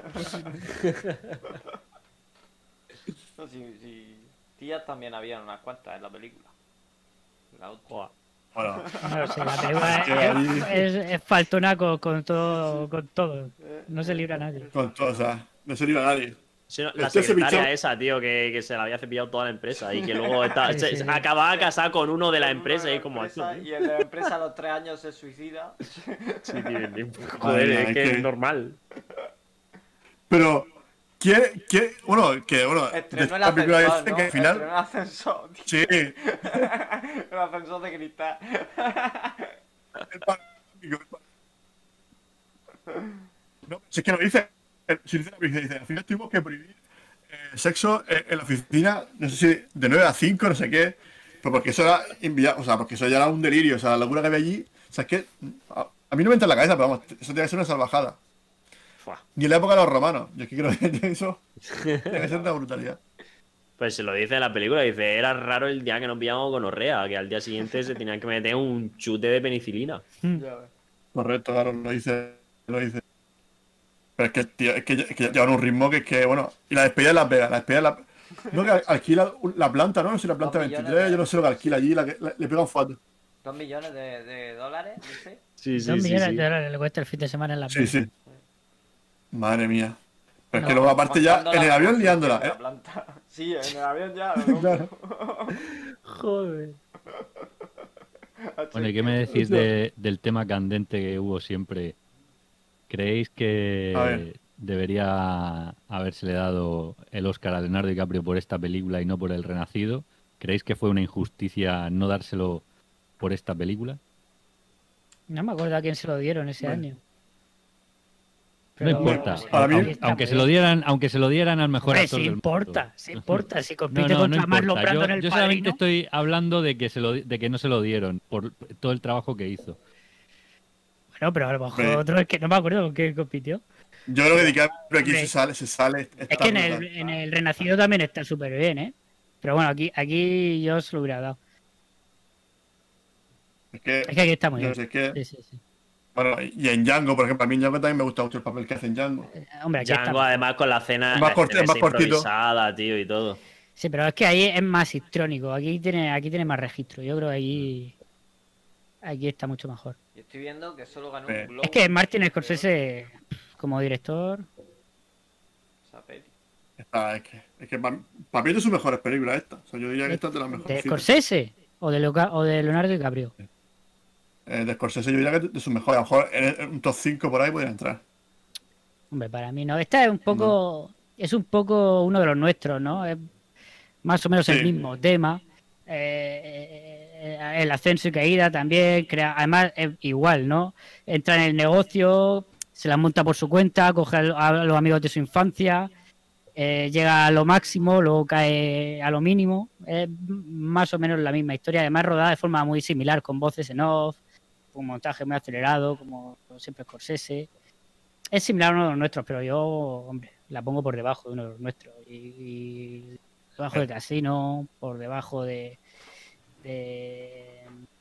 No, si, si- tías también habían unas cuantas en la película. La otra. Joder. Bueno, No sé, la película Que ahí- es, es, es faltona con, con todo, con todo. No se libra nadie. con todo, o sea, no se libra a nadie. Sí, no, la Este se secretaria pichó. esa, tío, que, que se la había cepillado toda la empresa y que luego está, Sí, se, sí, se sí. acababa casada con uno de la empresa y Uno como... de la empresa, y el de la empresa a los tres años se suicida. Sí, tío, tío. Madre Joder, mía, es es que que- es normal. Pero, ¿qué, qué, bueno, que, bueno, de Estrenó el esta película ascensor, dice ¿no? que al final, Estrenó el ascensor, tío. sí, El ascensor de cristal. el pa- no, si es que lo dice, si dice, dice, al final tuvimos que prohibir eh, sexo en, en la oficina, no sé si de nueve a cinco, no sé qué, pero porque eso era inviable, o sea, porque eso ya era un delirio, o sea, la locura que había allí, o sea, es que a, a mí no me entra en la cabeza, pero vamos, eso tiene que ser una salvajada. Fua. Ni en la época de los romanos, yo es que creo que eso tiene que ser una brutalidad. Pues se lo dice en la película, dice, era raro el día que nos pillamos con gonorrea, que al día siguiente se tenían que meter un chute de penicilina. Ya ves. Correcto, claro, lo dice, lo dice. Pero es que, tío, es que, es que llevan un ritmo que es que, bueno, y la despedida de Las Vegas, la despedida de la... No, que alquila la planta, ¿no? No sé si la planta Dos millones veintitrés, de- yo no sé lo que alquila allí, la que, la- le pegan fotos. Dos millones de, de dólares, dice. Sí, Dos millones de dólares le cuesta el fin de semana en la Sí, sí. Madre mía. Pero es No, que luego aparte ya, Montando en el la avión construcción liándola, de la ¿eh? planta. Sí, en el avión ya. lo Claro. Joder. Bueno, ¿y qué me decís de- del tema candente que hubo siempre? ¿Creéis A que ver. debería habérsele dado el Oscar a Leonardo DiCaprio por esta película y no por El Renacido? ¿Creéis que fue una injusticia no dárselo por esta película? No me acuerdo a quién se lo dieron ese Bueno. año. No importa. Para mí- Aunque, está aunque muy se lo bien. dieran, aunque se lo dieran al mejor Hombre, actor sí del importa, mundo. sí importa. Si No, compite no, no contra Marlon importa. Brando Yo, en el yo solamente Padrino. estoy hablando de que se lo, de que no se lo dieron por todo el trabajo que hizo. Bueno, pero a lo mejor Hombre. otro es que no me acuerdo con qué compitió. Yo creo que DiCaprio aquí Hombre. se sale, se sale. Es está que en brutal. el, en el Renacido también está súper bien, ¿eh? Pero bueno, aquí, aquí yo se lo hubiera dado. Es que, Es que aquí está muy yo bien. sé, es que, Sí, sí, sí. bueno, y en Django, por ejemplo, a mí en Django también me gusta mucho el papel que hace en Django. Eh, Hombre, aquí está. Django, además, con la cena, Es más la corti- escena es más esa cortito. improvisada, tío, y todo. Sí, pero es que ahí es más histrónico. Aquí tiene, aquí tiene más registro. Yo creo que allí, aquí está mucho mejor. Yo estoy viendo que solo ganó Eh. un Globo. Es que Martin Scorsese, como director, Esa peli. Está, es que, es que para, para mí es de sus mejores películas esta. O sea, yo diría que esta es de las ¿de mejores. Scorsese o de, Luca- o de Leonardo DiCaprio? Eh, de Scorsese yo diría que es de sus mejores. A lo mejor en, en un top cinco por ahí podría entrar. Hombre, para mí no. Esta es un poco, es un poco uno de los nuestros, ¿no? Es más o menos el Sí. mismo tema. Eh, eh, el ascenso y caída también. Crea, además, es igual, ¿no? Entra en el negocio, se la monta por su cuenta, coge a lo- a los amigos de su infancia, eh, llega a lo máximo, luego cae a lo mínimo. Es más o menos la misma historia, además rodada de forma muy similar, con voces en off, un montaje muy acelerado, como siempre Scorsese. Es similar a uno de los nuestros, pero yo, hombre, la pongo por debajo de uno de los nuestros. Y, y debajo de Casino, por debajo de. de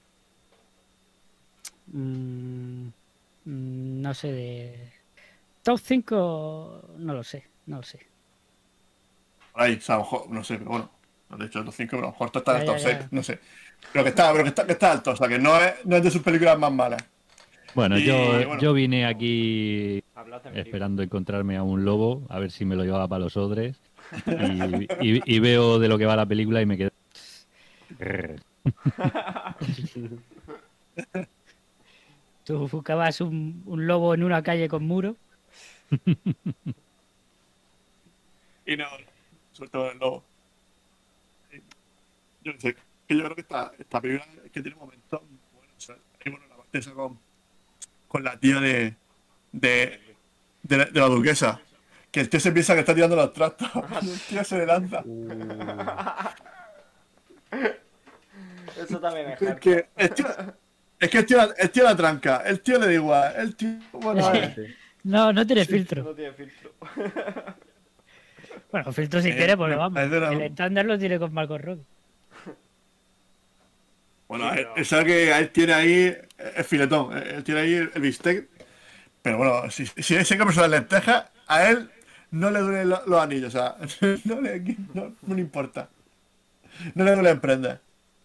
mm, mm, no sé, de. Top cinco, no lo sé, no lo sé. Por ahí, o sea, a lo mejor, no sé, pero bueno. No he dicho el top cinco, pero a lo mejor está en el Ya, top ya, ya. seis, no sé. Pero que está, pero que está, que está alto, o sea, que no es, no es de sus películas más malas. Bueno, Y, yo, bueno. yo vine aquí Hablaste en película. esperando encontrarme a un lobo, a ver si me lo llevaba para los odres. Y, y- y veo de lo que va la película y me quedo. Tú buscabas un, un lobo en una calle con muro. Y no, sobre todo el lobo. Sí. Yo no sé, que yo creo que esta, esta película es que tiene momentos buenos. O sea, y bueno, la parte esa con, con la tía de, de, de, la, de la duquesa. Que el tío se piensa que está tirando los trastos y el tío se le lanza. Eso también es Es hardcore. que el tío, es que el tío, la- el tío la tranca, el tío le da igual, el tío, bueno, a ver. No, no tiene filtro. No tiene filtro. Bueno, filtro si Eh, tiene, porque no, vamos. es de la- El estándar lo tiene con Marco Robbie. Bueno, Sí, él, pero- él sabe que él tiene ahí el filetón, él tiene ahí el, el bistec. Pero bueno, si, si ese que persona lentejas, a él no le duelen lo- los anillos, o sea, no le, no, no le importa. No le duele emprender.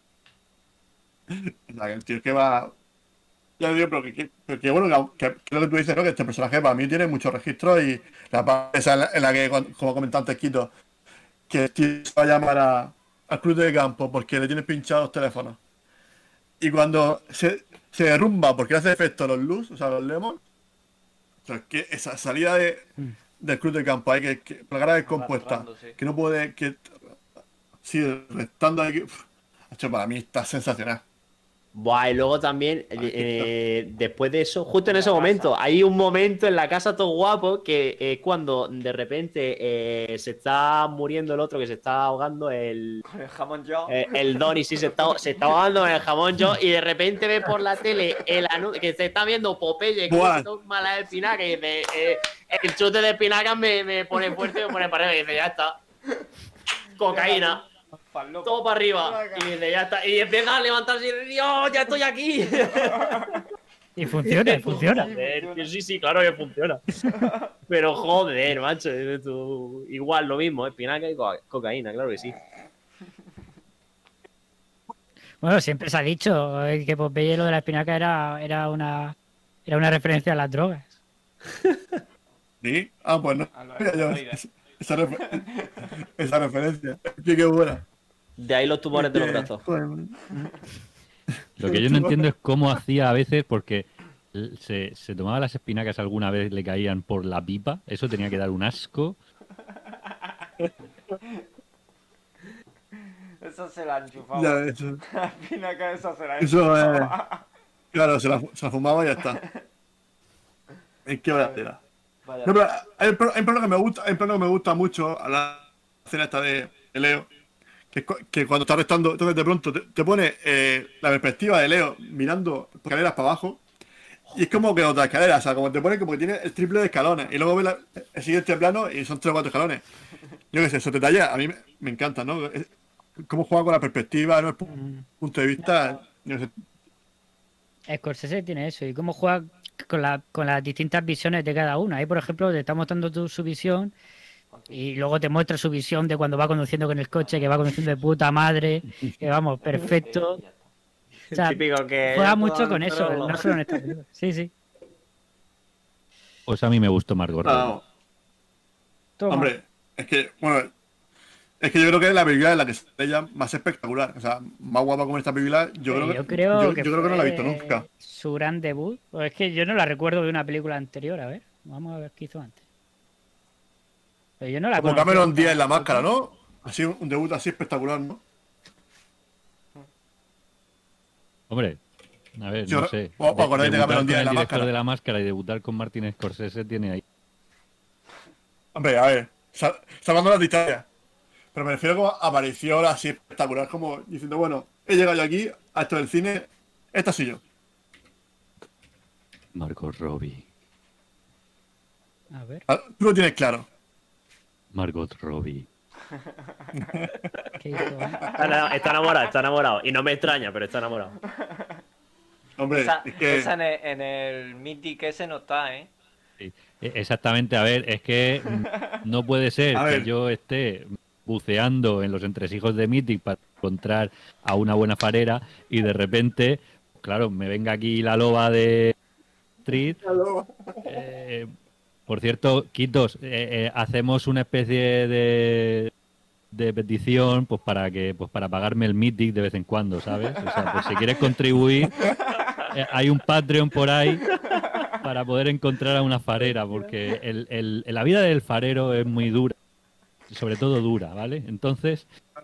O sea, que el tío es que va. Ya digo, pero que, que, pero que bueno, que, que lo que tú dices, ¿no? Que este personaje para mí tiene muchos registros y la parte esa en la, en la que, como comentaba antes Quito, que el tío se va a llamar a, al club de campo porque le tiene pinchados los teléfonos. Y cuando se, se derrumba porque le hace efecto los luz, o sea, los lemons, o sea, que esa salida de, del club de campo hay que, que la cara descompuesta, Arrastrándose. que no puede, que sigue restando aquí, uf, hecho, para mí está sensacional. Buah, y luego también, eh, después de eso, justo en ese momento, hay un momento en la casa todo guapo que es cuando de repente eh, se está muriendo el otro que se está ahogando, el, Con el jamón yo. eh, el Donny, sí, se está, se está ahogando en el jamón yo, y de repente ve por la tele el anuncio que se está viendo Popeye, que Buah. se toma la espinaca, y dice, eh, el chute de espinaca me, me pone fuerte, me pone pareja, y dice, ya está. cocaína. Falopa. Todo para arriba. Y dice, ya está. Y empieza a levantarse y dice, Dios, ya estoy aquí. Y funciona, funciona. Joder, que sí, sí, claro que funciona. Pero joder, macho. dices tú, igual lo mismo, espinaca y co- cocaína, claro que sí. Bueno, siempre se ha dicho eh, que Popeye lo de la espinaca era, era una era una referencia a las drogas. ¿Sí? Ah, pues no. A los Mira, yo- esteroides. esa, refer- esa referencia. Sí, qué buena. De ahí los tumores de los Eh, brazos. joder. Lo que yo no entiendo es cómo hacía a veces, porque se, se tomaba las espinacas alguna vez, le caían por la pipa. Eso tenía que dar un asco. Eso se la han enchufado. Ya, eso, La espinaca esa se la han eso es. enchufado. Claro, se la, se la fumaba y ya está. Es que vaya tela. Vaya. No, pero hay un pro- hay un plano que me gusta, hay un plano que me gusta mucho a la escena esta de, de Leo, que, es cu- que cuando está restando, entonces de pronto te, te pone eh, la perspectiva de Leo mirando escaleras para abajo, y es como que otra escalera, o sea, como te pone como que tiene el triple de escalones, y luego ves la- el siguiente plano y son tres o cuatro escalones. Yo qué sé, esos detalles a mí me, me encantan, ¿no? Es- Cómo juega con la perspectiva, ¿no? El pu- Mm. punto de vista. Yo no sé. Scorsese tiene eso. Y cómo juega con, la, con las distintas visiones de cada una. Ahí, por ejemplo, te está mostrando tu, su visión y luego te muestra su visión de cuando va conduciendo con el coche, que va conduciendo de puta madre, que vamos, perfecto. Ya está. O sea, Típico que juega ya mucho todo con el eso, perro- no solo en esta película. Sí, sí. Pues a mí me gustó Margot Robbie. No, Toma. hombre, es que, bueno, es que yo creo que es la película en la que es ella más espectacular. O sea, más guapa como esta película, yo creo Sí, que, yo creo yo, que, yo creo que no la he visto fue nunca. Su gran debut. Pues es que yo no la recuerdo de una película anterior. A ver, vamos a ver qué hizo antes. Pero yo no la Como conocía Cameron hasta Díaz en la hace máscara, poco. ¿no? Así, un debut así espectacular, ¿no? Hombre, a ver, Sí, no ahora- sé. ¿os acordáis de debutar Cameron con Díaz el en la director máscara? de la máscara y debutar con Martin Scorsese tiene ahí. Hombre, a ver, sal- salvando las distancias. Pero me refiero como aparición así espectacular, como diciendo, bueno, he llegado yo aquí, a esto del cine, esta soy yo. Margot Robbie. A ver, Ah, Tú lo tienes claro. Margot Robbie. ¿qué hizo antes? Está, está enamorado, está enamorado. Y no me extraña, pero está enamorado. Hombre, Esa, es que... esa en, el, en el Mythic ese no está, ¿eh? Sí, e- exactamente, a ver, es que mm, no puede ser A que ver. yo esté buceando en los entresijos de Mythic para encontrar a una buena farera y de repente, claro, me venga aquí la loba de Street. Eh, por cierto, Quitos, eh, eh, hacemos una especie de, de petición pues para que pues para pagarme el Mythic de vez en cuando, ¿sabes? O sea, pues si quieres contribuir, eh, hay un Patreon por ahí para poder encontrar a una farera, porque el, el- la vida del farero es muy dura, sobre todo dura, ¿vale? Entonces,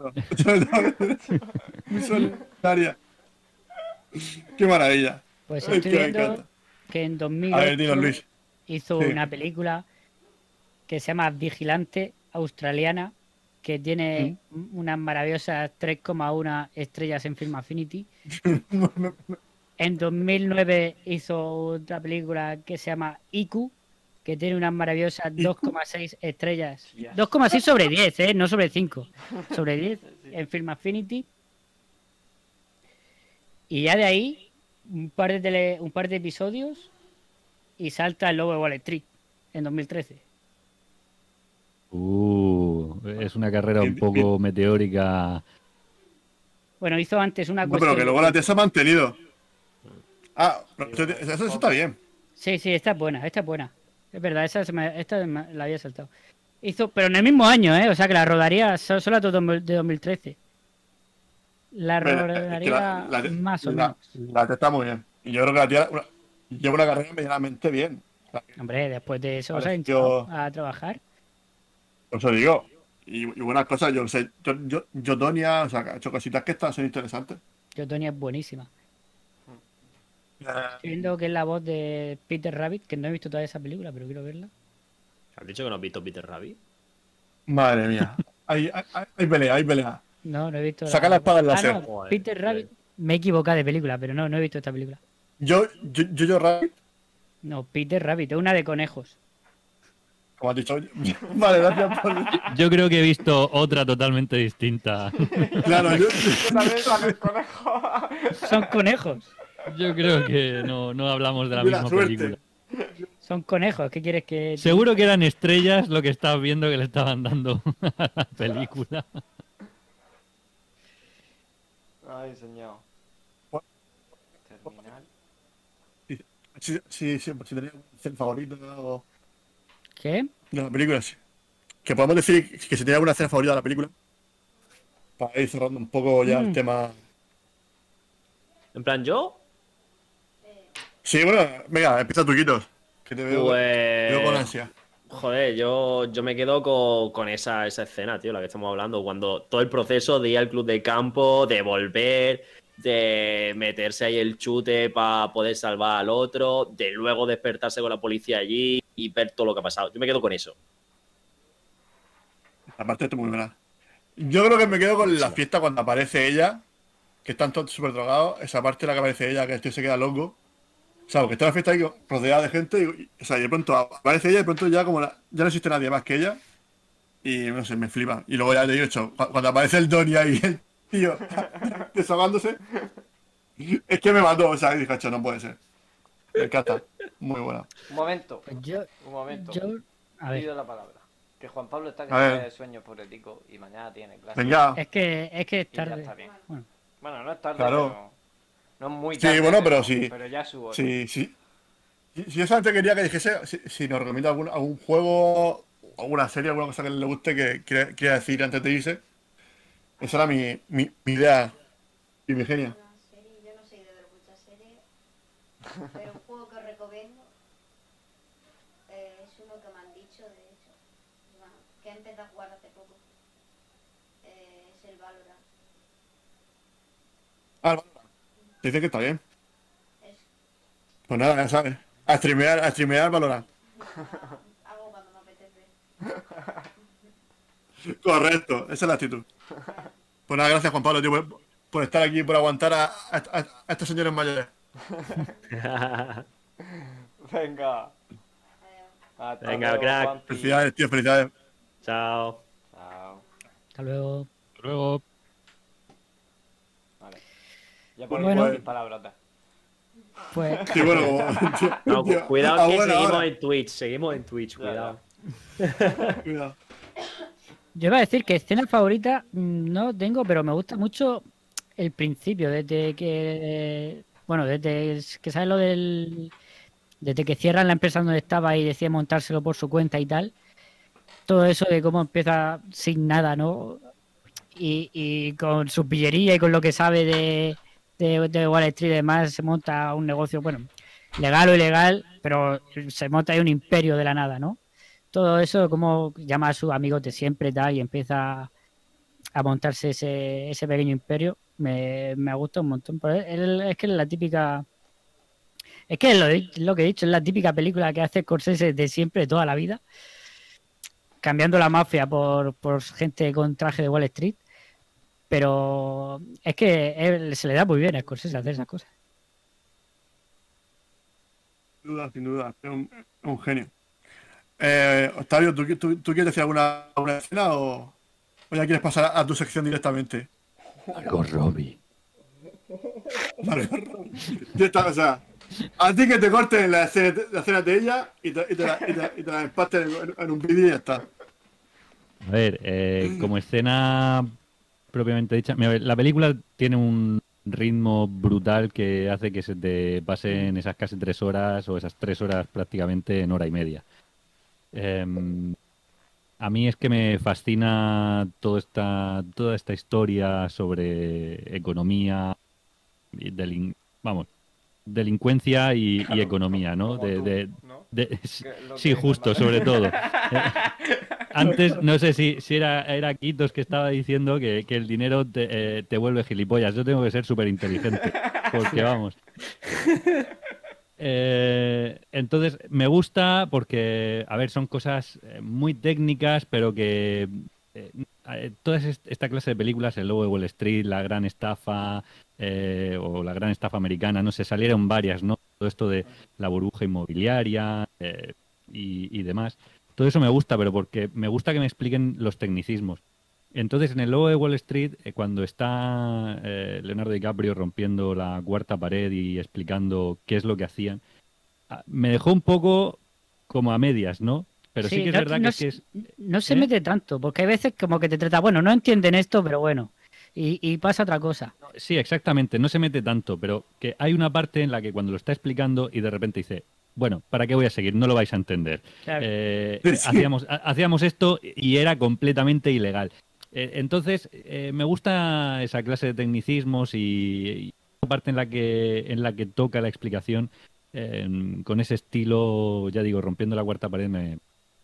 Muy solidaria. Qué maravilla. Pues Ay, estoy que me viendo encanta. que en A ver, dinos, dos mil ocho Luis. hizo Sí. una película que se llama Vigilante australiana, que tiene unas maravillosas tres coma uno estrellas en Film Affinity. En dos mil nueve hizo otra película que se llama Iku, que tiene unas maravillosas dos coma seis estrellas. Yes. dos coma seis sobre diez, ¿eh? No sobre cinco. Sobre diez en Film Affinity. Y ya de ahí, un par de, tele- un par de episodios y salta el Lobo de Wall Street en dos mil trece. uh, es una carrera un poco meteórica. Bueno, hizo antes una No, cuestión... pero que luego la tía se ha mantenido. Ah, pero eso, eso- eso está bien. Sí, sí, esta es buena, esta es buena. Es verdad, esa se me- esta me- la había saltado. Hizo, pero en el mismo año, ¿eh? O sea que la rodaría so- solo de dos mil trece. La Pero, eh, es que rodaría la, la- más o la- menos. la tía está muy bien. Y yo creo que la tía una- lleva una carrera medianamente bien. O sea, Hombre, después de eso se ha Pareció- hinchado a trabajar. por eso digo. Y, y buenas cosas, yo sé. Yo, yo, yo Tonia, o sea, que ha hecho cositas que están, son interesantes. Yo, Tony es buenísima. Eh, Estoy viendo que es la voz de Peter Rabbit, que no he visto todavía esa película, pero quiero verla. ¿Has dicho que no has visto Peter Rabbit? madre mía. Hay, hay, hay- hay pelea, hay pelea. No, no he visto. Saca la espada en Ah, láser. no, Joder, Peter Rabbit. sí. Me he equivocado de película, pero no, no he visto esta película. Yo, yo, yo, yo Rabbit, No, Peter Rabbit, es una de conejos. como has dicho. Vale, gracias por... Yo creo que he visto otra totalmente distinta. Claro, yo... También sale el conejo. Son conejos. Yo creo que no, no hablamos de la Mira, misma suerte. película. Son conejos. ¿Qué quieres que.? Seguro que eran estrellas lo que estabas viendo que le estaban dando a la película. Ay, señor. Terminal. Sí, sí, sí, si tenía un escena favorita o... ¿Qué? de la película, sí. Que podemos decir que si tenía alguna escena favorita de la película. Para ir cerrando un poco ya Mm. el tema. En plan, ¿yo? Sí, bueno, venga, empieza tú, Quitos. Que te veo, te veo con Pues... ansia. Joder, yo, yo me quedo con, con esa, esa escena, tío, la que estamos hablando. Cuando todo el proceso de ir al club de campo, de volver, de meterse ahí el chute para poder salvar al otro, de luego despertarse con la policía allí y ver todo lo que ha pasado. Yo me quedo con eso. La parte está muy buena. Yo creo que me quedo con la fiesta cuando aparece ella, que están todos súper drogados. Esa parte en la que aparece ella, que el tío se queda loco. O sea, porque está la fiesta ahí rodeada de gente y, y- o sea, y de pronto aparece ella y de pronto ya como la- ya no existe nadie más que ella. Y no sé, me flipa. Y luego ya te digo, hecho, cu- cuando aparece el Donnie ahí, el tío, desahogándose, es que me mató. O sea, y dije, hecho, no puede ser. Me encanta. Muy buena. Un momento, Pues yo. un momento. Yo. A ver. Pido la palabra. Que Juan Pablo está que A se ver. cae de sueño poético y mañana tiene clase. Venga. Es que, es que es Y ya tarde. está bien. Bueno, Bueno, no es tarde, Claro. pero... No es muy Sí, tarde. bueno, pero sí. Pero ya es su hora. Sí, sí. Si, si yo solamente quería que dijese si, si nos recomienda algún, algún juego, alguna serie, alguna cosa que le guste que quiera, quiera decir antes de irse. Esa era mi, mi, mi idea y mi genia. Una serie, yo no soy de ver muchas series, pero un juego que os recomiendo eh, es uno que me han dicho, de hecho, bueno, que he empezado a jugar hace poco. Eh, es el Valorant. Ah, vale. Dice que está bien. Es Pues nada, ya sabes. A streamear, a streamear Valorant. algo cuando me apetece. Correcto, esa es la actitud. Pues nada, gracias Juan Pablo, tío, por, por estar aquí, por aguantar a, a- a- a estos señores mayores. Venga. Adiós. Hasta Venga, luego, crack. Juanpi. Felicidades, tío, felicidades. Chao. Chao. hasta luego. Luego, Vale. Ya pongo Bueno. mis palabrotas. Pues. Sí, bueno, como- tío, No, cu- tío, cuidado a que buena seguimos hora. en Twitch, seguimos en Twitch, Ya, cuidado. Cuidado. Yo iba a decir que escena favorita mm, no tengo, pero me gusta mucho el principio, desde que, bueno, desde que sale lo del, desde que cierran la empresa donde estaba y decide montárselo por su cuenta y tal, todo eso de cómo empieza sin nada, ¿no? Y, y con su pillería y con lo que sabe de, de, de Wall Street y demás, se monta un negocio, bueno, legal o ilegal, pero se monta ahí un imperio de la nada, ¿no? Todo eso, como llama a sus amigos de siempre tal, y empieza a montarse ese, ese pequeño imperio, me, me gusta un montón. Pues es, es que es la típica. Es que es lo, he- lo que he dicho, es la típica película que hace Scorsese de siempre, de toda la vida, cambiando la mafia por, por gente con traje de Wall Street. Pero es que él- se le da muy bien a Scorsese hacer esas cosas. Sin duda, sin duda, es un, es un genio. Eh, Octavio, ¿tú, tú, tú quieres decir alguna, alguna escena o, o ya quieres pasar a, a tu sección directamente? Margot Robbie. Vale. Ya está, o sea, a ti que te corten la escena, la escena de ella y te, y te la, y te, y te la empasten en, en un vídeo y ya está. A ver, eh, como escena propiamente dicha, mira, la película tiene un ritmo brutal que hace que se te pasen esas casi tres horas o esas tres horas prácticamente en hora y media. Em, a mí es que me fascina toda esta, toda esta historia sobre economía, y delin- vamos, delincuencia y, y economía, ¿no? Como De, tú, de- ¿no? de- Que lo sí, que justo, normal- sobre todo. Eh, Antes, no sé si, si era, era Quitos que estaba diciendo que, que el dinero te, eh, te vuelve gilipollas. Yo tengo que ser súper inteligente, porque vamos. Eh, entonces, me gusta porque, a ver, son cosas eh, muy técnicas, pero que eh, eh, toda es- esta clase de películas, El Lobo de Wall Street, La Gran Estafa eh, o La Gran Estafa Americana, no sé, salieron varias, ¿no? Todo esto de la burbuja inmobiliaria eh, y, y demás. todo eso me gusta, pero porque me gusta que me expliquen los tecnicismos. Entonces, en el Lobo de Wall Street, eh, cuando está eh, Leonardo DiCaprio rompiendo la cuarta pared y explicando qué es lo que hacían, ah, me dejó un poco como a medias, ¿no? Pero sí, Sí, que es no, verdad no que, se- es que es... no se ¿eh? mete tanto, porque hay veces como que te trata, bueno, no entienden esto, pero bueno, y, y pasa otra cosa. Sí, exactamente, no se mete tanto, pero que hay una parte en la que cuando lo está explicando y de repente dice, bueno, ¿para qué voy a seguir? No lo vais a entender. Claro. Eh, Sí, sí. hacíamos, ha- hacíamos esto y era completamente ilegal. Eh, entonces, eh, me gusta esa clase de tecnicismos y, y la parte en la que, en la que toca la explicación eh, con ese estilo, ya digo, rompiendo la cuarta pared. Me...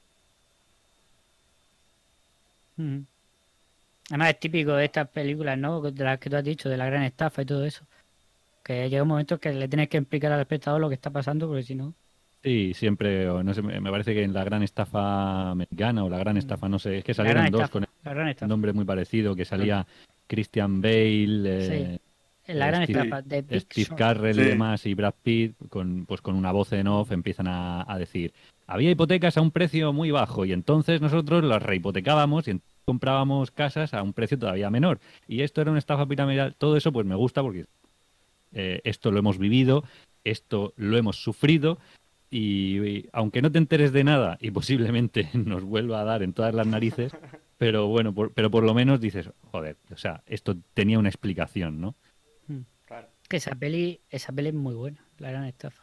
Ujú. Además es típico de estas películas, ¿no? De las que tú has dicho, de la gran estafa y todo eso. Que llega un momento que le tienes que explicar al espectador lo que está pasando, porque si no... Sí, siempre, o no sé, me me parece que en la gran estafa americana o la gran estafa, no sé, es que La gran salieron dos estafa, con la gran un estafa. nombre muy parecido, que salía Christian Bale, eh, En la eh, gran Steve, estafa de Big Steve Short. Carell y Sí. demás, y Brad Pitt, con, pues con una voz en off empiezan a, a decir, había hipotecas a un precio muy bajo y entonces nosotros las rehipotecábamos y entonces comprábamos casas a un precio todavía menor. Y esto era una estafa piramidal. Todo eso pues me gusta porque eh, esto lo hemos vivido, esto lo hemos sufrido y, y aunque no te enteres de nada y posiblemente nos vuelva a dar en todas las narices, pero bueno, por- pero por lo menos dices, joder, o sea, esto tenía una explicación, ¿no? Claro. Que esa peli, esa peli es muy buena, la gran estafa.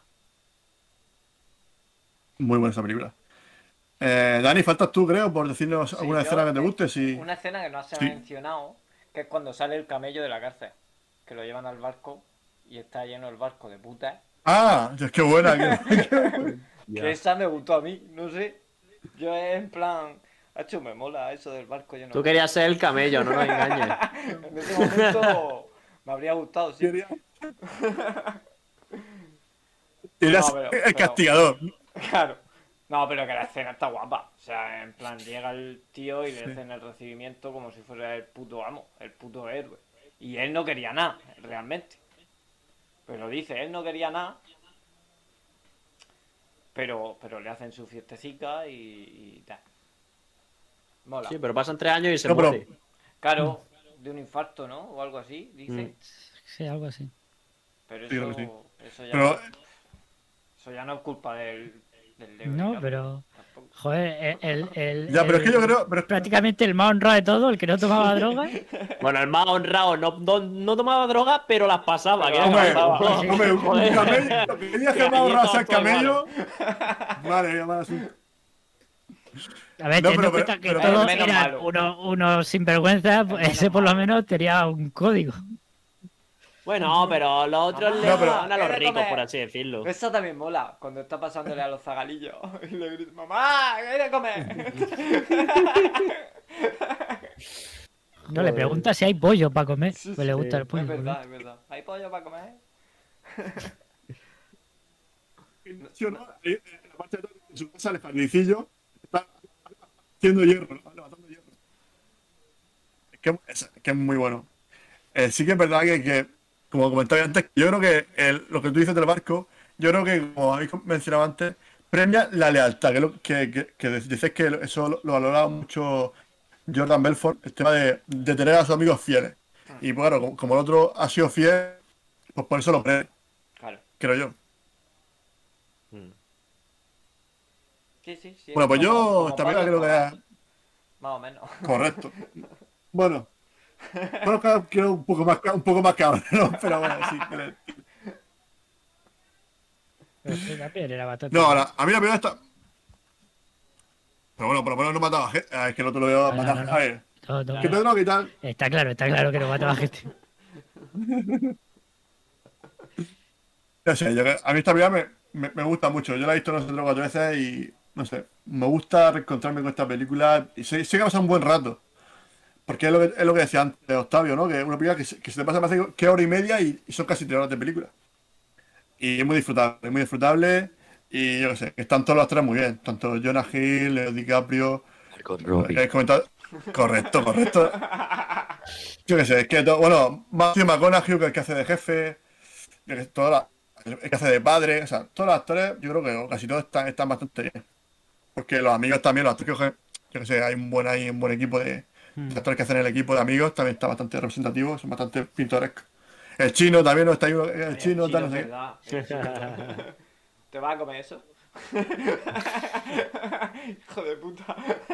Muy buena esa película. Eh, Dani, faltas tú, creo, por decirnos Sí, alguna yo- escena que te guste. Si... Una escena que no se ha Sí. mencionado, que es cuando sale el camello de la cárcel, que lo llevan al barco y está lleno el barco de putas. Ah, es que buena. que- Que esa me gustó a mí, no sé. Yo en plan, hecho me mola eso del barco lleno Tú de querías ser el camello, no nos engañes. En ese momento me habría gustado, sí. Quería- Quería No, ser pero- el pero- castigador. Claro. No, pero que la escena está guapa. O sea, en plan, llega el tío y le hacen el recibimiento como si fuera el puto amo, el puto héroe. Y él no quería nada, realmente. Pero dice, él no quería nada. Pero, pero le hacen su fiestecica y, y tal. Mola. Sí, pero pasan tres años y se No, pero- muere. Claro, de un infarto, ¿no? O algo así, dicen. Sí, algo así. Pero Sí, eso, creo que sí. eso, ya, Pero eso ya no es culpa del, del Leo No, DiCaprio, pero... tampoco. Joder, el, el, el- Ya, pero es que yo el- creo- pero- prácticamente el más honrado de todo, el que no tomaba droga. Bueno, el más honrado no, no, no tomaba droga, pero las pasaba. que Hombre, pasaba. hombre, un Joder. camello. Lo que quería que me Que ahorrase allí el todo camello. Vale, ya más. A ver, No, teniendo pero- en cuenta pero- que pero- todos menos eran malo. unos, unos sinvergüenzas, pues menos ese por lo malo. menos tenía un código. Bueno, pero los otros le No, pero- daban a los ¿Quieres ricos, comer? por así decirlo. Eso también mola, cuando está pasándole a los zagalillos y le grita, mamá, ¿quieres comer? No le pregunta si hay pollo para comer. Sí, Pues le sí, gusta el pollo. Es pues, verdad, es verdad. ¿Hay pollo para comer? Sí o no, eh, eh, la parte de todo, en su casa, el jardicillo, está haciendo hierro, ¿no? Levantando hierro. Es que es, es que es muy bueno. Eh, sí que es verdad que, que, como comentaba antes, yo creo que el- lo que tú dices del barco, yo creo que, como habéis mencionado antes, premia la lealtad, que, es lo- que, que, que dices que eso lo, lo valoraba mucho Jordan Belfort, el tema de, de tener a sus amigos fieles. Y pues claro, como, como el otro ha sido fiel, pues por eso lo premia, Claro. creo yo. Sí, sí, sí. Bueno, pues como- yo como también Pablo creo que Escobar, es más o menos. correcto. Bueno, bueno, claro, quiero un poco más, un poco más cabrón, ¿no? Pero bueno, sí. que le- Pero sí, también era bastante. No, ahora, a mí la primera está. Pero bueno, por lo menos no mataba a gente. Ah, es que no te lo veo No, matar. no, no. A ver, No, no, que Pedro, ¿qué tal? Está claro, está claro que no mataba gente. No sé, yo, que- a mí esta película me, me, me gusta mucho. Yo la he visto no sé, tres o cuatro veces y no sé, me gusta reencontrarme con esta película y sé, sé que pasa un buen rato. Porque es lo que, es lo que decía antes Octavio, ¿no? Que es una película que se, que se te pasa, me hace que hora y media y, y son casi tres horas de película. Y es muy disfrutable, es muy disfrutable. Y yo qué sé, están todos los tres muy bien. Tanto Jonah Hill, Leo DiCaprio. Margot que Robbie. habéis comentado. Correcto, correcto. Yo qué sé, es que todo, bueno, Matthew McConaughey, que es el que hace de jefe, yo que sé, toda la- el que hace de padre, o sea, todos los actores, yo creo que casi todos están, están bastante bien. porque los amigos también, los actores que, yo que sé, hay un buen, hay un buen equipo de, Mm. de actores que hacen el equipo de amigos, también está bastante representativo, son bastante pintorescos. El chino también, no está ahí, el Ay, chino, el tal, chino, no sé qué. ¿verdad? El chino. ¿Te vas a comer eso? Hijo de puta.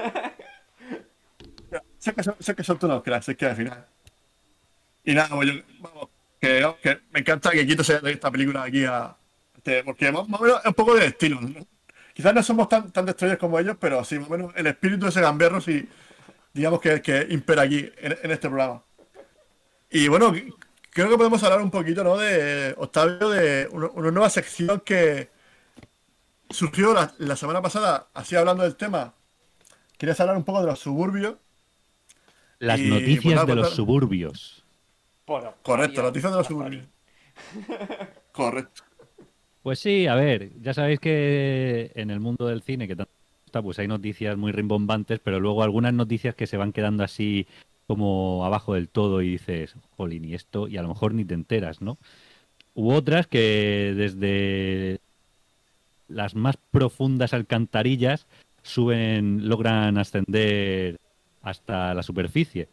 Sé que son, sé que son todos los cracks, es que al final. Y nada, pues yo, vamos, que, que me encanta que Quito se de esta película aquí a. Este, porque más, más o menos es un poco del estilo, ¿no? Quizás no somos tan, tan destroyers como ellos, pero sí, más o menos el espíritu de ese gamberro sí, digamos que, que impera aquí, en, en este programa. Y bueno, creo que podemos hablar un poquito, ¿no? De Octavio, de una, una nueva sección que surgió la, la semana pasada, así hablando del tema. Querías hablar un poco de los suburbios. Las Y, pues noticias nada, de pues los nada. suburbios. Por Correcto, Octavio noticias de los Lazzarini. suburbios. Correcto. Pues sí, a ver, ya sabéis que en el mundo del cine, que tanto está, pues hay noticias muy rimbombantes, pero luego algunas noticias que se van quedando así como abajo del todo y dices, jolín, y esto, y a lo mejor ni te enteras, ¿no? U otras que desde las más profundas alcantarillas suben, logran ascender hasta la superficie.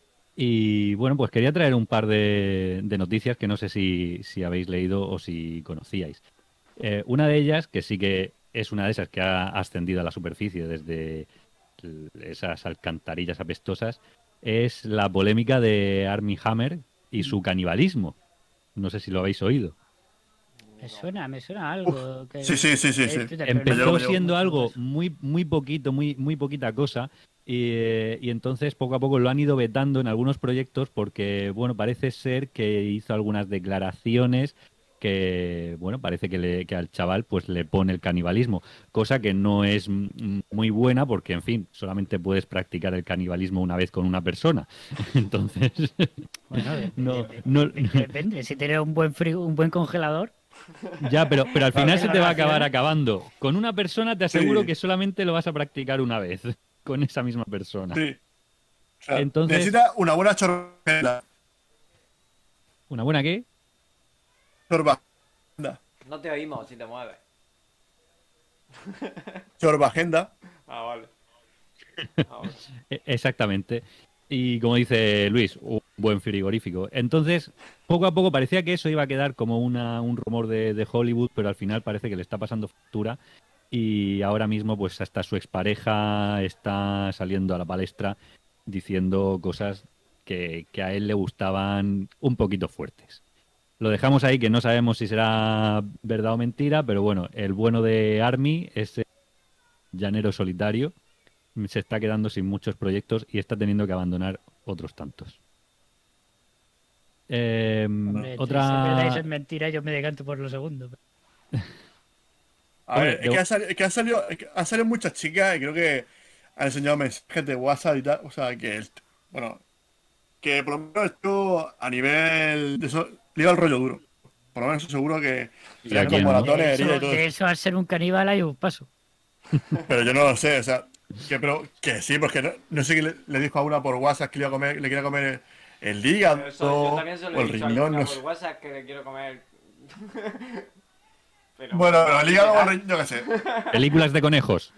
Y bueno, pues quería traer un par de, de noticias que no sé si, si habéis leído o si conocíais. Eh, una de ellas, que sí que es una de esas que ha ascendido a la superficie desde l- esas alcantarillas apestosas, es la polémica de Armie Hammer y su canibalismo. No sé si lo habéis oído. Me suena, me suena algo. Que Sí, sí, sí, sí, en sí. Twitter, pero no Me llevo, Empezó me me llevo. siendo mucho algo eso. muy, muy poquito, muy, muy poquita cosa. Y, eh, y entonces poco a poco lo han ido vetando en algunos proyectos porque, bueno, parece ser que hizo algunas declaraciones que, bueno, parece que, le- que al chaval pues le pone el canibalismo, cosa que no es mm, muy buena porque, en fin, solamente puedes practicar el canibalismo una vez con una persona. Entonces, Bueno, de- no, de- no, de- depende. Si tienes un buen frigo, un buen congelador, ya, pero, pero al final se te va a acabar Declaraciones. acabando. Con una persona te aseguro Sí, que solamente lo vas a practicar una vez, con esa misma persona. sí. O sea, Entonces, necesita una buena chorba. ¿una buena qué? Chorba. No te oímos si te mueves. Chorba agenda. Ah, vale. Ahora. E- Exactamente. Y como dice Luis, un buen frigorífico. Entonces, poco a poco parecía que eso iba a quedar como una, un rumor de, de Hollywood, pero al final parece que le está pasando factura. Y ahora mismo, pues hasta su expareja está saliendo a la palestra diciendo cosas que, que a él le gustaban un poquito fuertes. Lo dejamos ahí, que no sabemos si será verdad o mentira, pero bueno, el bueno de Army, ese llanero solitario, se está quedando sin muchos proyectos y está teniendo que abandonar otros tantos. Eh, hombre, si es verdad y si otra... es mentira, yo me decanto por lo segundo. A Hombre, ver, es de- que, ha sali- es que han salido, es que han salido muchas chicas y creo que han enseñado mensajes de WhatsApp y tal. O sea, que, el- bueno, que por lo menos esto a nivel de eso, le iba el rollo duro. Por lo menos seguro que ¿Y serían a quién como no? maratones, De heridas y eso, todo de eso. eso al ser un caníbal hay un paso. Pero yo no lo sé, o sea, que, pero, que sí, porque no, no sé qué le, le dijo a una por WhatsApp que le, iba a comer, le quería comer el, el hígado Pero eso, yo también se lo o he el dicho a riñón, alguna no por sé. WhatsApp que le quiero comer. Pero Bueno, no, pero el hígado o el literal. riñón, yo qué sé. Películas de conejos.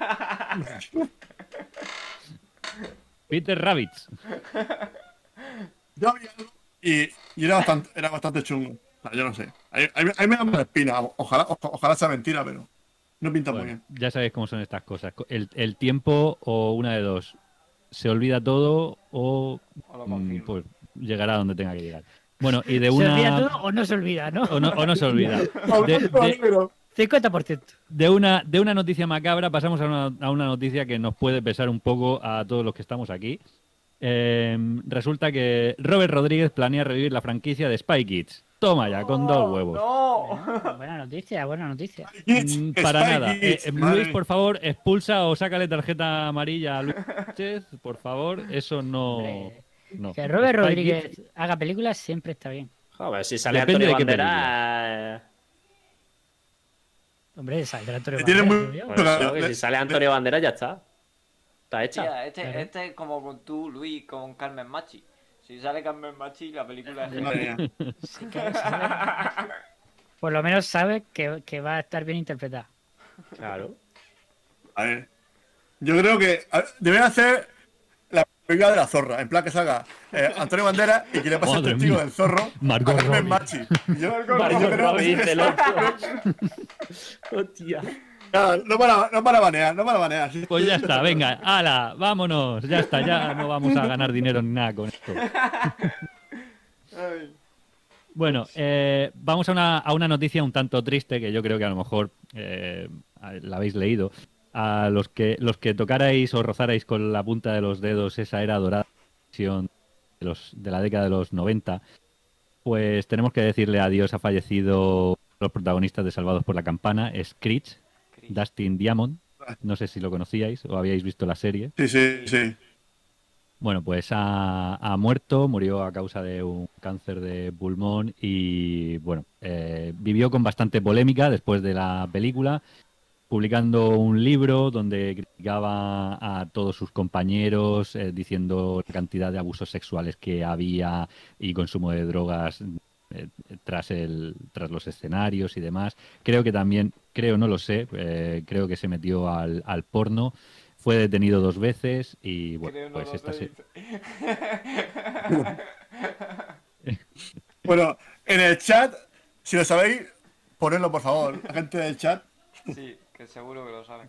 Peter Rabbits. Yo había algo y, y era, bastante, era bastante chungo. O sea, yo no sé. A mí, a mí- a mí me da mala espina. Ojalá, o- ojalá sea mentira, pero no pinta muy Bueno, bien. ya sabéis cómo son estas cosas. El, el tiempo o una de dos. Se olvida todo o O lo mm, confirmo. pues llegará donde tenga que llegar. Bueno, y de ¿Se olvida una... todo o no se olvida, no? O no, o no se olvida. De, de- Pero- cincuenta por ciento. de una, de una noticia macabra pasamos a una, a una noticia que nos puede pesar un poco a todos los que estamos aquí. Eh, resulta que Robert Rodríguez planea revivir la franquicia de Spy Kids. Toma ya, con dos huevos. ¡No! Bueno, buena noticia, buena noticia. Mm, para Spy nada. Kids, Eh, eh, madre Luis, mía. por favor, expulsa o sácale tarjeta amarilla a Luis Sánchez, por favor. Eso no. Hombre, no. Que Robert Spy Rodríguez Kids, haga películas siempre está bien. Joder, si sale Depende Antonio de qué Banderas. Hombre, saldrá Antonio Que tiene Banderas, muy- creo yo. Por eso, que Le- si sale Antonio Banderas ya está. Está hecha. Tía, este, Claro. este es como con tú, Luis, con Carmen Machi. Si sale Carmen Machi, la película es Madre genial. mía. Sí, claro, sabe- Por lo menos sabe que, que va a estar bien interpretada. Claro. A ver. Yo creo que a ver, deberían hacer la película de la zorra. En plan que salga eh, Antonio Banderas y que le pase el Madre testigo mía. del zorro Margot a Carmen Robbie. Machi. Y yo, Margot yo Margot creo Robbie, que- dice el otro. Hostia. No, no para, no para banear, no para banear. sí. Pues ya está, venga, ala, vámonos, ya está, ya no vamos a ganar dinero ni nada con esto. Ay. Bueno, eh, vamos a una, a una noticia un tanto triste que yo creo que a lo mejor eh, la habéis leído. A los que los que tocarais o rozarais con la punta de los dedos esa era dorada de los de la década de los noventa, pues tenemos que decirle adiós. Ha fallecido los protagonistas de Salvados por la Campana, Screech, Cris. Dustin Diamond. No sé si lo conocíais o habíais visto la serie. Sí, sí, sí. Bueno, pues ha, ha muerto, murió a causa de un cáncer de pulmón y, bueno, eh, vivió con bastante polémica después de la película, publicando un libro donde criticaba a todos sus compañeros, eh, diciendo la cantidad de abusos sexuales que había y consumo de drogas eh, tras el tras los escenarios y demás. Creo que también, creo, no lo sé, eh, creo que se metió al, al porno. Fue detenido dos veces y bueno, Creo no pues lo esta sé, se... dice. Bueno, en el chat, si lo sabéis, ponedlo por favor. La gente del chat. Sí, que seguro que lo saben.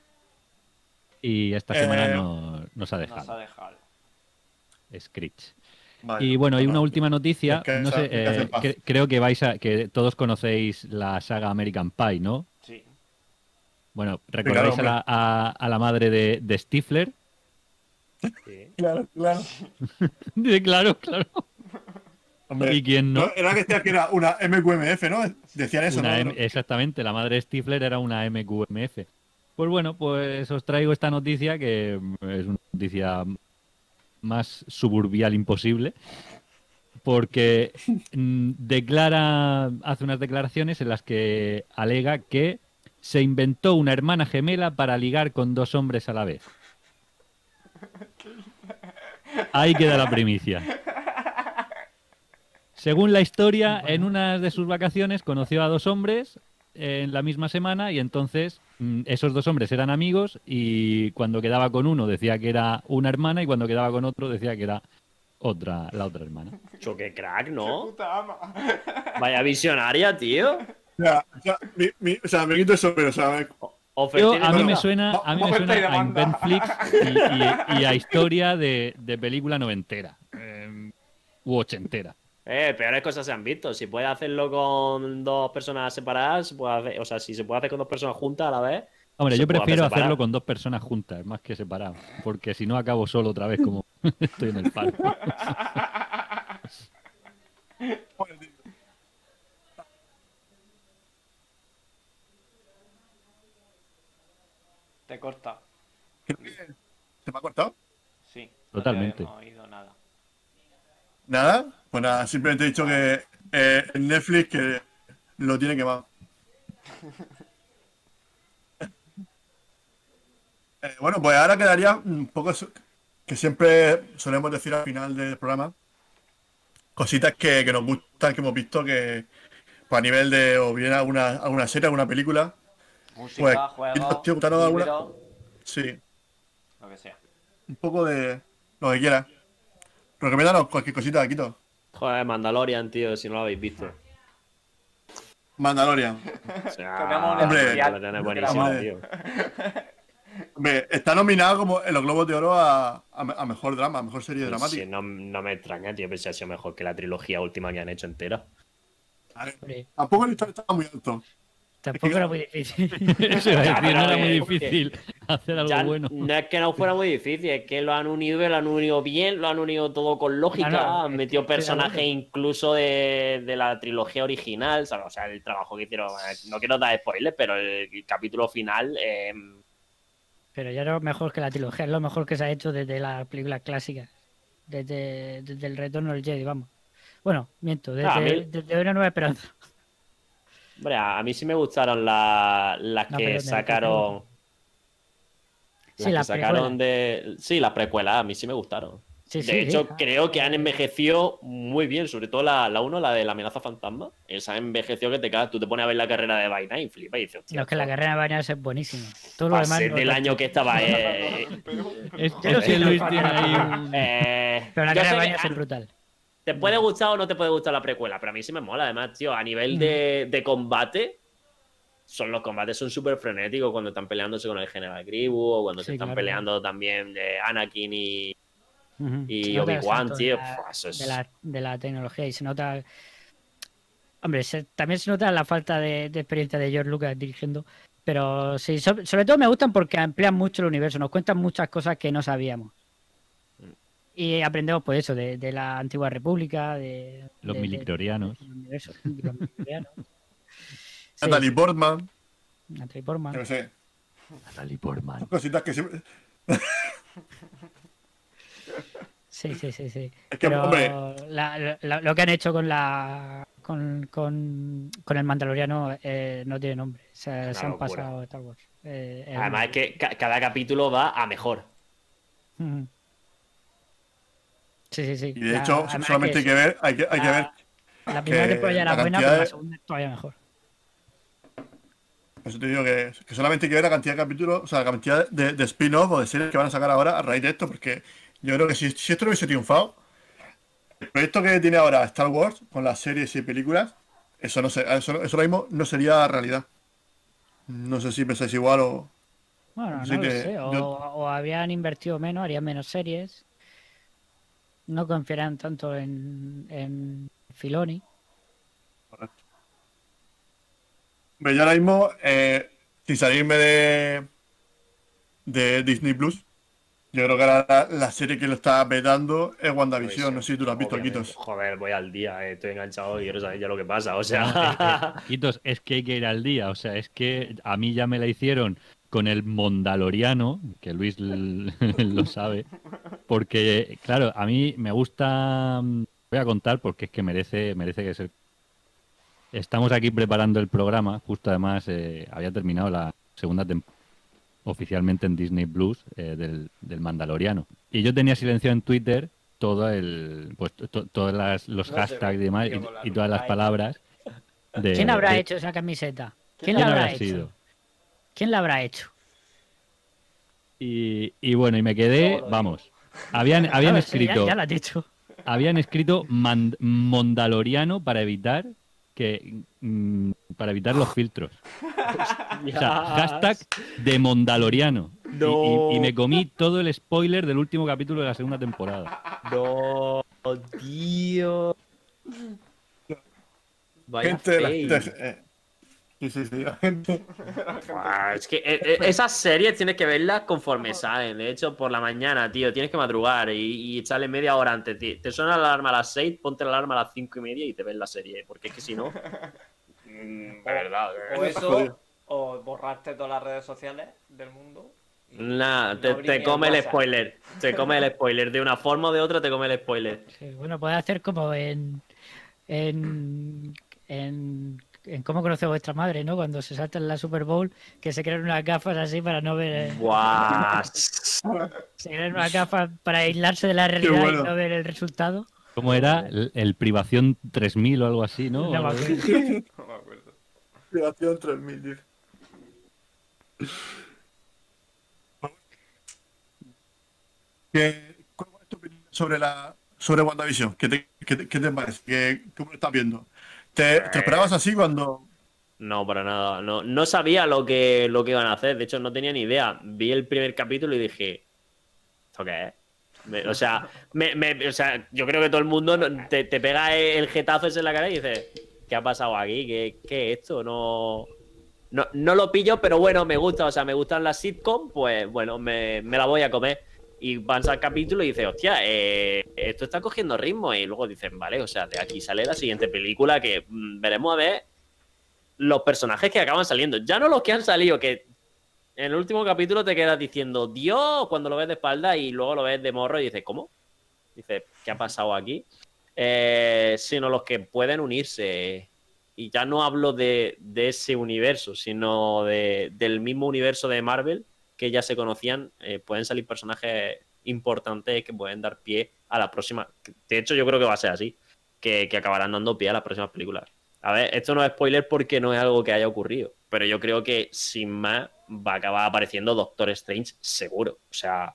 Y esta Eh, semana no, nos ha Nos ha dejado. dejado. Screech. Vale. Y bueno, hay una última noticia. Descansa- No sé, descansa en eh, paz. cre- creo que vais a, que todos conocéis la saga American Pie, ¿no? Sí. Bueno, ¿recordáis claro, a, la, a, a la madre de, de Stifler? Sí. Claro, claro. Dice, claro, claro. Hombre, ¿Y quién no? no, era que decía que era una M Q M F, ¿no? Decían eso, Una ¿no? M- exactamente, la madre de Stifler era una M Q M F. Pues bueno, pues os traigo esta noticia que mm, es una noticia más suburbial imposible, porque mm, declara, hace unas declaraciones en las que alega que se inventó una hermana gemela para ligar con dos hombres a la vez. Ahí queda la primicia. Según la historia, en una de sus vacaciones conoció a dos hombres en la misma semana y entonces mm, esos dos hombres eran amigos y cuando quedaba con uno decía que era una hermana y cuando quedaba con otro decía que era otra, la otra hermana. Choque crack, ¿no? Puta ama. Vaya visionaria, tío. O sea, o sea, mi, mi- o sea, me quito eso, pero, o sea, me- Oferta Yo, y a mí demanda. me suena, a mí me Oferta y suena a demanda. Inventflix y, y- y a historia de, de película noventera eh, u ochentera. Eh, peores cosas se han visto. Si puede hacerlo con dos personas separadas, se puede hacer, o sea, si se puede hacer con dos personas juntas a la vez. Hombre, se yo puede prefiero hacer separado. hacerlo con dos personas juntas, más que separados, porque si no acabo solo otra vez como estoy en el palo. Te corta. ¿se me ha cortado? Sí. Totalmente. No te habíamos oído nada. Nada, pues nada, simplemente he dicho que eh, en Netflix que lo tiene quemado. Eh, bueno, pues ahora quedaría un poco so- que siempre solemos decir al final del programa cositas que, que nos gustan, que hemos visto que pues, a nivel de o bien alguna, alguna serie, alguna película. Música, Pues, juegos, tío, ¿te ha dado alguna? libros, Sí, lo que sea. un poco de lo que quieras. Recomiéndanos cualquier cosita, Quito. Joder, Mandalorian, tío, si no lo habéis visto. Mandalorian. O sea, Tenemos un Hombre, especial. Mandalorian es buenísimo, Hombre. tío. Hombre, está nominado como en los Globos de Oro a, a- a mejor drama, a mejor serie dramática. Sí, no, no me extraña, tío, pensé que ha sido mejor que la trilogía última que han hecho entera. A ver, Hombre, tampoco el listón estaba muy alto. tampoco era muy difícil. Eso iba a decir, no era muy pero, eh, difícil hacer algo Ya bueno. no es que no fuera muy difícil, es que lo han unido y lo han unido bien, lo han unido todo con lógica, No, no, han es metido que estoy de personajes acuerdo. incluso de, de la trilogía original, ¿sabes? O sea, el trabajo que hicieron, eh, no quiero dar spoilers, pero el, el capítulo final, eh, Pero ya no es mejor que la trilogía, es lo mejor que se ha hecho desde las películas clásicas. Desde, desde el retorno del Jedi, vamos. Bueno, miento, desde, Ah, a mí- desde Una Nueva Esperanza. hombre, a, a mí sí me gustaron la- las No, que pero me sacaron... Sí, las las que sacaron precuelas. de... Sí, las precuelas, a mí sí me gustaron. Sí, sí, De hecho, sí. creo que han envejecido muy bien, sobre todo la, la uno, la de la amenaza fantasma. Esa envejeció que te cagas. Tú te pones a ver la carrera de Vaina y flipa y dices, hostia, No, es que la esto carrera de Baños es buenísima. Todo lo va a demás ser no del no año que existe. estaba. Eh, Es, Yo es no soy que tan Luis fan de tiene la ahí película. un... eh, Pero la yo carrera de sé que Baños es a- brutal. te puede gustar o no te puede gustar la precuela, pero a mí sí me mola. Además, tío, a nivel de, de combate, son los combates son súper frenéticos cuando están peleándose con el General Grievous o cuando se Sí, están claro, peleando también de Anakin y, Ujú. Se y nota el Obi-Wan, salto de tío. la, Puf, eso de, es... la, de la tecnología y se nota. Hombre, se- también se nota la falta de, de experiencia de George Lucas dirigiendo. Pero sí, so- sobre todo me gustan porque amplían mucho el universo, nos cuentan muchas cosas que no sabíamos. Y aprendemos, pues eso, de, de la antigua república, de Los de- de- miliclorianos. del universo, de los miliclorianos. Sí, Natalie sí, Portman, Natalie Portman. yo no sé, Natalie Portman. son cositas que siempre... Sí, sí, sí, sí. Es que, Pero hombre, la- la- lo que han hecho con la con, con, con el Mandaloriano eh, no tiene nombre. O sea, Una se han locura. pasado Star Wars. Eh, es Además, una- es que ca- cada capítulo va a mejor. Ujú. Sí, sí, sí. y de La- hecho, además solamente hay que que ver, hay que, hay que la- ver, la primera que temporada ya la era buena, cantidad pero la de- segunda es todavía mejor. por eso te digo que, que solamente hay que ver la cantidad de capítulos, o sea, la cantidad de, de spin-off o de series que van a sacar ahora a raíz de esto, porque yo creo que si, si esto no hubiese triunfado, el proyecto que tiene ahora Star Wars con las series y películas, eso no sé, eso, eso ahora mismo no sería realidad. No sé si pensáis igual o... Bueno, Sí no lo que sé. O, yo- o habían invertido menos, harían menos series. No confiarán tanto en, en Filoni. Hombre, yo ahora mismo, eh, sin salirme de, de Disney Plus, yo creo que ahora la, la serie que lo está petando es WandaVision. No sé si tú lo has visto, Obviamente. Quitos. Joder, voy al día, eh, estoy enganchado y quiero saber ya lo que pasa. O No, sea, eh, eh, Quitos, es que hay que ir al día. O sea, es que a mí ya me la hicieron con el Mondaloriano, que Luis l- lo sabe. Porque, claro, a mí me gusta. mm, Voy a contar porque es que merece, merece que ser. Estamos aquí preparando el programa. Justo además eh, había terminado la segunda temporada oficialmente en Disney Plus eh, del, del Mandaloriano. Y yo tenía silenciado en Twitter todo el pues to- todos las- los No se hashtags ve, y demás tío, y, con la y todas las luz. palabras de, ¿Quién habrá de- hecho esa camiseta? ¿Quién ¿Quién la quién habrá habrá hecho? sido. ¿Quién la habrá hecho? Y, y bueno, y me quedé, Solo vamos, habían, habían Claro, sí, ya- escrito ya, lo has dicho. habían escrito Man- Mondaloriano para evitar que mm, para evitar los filtros. O sea, hashtag de Mondaloriano. Y- No. Y, y me comí todo el spoiler del último capítulo de la segunda temporada. no, tío. Vaya Gente, la fail. gente, eh, sí, sí, sí, la gente. Buah, es que eh, eh, esas series tienes que verlas conforme salen. De hecho, por la mañana, tío, tienes que madrugar y, y echarle media hora antes. Te, te suena la alarma a las seis, ponte la alarma a las cinco y media y te ves la serie. Porque es que si no. mm, de verdad. O eh. eso, o borrarte todas las redes sociales del mundo. Nah, No te, abrí te ni el come el WhatsApp. spoiler. Te come el spoiler. De una forma o de otra te come el spoiler. Sí, bueno, puede hacer como en, en, en, en Cómo conoce a vuestra madre, ¿no? Cuando se salta en la Super Bowl, que se crean unas gafas así para no ver... Buah. Se crean unas gafas para aislarse de la realidad bueno. y no ver el resultado. ¿Cómo era? El, el Privación tres mil o algo así, ¿no? No me acuerdo. No me acuerdo. Privación tres mil, dice. ¿Qué- ¿Cuál es tu opinión sobre la sobre WandaVision? ¿Qué te, qué te, qué te parece? ¿Qué, ¿Cómo lo estás viendo? ¿Te, te esperabas así cuando...? No, para nada. No, no sabía lo que, lo que iban a hacer. De hecho, no tenía ni idea. Vi el primer capítulo y dije, ¿esto qué es? Me- o, sea, me, me- o sea, yo creo que todo el mundo no- te, te pega el jetazo ese en la cara y dices, ¿qué ha pasado aquí? ¿Qué, qué es esto? No, no, no lo pillo, pero bueno, me gusta. O sea, me gustan las sitcom, pues bueno, me, me la voy a comer. Y vas al capítulo y dices, hostia, eh, esto está cogiendo ritmo. Y luego dicen, vale, o sea, de aquí sale la siguiente película que mm, veremos a ver los personajes que acaban saliendo. Ya no los que han salido, que en el último capítulo te quedas diciendo, Dios, cuando lo ves de espalda y luego lo ves de morro y dices, ¿cómo? Dices, ¿qué ha pasado aquí? Eh, sino los que pueden unirse. Y ya no hablo de, de ese universo, sino de, del mismo universo de Marvel, que ya se conocían. Eh, pueden salir personajes importantes que pueden dar pie a la próxima. De hecho, yo creo que va a ser así, que, que acabarán dando pie a las próximas películas. A ver, esto no es spoiler porque no es algo que haya ocurrido, pero yo creo que sin más va a acabar apareciendo Doctor Strange seguro. O sea,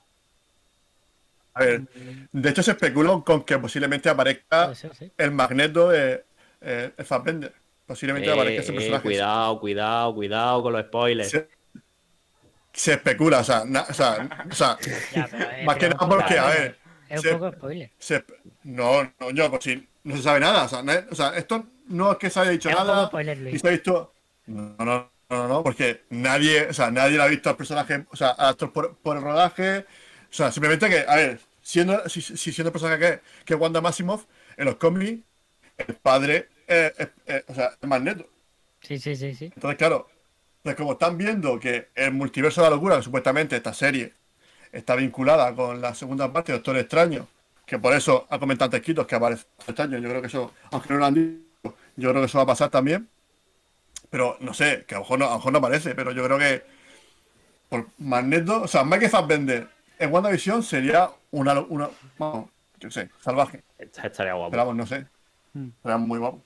A ver, de hecho se especula con que posiblemente aparezca Puede ser, sí. el Magneto de eh, el Fassbender. Posiblemente eh, aparezca ese eh, personaje. cuidado, cuidado, cuidado con los spoilers. Se, se especula, o sea, na- o sea, o sea Ya, pero, eh, más que pero nada un poco porque, a spoiler. ver, Es se- un poco spoiler. se- no, no, yo, pues sí, no se sabe nada. O sea, no es- o sea, esto no es que se haya dicho Es un poco nada spoiler, y Luis. se ha visto. No, no, no, no, porque nadie, o sea, nadie le ha visto al personaje, o sea, al actor por, por el rodaje. O sea, simplemente que, a ver, siendo, si, si siendo el personaje que, que es Wanda Maximoff, en los cómics, el padre es, es- es- o sea, es Magneto. Sí, sí, sí, sí. Entonces, claro, pues como están viendo que el multiverso de la locura, que supuestamente esta serie está vinculada con la segunda parte de Doctor Extraño, que por eso ha comentado antes Quitos que aparece Doctor Extraño, yo creo que eso, aunque no lo han dicho, yo creo que eso va a pasar también. Pero no sé, que a lo mejor no, a lo mejor no aparece, pero yo creo que por Magneto, o sea, Michael Fassbender en WandaVision sería una, una vamos, yo qué sé, salvaje. Estaría guapo. Pero vamos, no sé, Mm. sería muy guapo.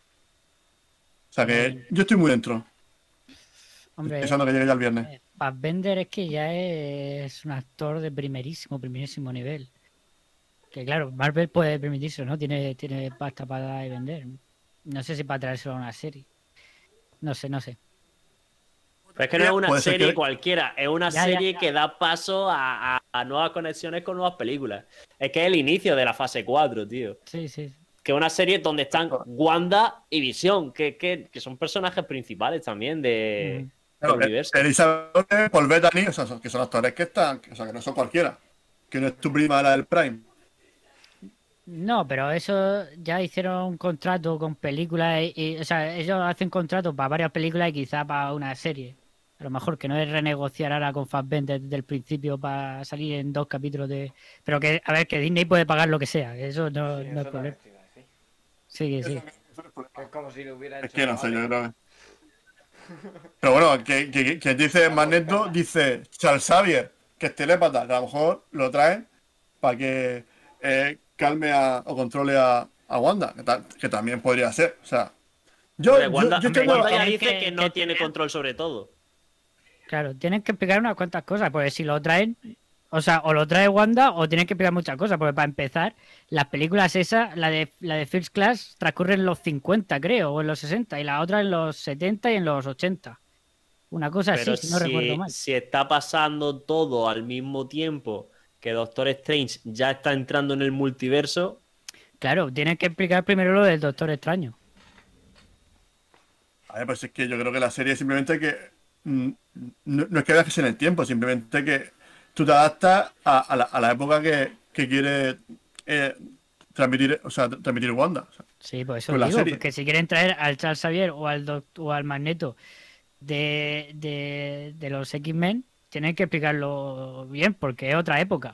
O sea que yo estoy muy dentro, Hombre, pensando que llegue ya el viernes. eh, Fassbender es que ya es un actor de primerísimo, primerísimo nivel. Que claro, Marvel puede permitirse, ¿no? Tiene, tiene pasta para dar y vender. No sé si para traérselo a una serie. No sé, no sé. Pero es que no es una Puede ser serie que- cualquiera, es una Ya, ya, serie ya. que da paso a, a- a nuevas conexiones con nuevas películas. Es que es el inicio de la fase cuatro, tío. Sí, sí. Que es una serie donde están Wanda y Visión, que, que, que son personajes principales también de, Ujú. del Claro, universo. Elizabeth, Paul Bettany, o sea, son- que son actores que están, o sea, que no son cualquiera. Que no es tu prima la del Prime. No, pero eso ya hicieron un contrato con películas y, y, o sea, ellos hacen contratos para varias películas y quizá para una serie. A lo mejor que no es renegociar ahora con Fassbender desde el principio para salir en dos capítulos de... Pero que, a ver, que Disney puede pagar lo que sea, eso no, Sí, no eso es problema. también te iba a decir. Sí, sí. Que es como si lo hubiera Es hecho. que no sé, Vale. yo creo que. Pero bueno, que, que, que dice Magneto, dice Charles Xavier, que es telépata, que a lo mejor lo traen para que eh, calme a, o controle a, a Wanda, que, ta- que también podría ser. O sea, yo, Hombre, yo, Wanda, yo hombre, tengo- Wanda ya Tienen dice que- que no que tiene tener- control sobre todo. Claro, tienen que explicar unas cuantas cosas, porque si lo traen, o sea, o lo trae Wanda o tienen que explicar muchas cosas, porque para empezar, las películas esas, la de la de First Class, transcurren en los cincuenta, creo, o en los sesenta, y la otra en los setenta y en los ochenta. Una cosa Pero así, si no recuerdo mal. si está pasando todo al mismo tiempo que Doctor Strange ya está entrando en el multiverso, Claro, tienen que explicar primero lo del Doctor Extraño. A ver, pues es que yo creo que la serie simplemente que. mm, No, no es que viajes en el tiempo, simplemente que tú te adaptas a, a la, a la época que, que quiere eh, transmitir, o sea, transmitir Wanda. O sea, Sí, pues eso Con la digo, serie. porque si quieren traer al Charles Xavier o al, doc- o al Magneto de, de, de los X-Men, tienen que explicarlo bien, porque es otra época.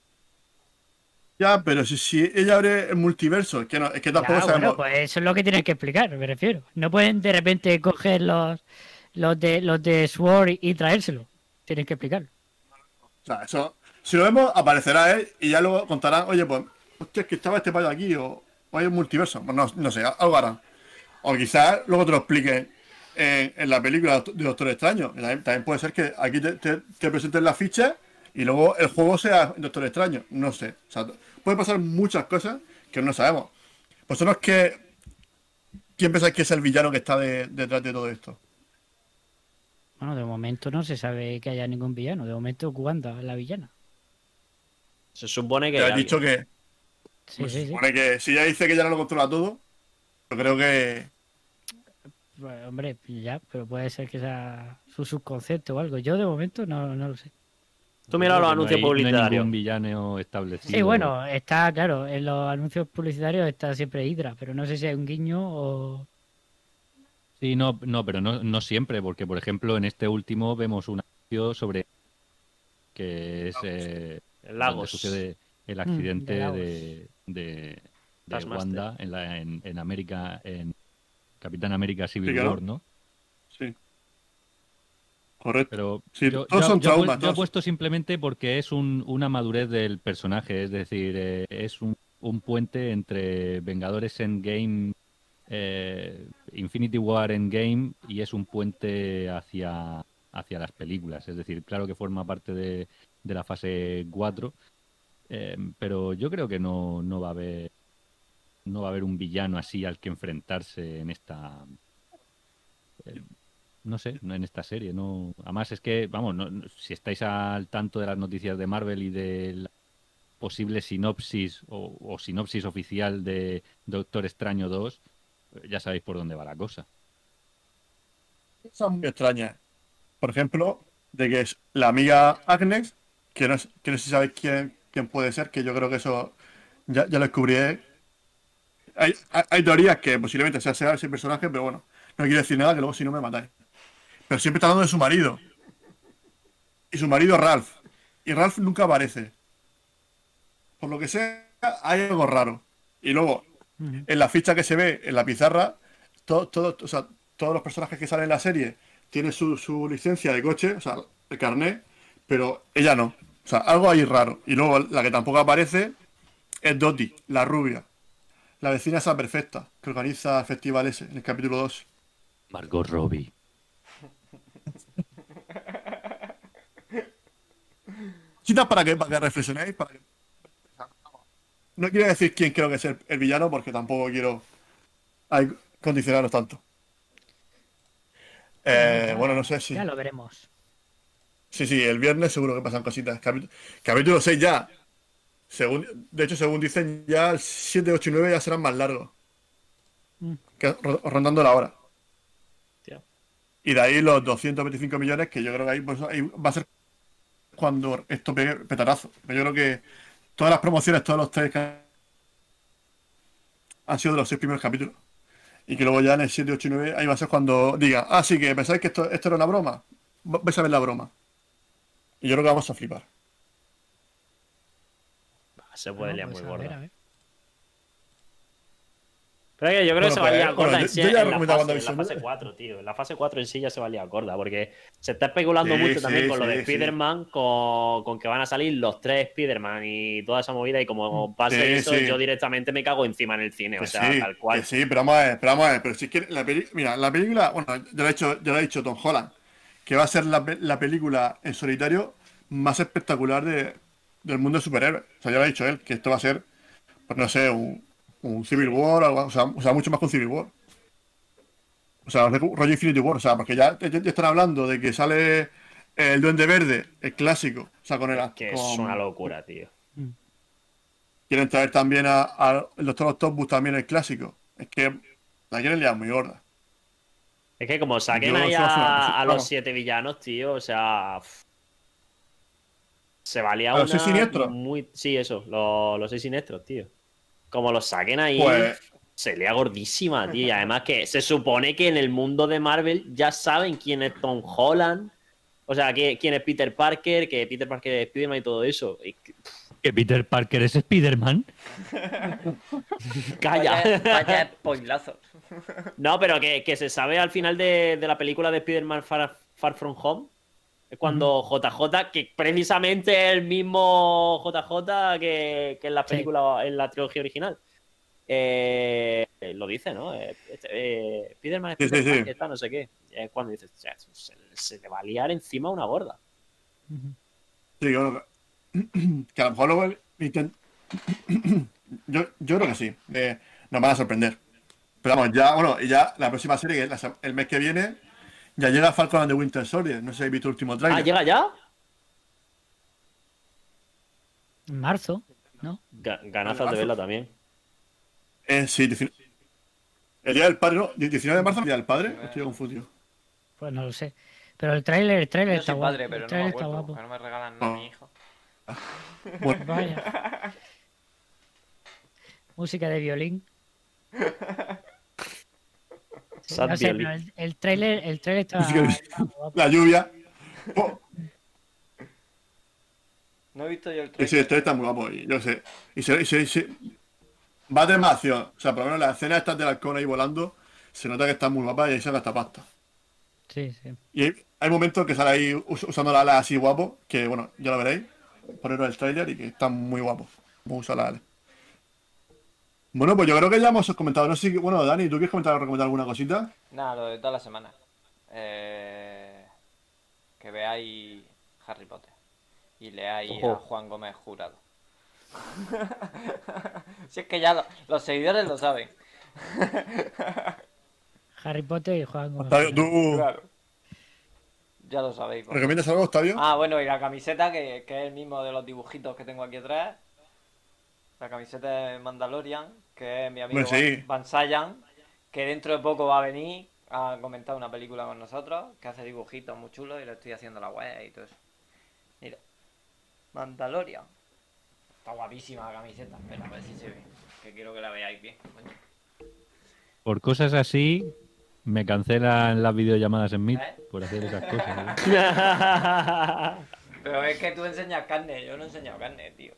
ya, pero si, si ella abre el multiverso, es que, no, es que tampoco Ya, sabemos. bueno, pues eso es lo que tienen que explicar, me refiero. No pueden de repente coger los, los de los de Sword y, y traérselo. Tienen que explicarlo. O sea, eso, si lo vemos, aparecerá él y ya luego contarán, oye, pues, hostia, es que estaba este payo aquí, o, o hay un multiverso. Pues no, no sé, algo harán. O quizás luego te lo expliquen en, en la película de Doctor Extraño. Que También, también puede ser que aquí te, te, te presenten la ficha y luego el juego sea Doctor Extraño. No sé. O sea, puede pasar muchas cosas que no sabemos. Vosotros, que ¿quién pensáis que es el villano que está de- detrás de todo esto? Bueno, de momento no se sabe que haya ningún villano. De momento Wanda es la villana. se supone que. Te hay has dicho alguien. que Sí, pues, sí, se sí. supone que si ella dice que ya no lo controla todo, yo creo que Pues, hombre, ya, pero puede ser que sea su subconcepto o algo. Yo de momento no, no lo sé. Tú mira los No anuncios hay- No hay publicitarios. ningún villano establecido. Sí, bueno, está claro, en los anuncios publicitarios está siempre Hydra, pero no sé si hay un guiño o... Sí, no, no, pero no, no siempre, porque por ejemplo en este último vemos un anuncio sobre que es eh, En donde Lagos. sucede el Mm, accidente de Lagos. de, de, de Taskmaster. Wanda en, la, en, en América, en Capitán América Civil Sí, claro. War, ¿no? sí. Correcto. Pero Sí, yo, todos yo- son yo he pu- traumas, yo he todos. puesto simplemente porque es un- una madurez del personaje, es decir, eh, es un, un puente entre Vengadores Endgame, eh, Infinity War Endgame, y es un puente hacia, hacia las películas. Es decir, claro que forma parte de, de la fase cuatro, eh, pero yo creo que no, no va a haber, no va a haber un villano así al que enfrentarse en esta, no sé, no en esta serie, no. Además es que, vamos, no- no- si estáis al tanto de las noticias de Marvel y de la posible sinopsis o, o sinopsis oficial de Doctor Extraño dos, eh, ya sabéis por dónde va la cosa. Cosas muy extrañas. Por ejemplo, de que es la amiga Agnes, que no, es- que no sé si sabéis quién, quién puede ser, que yo creo que eso ya, ya lo descubrí. Hay, hay, hay teorías que posiblemente sea, sea ese personaje, pero bueno, no quiero decir nada que luego si no me matáis. Pero siempre está hablando de su marido. Y su marido Ralph. Y Ralph nunca aparece. Por lo que sea, hay algo raro. Y luego, Ujú. en la ficha que se ve en la pizarra, todo, todo, o sea, todos los personajes que salen en la serie tienen su, su licencia de coche, o sea, el carnet, pero ella no. O sea, algo ahí raro. Y luego la que tampoco aparece es Dottie, la rubia, la vecina esa perfecta, que organiza el festival ese, en el capítulo dos. Margot Robbie. Citas para que, para que reflexionéis, para que... No quiero decir quién creo que es el, el villano, porque tampoco quiero ahí condicionaros tanto. Eh, Ya- bueno, no sé si... Ya lo veremos. Sí, sí, el viernes seguro que pasan cositas. Capi- capítulo seis ya. Según, de hecho, según dicen, ya el siete, ocho y nueve ya serán más largos. Mm. Que, ro- rondando la hora. Tío. Y de ahí los doscientos veinticinco millones, que yo creo que ahí, pues, ahí va a ser cuando esto pegue petarazo. Pero yo creo que todas las promociones, todos los tres que han sido de los seis primeros capítulos. Y que luego ya en el siete, ocho y nueve, ahí va a ser cuando diga, ah, sí, que pensáis que esto, esto era una broma. Va- Vais a ver la broma. Y yo creo que vamos a flipar. Se puede No, liar pues muy a ver, gorda. a ver. Pero es que yo creo Bueno, que se va a pues, liar bueno, gorda yo- en sí yo ya he en la recomendado fase, en la WandaVision, fase ¿no? cuatro, tío. En la fase cuatro en sí ya se va a liar gorda, porque se está especulando Sí, mucho sí, también con lo sí, de sí. Spider-Man, con, con que van a salir los tres Spider-Man y toda esa movida, y como va a ser Sí, eso, sí. yo directamente me cago encima en el cine, o Que sea, sí, tal cual. que sí, pero vamos a ver, pero vamos a ver, pero si es que la peli- mira, la película, bueno, ya lo ha dicho, ya lo ha dicho Tom Holland, que va a ser la, pe- la película en solitario más espectacular de, del mundo de superhéroes. O sea, ya lo ha dicho él, que esto va a ser, pues no sé, un, un Civil War, algo, o sea, o sea, mucho más que un Civil War. O sea, rollo Infinity War, o sea, porque ya, ya- ya están hablando de que sale el Duende Verde, el clásico, o sea, con el, Es que es con- una locura, tío. quieren traer también a, a el Doctor Octopus también el clásico. Es que la quieren liar muy gorda. Es que como saquen Yo ahí eso es una- a, a los vamos. siete villanos, tío, o sea... pff, se valía ¿A los seis una siniestros? muy... Sí, eso, los, los seis siniestros, tío. Como los saquen ahí, Pues- se lía gordísima, tío. Y además que se supone que en el mundo de Marvel ya saben quién es Tom Holland. O sea, que- quién es Peter Parker, que Peter Parker es Spider-Man y todo eso. Y que- ¿Que Peter Parker es Spider-Man? Calla. Vaya, vaya spoilazos. No, pero que, que se sabe al final de, de la película de Spider-Man Far, Far From Home. Es cuando J J, que precisamente es el mismo J J que, que en la Sí. película, en la trilogía original. Eh, lo dice, ¿no? Eh, este, eh, Spider-Man, Sí, sí, Spider-Man, sí. que está, no sé qué. Es cuando dices, "O sea, se, se te va a liar encima una gorda. Sí, bueno, que a lo mejor luego el intent- yo, yo creo que sí. eh, nos van a sorprender. Pero vamos, ya, bueno, y ya la próxima serie, que es la se- el mes que viene, ya llega Falcon and the Winter Soldier. No sé si habéis visto el último Ah, trailer. ¿llega ya? En marzo, ¿no? Ga- Ganazas de verla también. Eh, sí, dieci- el día del padre, ¿no? diecinueve de marzo, el día del padre. Estoy confundido. Pues no lo sé. Pero el tráiler, el tráiler Yo está soy guapo. padre, El pero no me tráiler está acuerdo. guapo. Que no me regalan nada a mi hijo. Bueno, Vaya. Música de violín. Sí, Sad no sé, violín. pero el, el tráiler, el tráiler está, Música de- está guapo. la lluvia. Oh, No he visto yo el sí, sí, trailer. este está muy guapo. Y yo sé. Y se, y se- y se- va a tener más acción. O sea, por lo menos la escena estas del halcón ahí volando, se nota que está muy guapa y ahí se gasta pasta. Sí, sí. Y hay, hay momentos que sale ahí us- usando la ala así guapo, que bueno, ya lo veréis. Poneros el trailer y que está muy guapo. Como usa la ala. Bueno, pues yo creo que ya hemos comentado. No sé si, bueno, Dani, ¿tú quieres comentar, recomendar alguna cosita? Nada, lo de toda la semana. Eh, que veáis Harry Potter. Y leáis Ojo. a Juan Gómez Jurado. Si es que ya lo- los seguidores lo saben. Harry Potter y Juan Gómez. Octavio, ¿tú Claro. Ya lo sabéis. vamos. recomiendas algo, Octavio? Ah, bueno, y la camiseta, que, que es el mismo de los dibujitos que tengo aquí atrás. La camiseta de Mandalorian, que es mi amigo Hombre, sí. Van Van Sayan, que dentro de poco va a venir a comentar una película con nosotros, que hace dibujitos muy chulos y le estoy haciendo la web y todo eso. Mira, Mandalorian. Está guapísima la camiseta, pero a ver si se ve, que quiero que la veáis bien. coño. Por cosas así, me cancelan las videollamadas en Meet ¿Eh? por hacer esas cosas. ¿eh? Pero es que tú enseñas carne, yo no he enseñado carne, tío.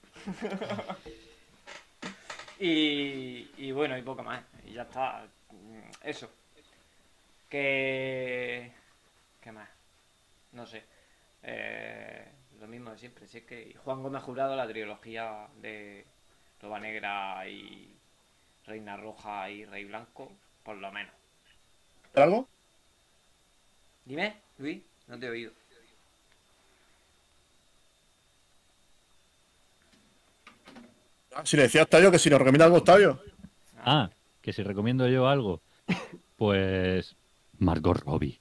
y, y bueno, y poco más. Y ya está. Eso. Que... ¿Qué más? No sé. Eh, lo mismo de siempre. Si es que Juan Gómez Jurado, la trilogía de Loba Negra y Reina Roja y Rey Blanco, por lo menos. ¿Algo? Dime, Luis, no te he oído. Si le decía a Octavio que si nos recomienda algo, Octavio. Ah, que si recomiendo yo algo, pues Margot Robbie.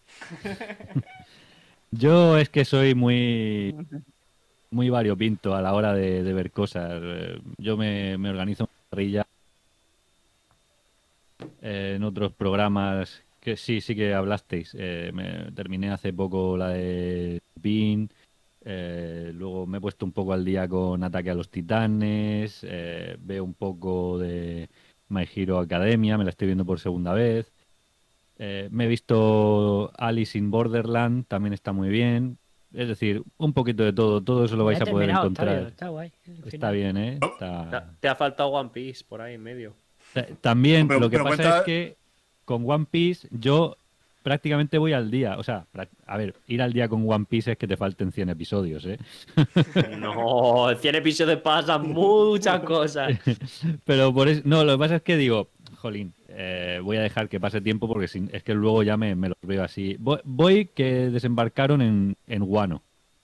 Yo es que soy muy muy variopinto a la hora de, de ver cosas. Eh, Yo me, me organizo una parrilla eh, en otros programas que sí, sí que hablasteis. Eh, me terminé hace poco la de Bean. Eh, luego me he puesto un poco al día con Ataque a los Titanes. Eh, veo un poco de My Hero Academia, me la estoy viendo por segunda vez. Eh, me he visto Alice in Borderland, también está muy bien. Es decir, un poquito de todo, todo eso lo vais Ya a he poder terminado, encontrar. Octavio, está guay. el Está final. bien, ¿eh? Te Está- te ha faltado One Piece por ahí en medio. Ta- También Pero- lo que pero pasa cuenta- es que con One Piece yo prácticamente voy al día. O sea, pra- a ver, ir al día con One Piece es que te falten cien episodios, ¿eh? No, en cien episodios pasan muchas cosas. Pero por eso, no, lo que pasa es que digo, jolín, eh, voy a dejar que pase tiempo porque sin- es que luego ya me, me los veo así. Voy, voy que desembarcaron en, en Wano.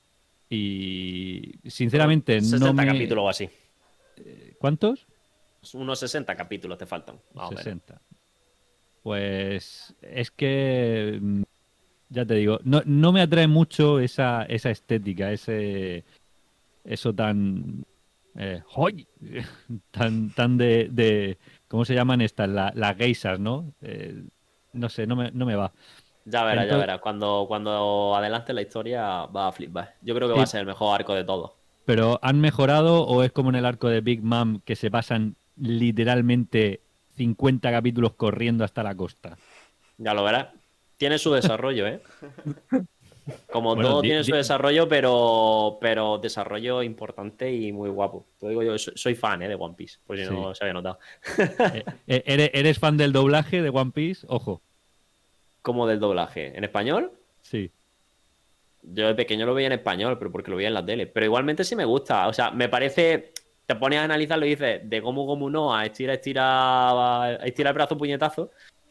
Y sinceramente no sesenta me... capítulos o así. ¿Cuántos? Unos sesenta capítulos te faltan. más o menos. sesenta. Pues es que, mm, ya te digo, no, no me atrae mucho esa, esa estética, ese eso tan... Eh, ¡hoy! tan tan de, de... ¿Cómo se llaman estas? La- las geisas, ¿no? Eh, no sé, no me, no me va. Ya verás, ya Entonces- verás. Cuando, cuando adelante la historia va a flipar. Yo creo que Sí. va a ser el mejor arco de todos. ¿Pero han mejorado o es como en el arco de Big Mom que se pasan literalmente cincuenta capítulos corriendo hasta la costa? Ya lo verás. Tiene su desarrollo, ¿eh? Como Bueno, todo di- tiene su di- desarrollo, pero, pero desarrollo importante y muy guapo. Te digo yo, soy, soy fan, ¿eh? De One Piece, por si Sí. no se había notado. Eh, eh, ¿eres, eres fan del doblaje de One Piece? Ojo, Como del doblaje. ¿En español? sí. Yo de pequeño lo veía en español, pero porque lo veía en la tele. Pero igualmente sí me gusta. O sea, me parece. Te pones a analizarlo y dices, de cómo, cómo no, a estira, estira, a estira el brazo, puñetazo.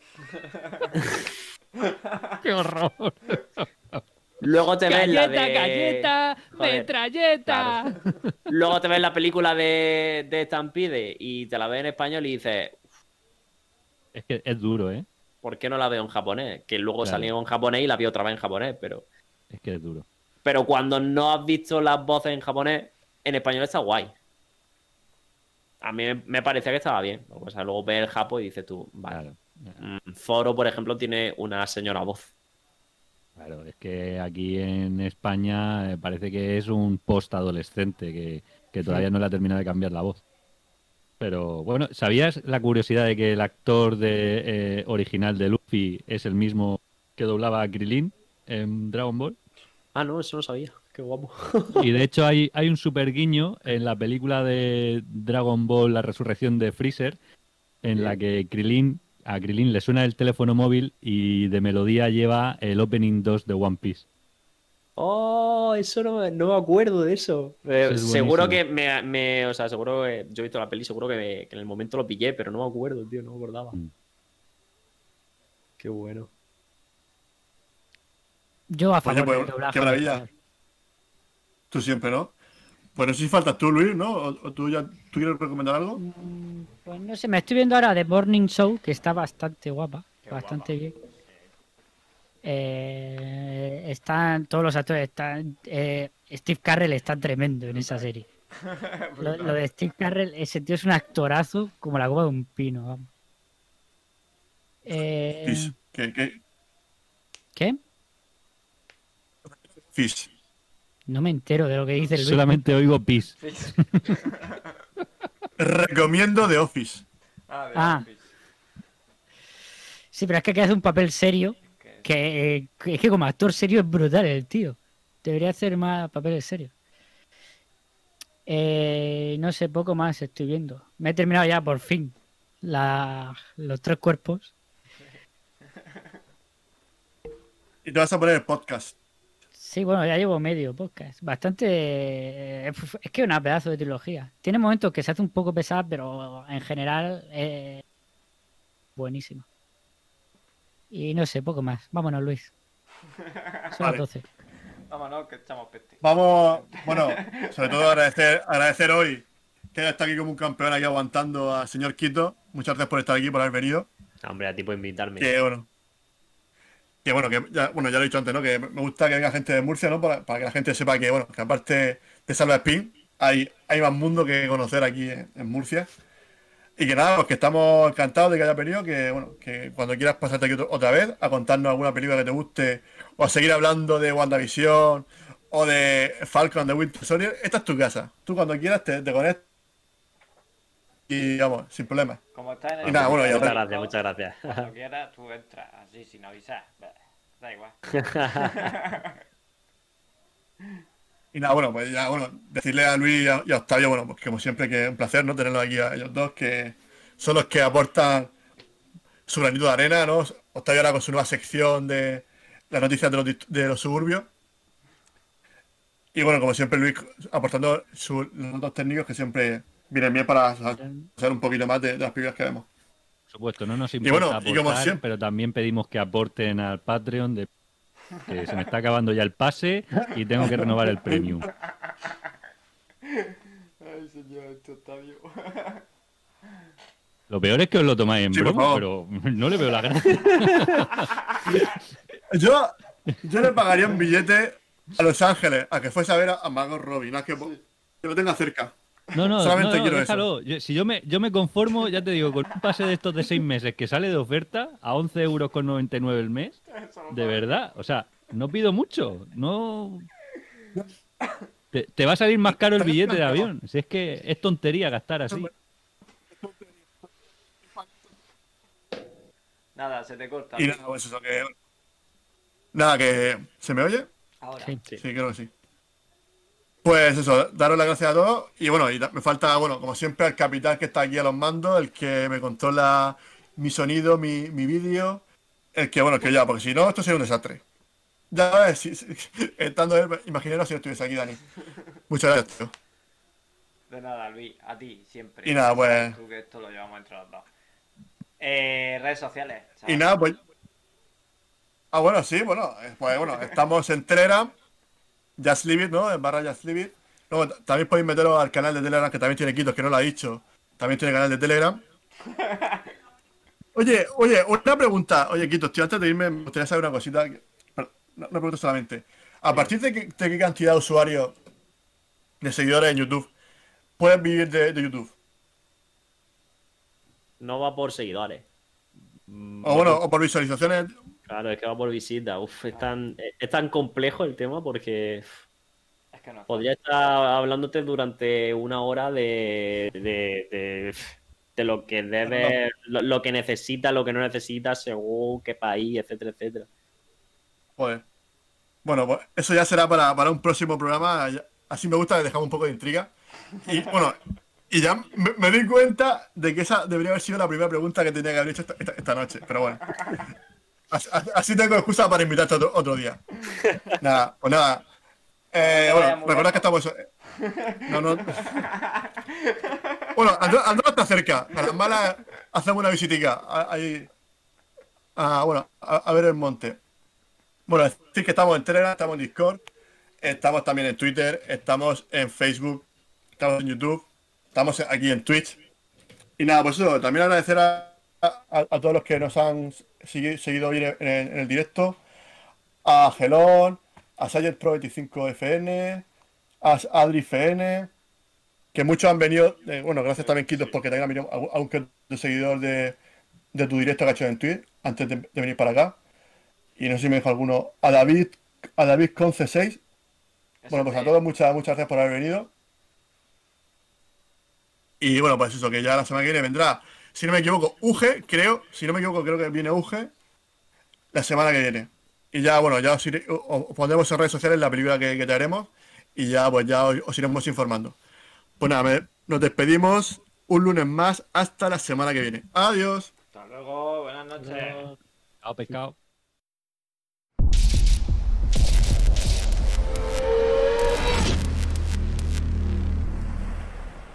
¡Qué horror! Luego te ves la de. galleta, Joder, metralleta. claro. Luego te ves la película de, de Stampede y te la ves en español y dices, Es que es duro, ¿eh? ¿por qué no la veo en japonés? Que luego Claro. salió en japonés y la vi otra vez en japonés, pero. Es que es duro. Pero cuando no has visto las voces en japonés, en español está guay. A mí me- me parecía que estaba bien. O sea, luego ves el japo y dices tú, vale. Claro. Mm, Zoro, por ejemplo, tiene una señora voz. Claro, es que aquí en España eh, parece que es un post-adolescente que, que todavía no le ha terminado de cambiar la voz. Pero bueno, ¿sabías la curiosidad de que el actor de, eh, original de Luffy es el mismo que doblaba a Krilin en Dragon Ball? Ah, no, eso no sabía. Qué guapo. Y de hecho hay, hay un super guiño en la película de Dragon Ball, La Resurrección de Freezer, en la que Krilin a Krilin le suena el teléfono móvil y de melodía lleva el Opening dos de One Piece. Oh, eso no me, no me acuerdo de eso. Eh, Eso es seguro que buenísimo. me, me- O sea, seguro que yo he visto la peli, seguro que, me- que en el momento lo pillé, pero no me acuerdo, tío, no me acordaba. Mm. Qué bueno. Yo a Oye, favor pues, del doblaje. qué en maravilla. español. Tú siempre, ¿no? Pues no sé si faltas tú, Luis, ¿no? ¿O, o tú ya tú quieres recomendar algo? Mm, Pues no sé, me estoy viendo ahora The Morning Show, que está bastante guapa, Qué bastante guapa. bien. Eh, están todos los actores, están, eh, Steve Carell está tremendo en esa serie. Lo, lo de Steve Carell, ese tío es un actorazo como la copa de un pino, vamos. Eh, Fish. ¿Qué, qué? ¿Qué? Fish. No me entero de lo que dice Luis. Solamente oigo Peace. Recomiendo The Office. Ah, de Ah. Office. Sí, pero es que aquí hace un papel serio, Que- que, eh, que es que como actor serio es brutal el tío. Debería hacer más papeles serios. Eh, no sé, poco más estoy viendo. Me he terminado ya por fin la- los tres cuerpos. Y te vas a poner el podcast. Sí, bueno, ya llevo medio podcast. Bastante... eh, Es que es una pedazo de trilogía. Tiene momentos que se hace un poco pesada, pero en general es buenísimo. Y no sé, poco más. Vámonos, Luis. Son Vale. las doce. Vámonos, que echamos peste. Vamos, bueno, sobre todo agradecer, agradecer hoy que haya estado aquí como un campeón aquí aguantando al señor Quito. Muchas gracias por estar aquí, por haber venido. Hombre, a ti por invitarme. Que bueno, que bueno, que ya, bueno, ya lo he dicho antes, ¿no? Que me gusta que venga gente de Murcia, ¿no? Para, para que la gente sepa que, bueno, que aparte de Salva Spin, hay, hay más mundo que conocer aquí en, en Murcia. Y que nada, pues que estamos encantados de que haya venido, que bueno, que cuando quieras pasarte aquí otro- otra vez a contarnos alguna película que te guste, o a seguir hablando de WandaVision, o de Falcon de Winter Soldier, esta es tu casa. Tú cuando quieras te, te conectas y vamos, sin problemas. Como está en el Y nada, bueno, ya Muchas está. gracias, muchas gracias. Cuando quieras, tú entras así sin avisar. Bah, da igual. Y nada, bueno, pues ya, bueno, decirle a Luis y a, y a Octavio, bueno, pues como siempre que es un placer, ¿no? Tenerlos aquí a ellos dos, que son los que aportan su granito de arena, ¿no? Octavio ahora con su nueva sección de las noticias de los, dist- de los suburbios. Y bueno, como siempre, Luis aportando sus los datos técnicos que siempre vienen bien para saber un poquito más de, de las películas que vemos. Por supuesto, no nos Y importa bueno, y como aportar, siempre- pero también pedimos que aporten al Patreon, de... que se me está acabando ya el pase y tengo que renovar el premium. Ay, señor, esto está vivo. Lo peor es que os lo tomáis en Sí, por broma, favor. pero no le veo la gracia. Yo, yo le pagaría un billete a Los Ángeles a que fuese a ver a, a Margot Robbie, no es que, que lo tenga cerca. No, no, Solamente no, no, quiero déjalo. Yo- si yo me, yo me conformo, ya te digo, con un pase de estos de seis meses que sale de oferta a once euros con noventa y nueve el mes, de verdad, o sea, no pido mucho, no... Te, te va a salir más caro el billete de avión, si es que es tontería gastar así. Nada, se te corta. Y nada, pues eso que. Nada, que. ¿Se me oye? Ahora. Sí. Sí, creo que sí. Pues eso, daros las gracias a todos. Y bueno, y da- me falta, bueno, como siempre, el capitán que está aquí a los mandos, el que me controla mi sonido, mi, mi vídeo. El que, bueno, el que ya, porque si no, esto sería un desastre. Ya ves, si- si- estando él, imaginaros si no estuviese aquí, Dani. Muchas gracias, tío. De nada, Luis, a ti siempre. Y nada, pues- Tú que esto lo llevamos entre los dos. Eh, redes sociales. Y chaval. nada, pues. Ah, bueno, sí, bueno, eh, pues bueno, estamos en Telegram, Just Leave It, ¿no? En barra Just Leave It. Luego t- también podéis meteros al canal de Telegram, que también tiene Quitos, que no lo ha dicho. También tiene canal de Telegram. Oye, oye, una pregunta. Oye, Quitos, tío, antes de irme, me gustaría saber una cosita. que- pero no, no pregunto solamente. ¿A partir de qué, de qué cantidad de usuarios, de seguidores en YouTube, puedes vivir de, de YouTube? No va por seguidores. Mm, O bueno, o por visualizaciones. Claro, es que va por visita. Uf, es tan, es tan complejo el tema porque uf, Es que no. podría estar hablándote durante una hora de, de, de, de lo que debe, lo, lo que necesita, lo que no necesita, según qué país, etcétera, etcétera. Pues, bueno, pues eso ya será para, para un próximo programa. Ya- Así me gusta, le dejamos un poco de intriga. Y bueno, Y ya me, me di cuenta de que esa debería haber sido la primera pregunta que tenía que haber hecho esta, esta- esta noche. Pero bueno. Así, así tengo excusa para invitarte otro, otro día. Nada, pues nada. Eh, No te vayas bueno, muy recordad que estamos. No, no. Bueno, Andrés Andrés está cerca. A las malas hacemos una visitica. a- Ahí. Ah, bueno, a, a ver el monte. Bueno, es decir que estamos en Telegram, estamos en Discord, estamos también en Twitter, estamos en Facebook, estamos en YouTube, estamos aquí en Twitch. Y nada, pues eso, también agradecer a, a- a todos los que nos han segui- seguido hoy en el, en el directo, a Gelón, a Sayer Pro veinticinco F N, a Adri F N, que muchos han venido, eh, bueno, gracias también Kitos porque también han venido algún algún que otro seguidor de, de tu directo que has hecho en Twitch antes de, de venir para acá. Y no sé si me dejo alguno, a David, a David con C seis. Bueno, pues a todos muchas, muchas gracias por haber venido. Y bueno, pues eso, que ya la semana que viene vendrá, si no me equivoco, Uge, creo, si no me equivoco, creo que viene Uge la semana que viene. Y ya, bueno, ya os, iré- os- os pondremos en redes sociales la película que, que traeremos y ya, pues ya os, os iremos informando. Pues nada, me- nos despedimos un lunes más hasta la semana que viene. Adiós. Hasta luego, buenas noches. Chao, pescado.